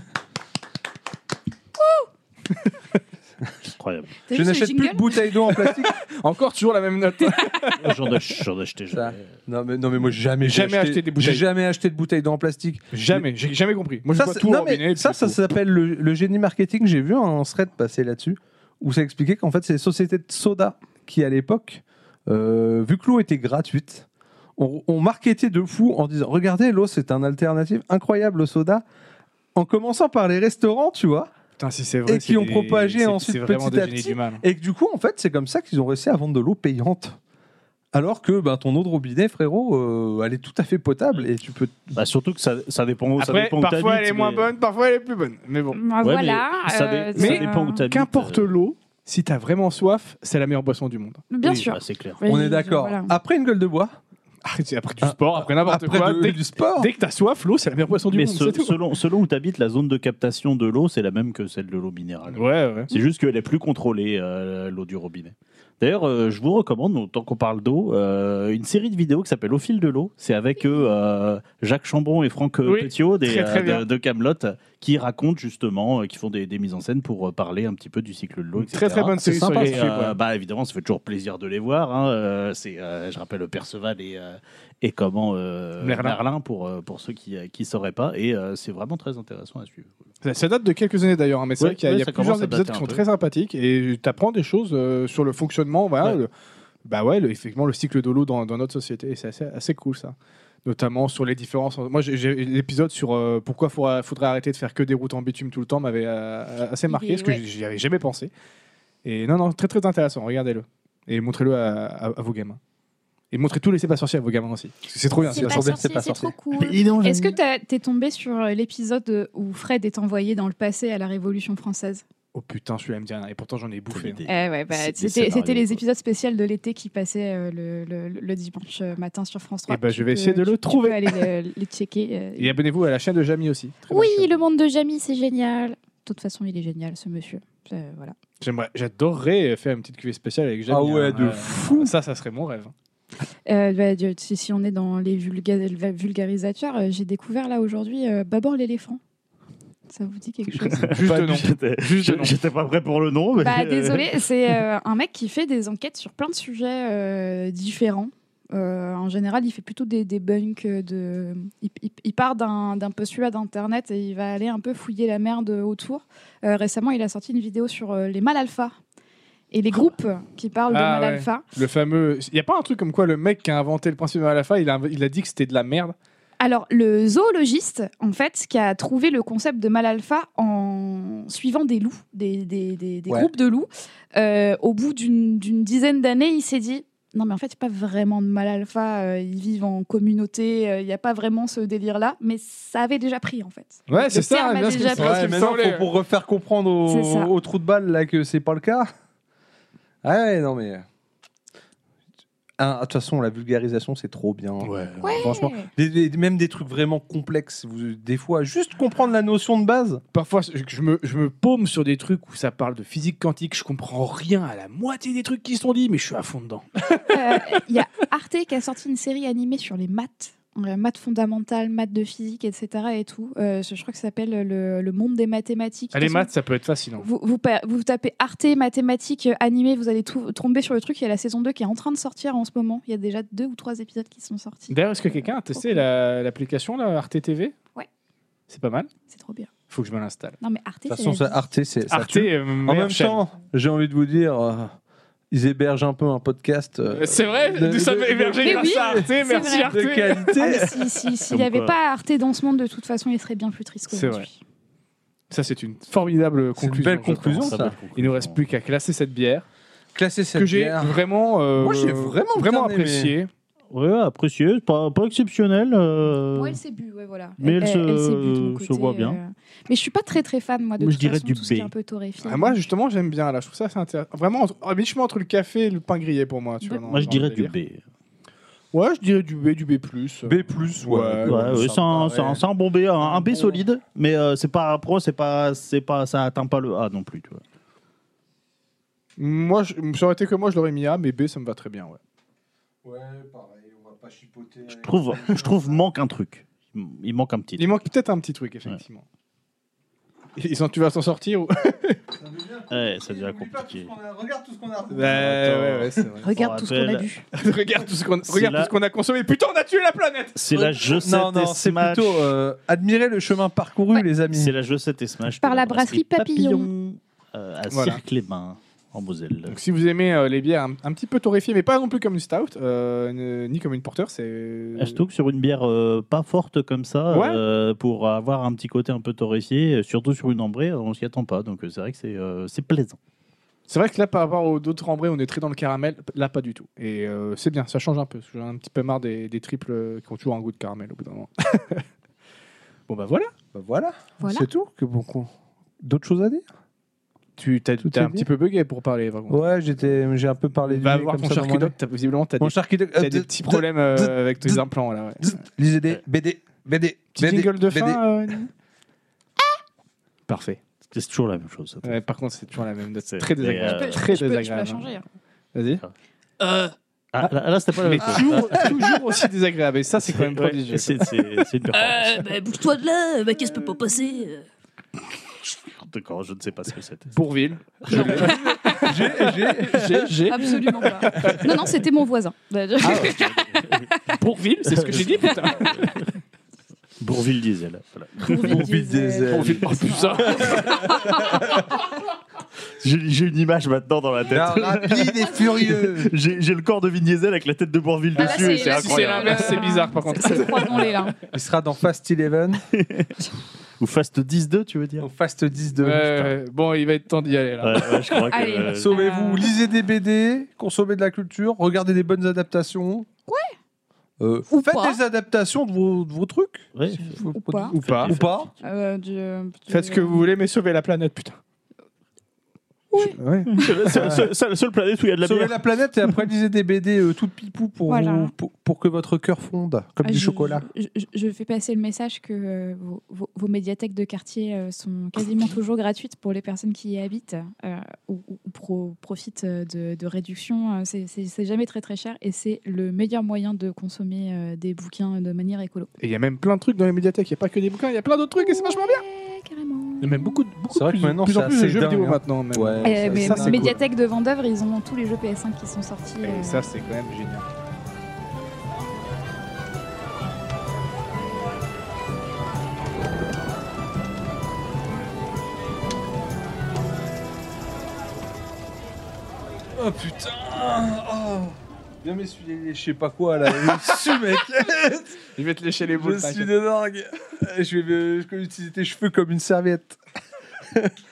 Incroyable. T'as Je vu ce n'achète plus jingle de bouteilles d'eau en plastique. Encore toujours la même note. J'en ai acheté Ça. jamais. Non mais moi j'ai Jamais acheté des bouteilles. J'ai jamais acheté de bouteilles d'eau en plastique. Jamais, j'ai jamais compris. Moi, je Ça, bois c'est- tout au non, mais robinet. ça puis c'est tout. s'appelle le génie marketing. J'ai vu un thread passer là-dessus où ça expliquait qu'en fait, c'est les sociétés de soda qui, à l'époque, vu que l'eau était gratuite, on marketait de fou en disant regardez, l'eau, c'est un alternative incroyable au soda. En commençant par les restaurants, tu vois, Putain, si c'est vrai. et qui ont propagé ensuite c'est vraiment petit des à génies petit. du mal. et que du coup, en fait, c'est comme ça qu'ils ont réussi à vendre de l'eau payante. Alors que ton eau de robinet, frérot, elle est tout à fait potable et tu peux. Bah, surtout que ça dépend, ça Après, dépend où parfois t'habites, elle est moins mais- bonne, parfois elle est plus bonne. Mais bon. Bah, Ouais, voilà. mais ça Mais dépend où t'habites. Qu'importe l'eau, si t'as vraiment soif, c'est la meilleure boisson du monde. Bien Oui, sûr. bah, c'est clair. On Oui, est d'accord. voilà. Après une gueule de bois, Après du sport, après n'importe après quoi. du sport. Dès que t'as soif, l'eau, c'est la meilleure boisson du Mais monde. c'est tout. selon où t'habites, la zone de captation de l'eau, c'est la même que celle de l'eau minérale. Ouais, ouais. C'est juste qu'elle est plus contrôlée, l'eau du robinet. D'ailleurs, je vous recommande, tant qu'on parle d'eau, une série de vidéos qui s'appelle Au fil de l'eau. C'est avec Jacques Chambon et Franck Oui, Petiot très, très bien. de Camelot, qui racontent justement, qui font des mises en scène pour parler un petit peu du cycle de l'eau, etc. Très très bonne C'est série sur sympa, YouTube. Et, ouais. bah, évidemment, ça fait toujours plaisir de les voir. Hein. Je rappelle Perceval et comment Merlin pour ceux qui ne sauraient pas. Et c'est vraiment très intéressant à suivre. Ça date de quelques années d'ailleurs, hein, mais c'est Ouais, vrai qu'il y a, ouais, il y a ça plusieurs commence à épisodes dater qui un sont peu. très sympathiques et tu apprends des choses sur le fonctionnement, voilà, Ouais. effectivement, le cycle de l'eau dans notre société. Et c'est assez cool ça. Notamment sur les différences. Moi, j'ai l'épisode sur pourquoi faudrait arrêter de faire que des routes en bitume tout le temps m'avait assez marqué, parce que ouais. j'y avais jamais pensé. Et non, très très intéressant, regardez-le. Et montrez-le à vos gamins. Et montrez tous les C'est pas sorcier à vos gamins aussi. Parce que c'est trop bien. C'est c'est pas trop bien. sorcier, c'est pas c'est trop sorcier. cool. Est-ce que t'es tombé sur l'épisode où Fred est envoyé dans le passé à la Révolution française? Oh putain, celui-là me dit rien. Et pourtant, j'en ai bouffé. Idée. Ouais, bah, C'est des c'était scénarios, les quoi. épisodes spéciaux de l'été qui passaient le dimanche matin sur France 3. Eh ben, je Tu vais essayer de le tu trouver. peux aller les checker. Et abonnez-vous à la chaîne de Jamie aussi. Très Oui, bonne chaîne. le monde de Jamie, c'est génial. De toute façon, il est génial, ce monsieur. Voilà. J'adorerais faire une petite cuvée spéciale avec Jamie. Ah ouais, de fou. Ça serait mon rêve. Si on est dans les vulgarisateurs, j'ai découvert là aujourd'hui Babor l'éléphant. Ça vous dit quelque chose? Juste de nom. Juste de nom. J'étais pas prêt pour le nom. Mais... Bah désolé, c'est un mec qui fait des enquêtes sur plein de sujets différents. En général, il fait plutôt des bunks il part d'un postulat d'internet et il va aller un peu fouiller la merde autour. Récemment, il a sorti une vidéo sur les mâles alpha et les groupes qui parlent de mâles ouais. alpha. Le fameux. Il y a pas un truc comme quoi le mec qui a inventé le principe de mal alpha, il a dit que c'était de la merde. Alors, le zoologiste, en fait, qui a trouvé le concept de mâle alpha en suivant des loups, des groupes de loups, au bout d'une dizaine d'années, il s'est dit non, mais en fait, il n'y a pas vraiment de mâle alpha, ils vivent en communauté, il n'y a pas vraiment ce délire-là, mais ça avait déjà pris, en fait. Ouais, Le c'est ça. terme a bien ce déjà que- pris. ce qui Ouais, me maintenant, semblait. pour refaire comprendre C'est ça. au trou de balle là, que c'est pas le cas. Ah ouais, non mais. De toute façon, la vulgarisation, c'est trop bien. Ouais. Franchement, même des trucs vraiment complexes, des fois, juste comprendre la notion de base. Parfois, je me paume sur des trucs où ça parle de physique quantique. Je comprends rien à la moitié des trucs qui sont dit, mais je suis à fond dedans. Il y a Arte qui a sorti une série animée sur les maths. Maths fondamentales, maths de physique, etc. et tout. Je crois que ça s'appelle le monde des mathématiques. Les maths, ça peut être fascinant. Vous tapez Arte mathématiques animées, vous allez tomber sur le truc. Il y a la saison 2 qui est en train de sortir en ce moment. Il y a déjà 2 ou 3 épisodes qui sont sortis. D'ailleurs, est-ce que quelqu'un a testé l'application là, Arte TV? Ouais. C'est pas mal. C'est trop bien. Faut que je me l'installe. Non mais Arte, De toute c'est façon, la vie. Arte, ça Arte, tue. En meilleure même chaîne. temps, j'ai envie de vous dire, ils hébergent un peu un podcast. C'est vrai, nous sommes hébergés Mais grâce oui, à Arte. Merci vrai. Arte. de qualité. Ah, mais s'il n'y Comme avait quoi. pas Arte dans ce monde, de toute façon, il serait bien plus triste C'est qu'aujourd'hui. Ça, c'est une formidable C'est une conclusion. belle je conclusion, pense. ça. Il nous reste plus qu'à classer cette bière Classer cette que j'ai bière. vraiment, Moi, j'ai vraiment bien aimé. apprécié. Ouais, apprécié, pas exceptionnel. Moi, elle s'est bu, ouais, voilà. Mais elle s'est bu de mon se côté, voit bien. Mais je suis pas très fan, moi, de Moi, je toute dirais façon, du tout ce qui est B. un peu torréfié. Ah, moi, justement, j'aime bien. Là, je trouve ça assez intéressant. Vraiment, à mi-chemin entre le café et le pain grillé pour moi. Tu vois, Moi, je dans dirais le du délire. B. Ouais, je dirais du B, du B+. B+, Ouais, Ouais, c'est un bon B, un B bon. solide, mais c'est pas pro, c'est pas, ça atteint pas le A non plus, tu vois. Moi, ça aurait été que moi, je l'aurais mis A, mais B, ça me va très bien, ouais. Ouais, pareil, on va pas chipoter. Je trouve manque un truc. Il manque un petit Il manque peut-être un petit truc, effectivement. Tu vas t'en sortir ou... Ouais, ça devient compliqué. Regarde tout ce qu'on a. Ouais, c'est vrai. Regarde On tout ce qu'on a rappelle- bu. Regarde tout ce qu'on C'est là- a consommé. Putain, on a tué la planète. C'est la Josette Non, et c'est Smash. plutôt admirer le chemin parcouru, Ouais. les amis. C'est la Josette et Smash. Par de la brasserie Papillon. À Voilà. Cirque-les-Bains, en Moselle. Donc, si vous aimez les bières un petit peu torréfiées, mais pas non plus comme une stout, ni comme une porter, c'est... Surtout que sur une bière pas forte comme ça, Ouais. pour avoir un petit côté un peu torréfié, surtout sur une ambrée, on s'y attend pas. Donc c'est vrai que c'est plaisant. C'est vrai que là, par rapport aux d'autres ambrées, on est très dans le caramel. Là, pas du tout. Et c'est bien, ça change un peu. J'en ai un petit peu marre des triples qui ont toujours un goût de caramel au bout d'un moment. Bon, bah voilà. Bah voilà, Voilà. c'est tout. D'autres choses à dire? Tu t'as Tout un est petit peu bugué pour parler. Par contre. Ouais, j'ai un peu parlé du Va nez voir comme ton ça dans charcuterie mon doc, visiblement, t'as nez. Mon des, charcuterie doc. t'as des petits problèmes avec tes implants, là. Ouais. Lisez des BD. Petit jingle de BD. fin. Parfait. C'est toujours la même chose. ça. Ouais, par contre, c'est toujours la même note. C'est- Très désagréable. mais, Très Je peux la désagréable. changer. hein. Vas-y. Ah, là, c'était pas la Mais même chose. toujours aussi désagréable. Et ça, c'est quand même Ouais, prodigieux. c'est une performance. Bouge-toi de là, qu'est-ce que peut pas passer D'accord, je ne sais pas ce que c'était. Bourville. J'ai. Absolument pas. Non, c'était mon voisin. Bourville, c'est ce que j'ai dit, putain. Bourville Diesel. Voilà. Bourville Diesel. Bourville. Oh putain. J'ai une image maintenant dans la tête. Rapide et furieux. J'ai le corps de Vin Diesel avec la tête de Bourville Ah, là, dessus. c'est- et c'est là, Si c'est incroyable. l'inverse, c'est bizarre, par contre. C'est croisons-les là. Il sera dans Fast 11. Ou Fast 10-2, tu veux dire? Au Fast 10 de. Ouais, bon, il va être temps d'y aller là. Ouais, je crois que. Allez. Sauvez-vous, lisez des BD, consommez de la culture, regardez des bonnes adaptations. Ou faites pas. des adaptations de vos trucs. Ouais. Ou pas. Ou pas. Ou pas. Faites ce que vous voulez, mais sauvez la planète, putain. Oui. Ouais. C'est la seule planète où il y a de la Sauvez bière. la planète et après lisez des BD toutes pipou pour, Voilà. pour que votre cœur fonde comme du chocolat. Je fais passer le message que vos médiathèques de quartier sont quasiment toujours gratuites pour les personnes qui y habitent ou profitent de réductions. C'est jamais très très cher et c'est le meilleur moyen de consommer des bouquins de manière écolo. Et il y a même plein de trucs dans les médiathèques. Il n'y a pas que des bouquins, il y a plein d'autres trucs et c'est vachement bien. Ouais, carrément. Il y a même beaucoup C'est vrai que plus, maintenant, plus en c'est plus de assez jeux vidéo dingue, hein. maintenant. Même. Ouais. Mais ça, c'est cool. médiathèque de Vendeuvre, ils ont tous les jeux PS5 qui sont sortis. Et ça, c'est quand même génial. Oh putain. Oh. Viens m'essuyer les je sais pas quoi là. Je suis mec. Je vais te lécher les Je boules. suis de dingue. Je vais utiliser tes cheveux comme une serviette.